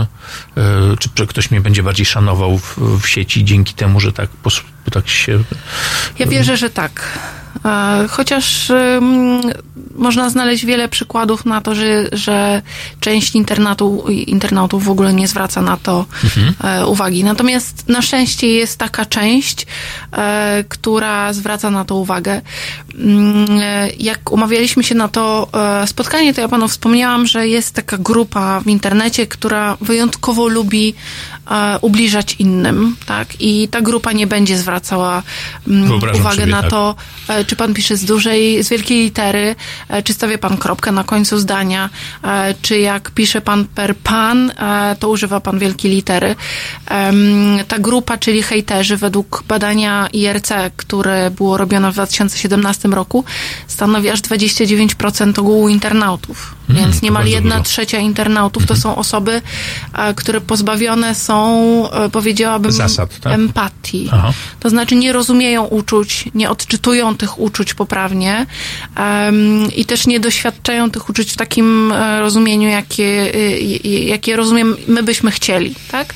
czy ktoś mnie będzie bardziej szanował w sieci dzięki temu, że tak się... Ja wierzę, że tak. Chociaż można znaleźć wiele przykładów na to, że część internautów w ogóle nie zwraca na to uwagi. Natomiast na szczęście jest taka część, która zwraca na to uwagę. Jak umawialiśmy się na to spotkanie, to ja panu wspomniałam, że jest taka grupa w internecie, która wyjątkowo lubi ubliżać innym, tak? I ta grupa nie będzie zwracała uwagę na to, czy pan pisze z wielkiej litery, czy stawia pan kropkę na końcu zdania, czy jak pisze pan per pan, to używa pan wielkiej litery. Ta grupa, czyli hejterzy, według badania IRC, które było robione w 2017 roku, stanowi aż 29% ogółu internautów. Więc niemal 1/3 internautów to są osoby, które pozbawione są, powiedziałabym, zasad, tak? empatii. Aha. To znaczy nie rozumieją uczuć, nie odczytują tych uczuć poprawnie i też nie doświadczają tych uczuć w takim rozumieniu, jakie rozumiem, my byśmy chcieli, tak?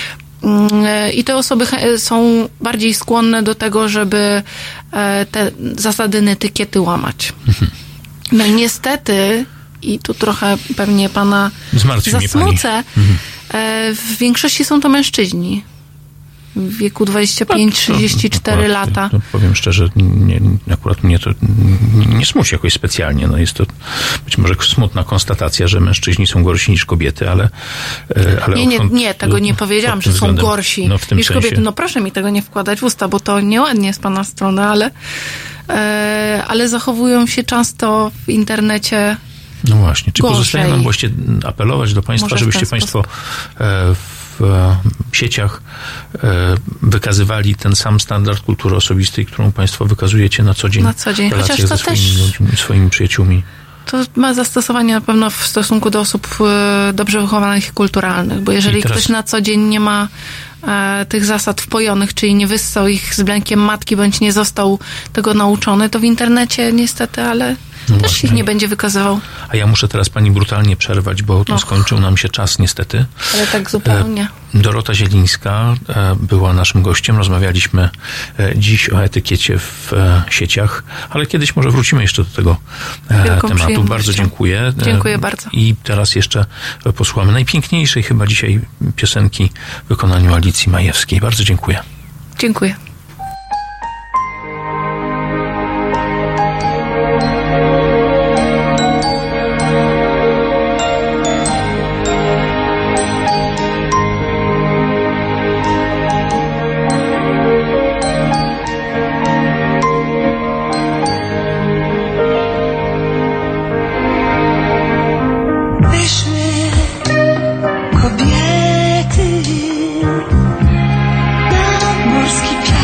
I te osoby są bardziej skłonne do tego, żeby te zasady etykiety łamać. No i niestety, i tu trochę pewnie pana zasmucę, w większości są to mężczyźni w wieku 25-34 lata. To powiem szczerze, akurat mnie to nie smuci jakoś specjalnie. No jest to być może smutna konstatacja, że mężczyźni są gorsi niż kobiety, ale nie, tego nie powiedziałam, że są gorsi niż kobiety. No proszę mi tego nie wkładać w usta, bo to nieładnie z pana strony, ale zachowują się często w internecie. No właśnie, czy pozostaje nam właśnie apelować do państwa, żebyście państwo w sieciach wykazywali ten sam standard kultury osobistej, którą państwo wykazujecie na co dzień. W relacjach ze swoimi przyjaciółmi. To ma zastosowanie na pewno w stosunku do osób dobrze wychowanych i kulturalnych, bo jeżeli ktoś na co dzień nie ma tych zasad wpojonych, czyli nie wyssał ich z mlekiem matki, bądź nie został tego nauczony, to w internecie niestety, ale też ich nie będzie wykazywał. A ja muszę teraz pani brutalnie przerwać, bo skończył nam się czas niestety. Ale tak zupełnie. Dorota Zielińska była naszym gościem. Rozmawialiśmy dziś o etykiecie w sieciach, ale kiedyś może wrócimy jeszcze do tego tematu. Bardzo dziękuję. Dziękuję bardzo. I teraz jeszcze posłuchamy najpiękniejszej chyba dzisiaj piosenki w wykonaniu Alicji Majewskiej. Bardzo dziękuję. Dziękuję. Morski czas.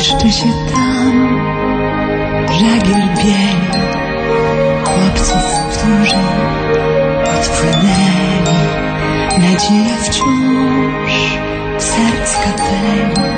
Jeszcze się tam żagiel bieli chłopców, którzy odpłynęli. Nadzieja wciąż w serc kapeli.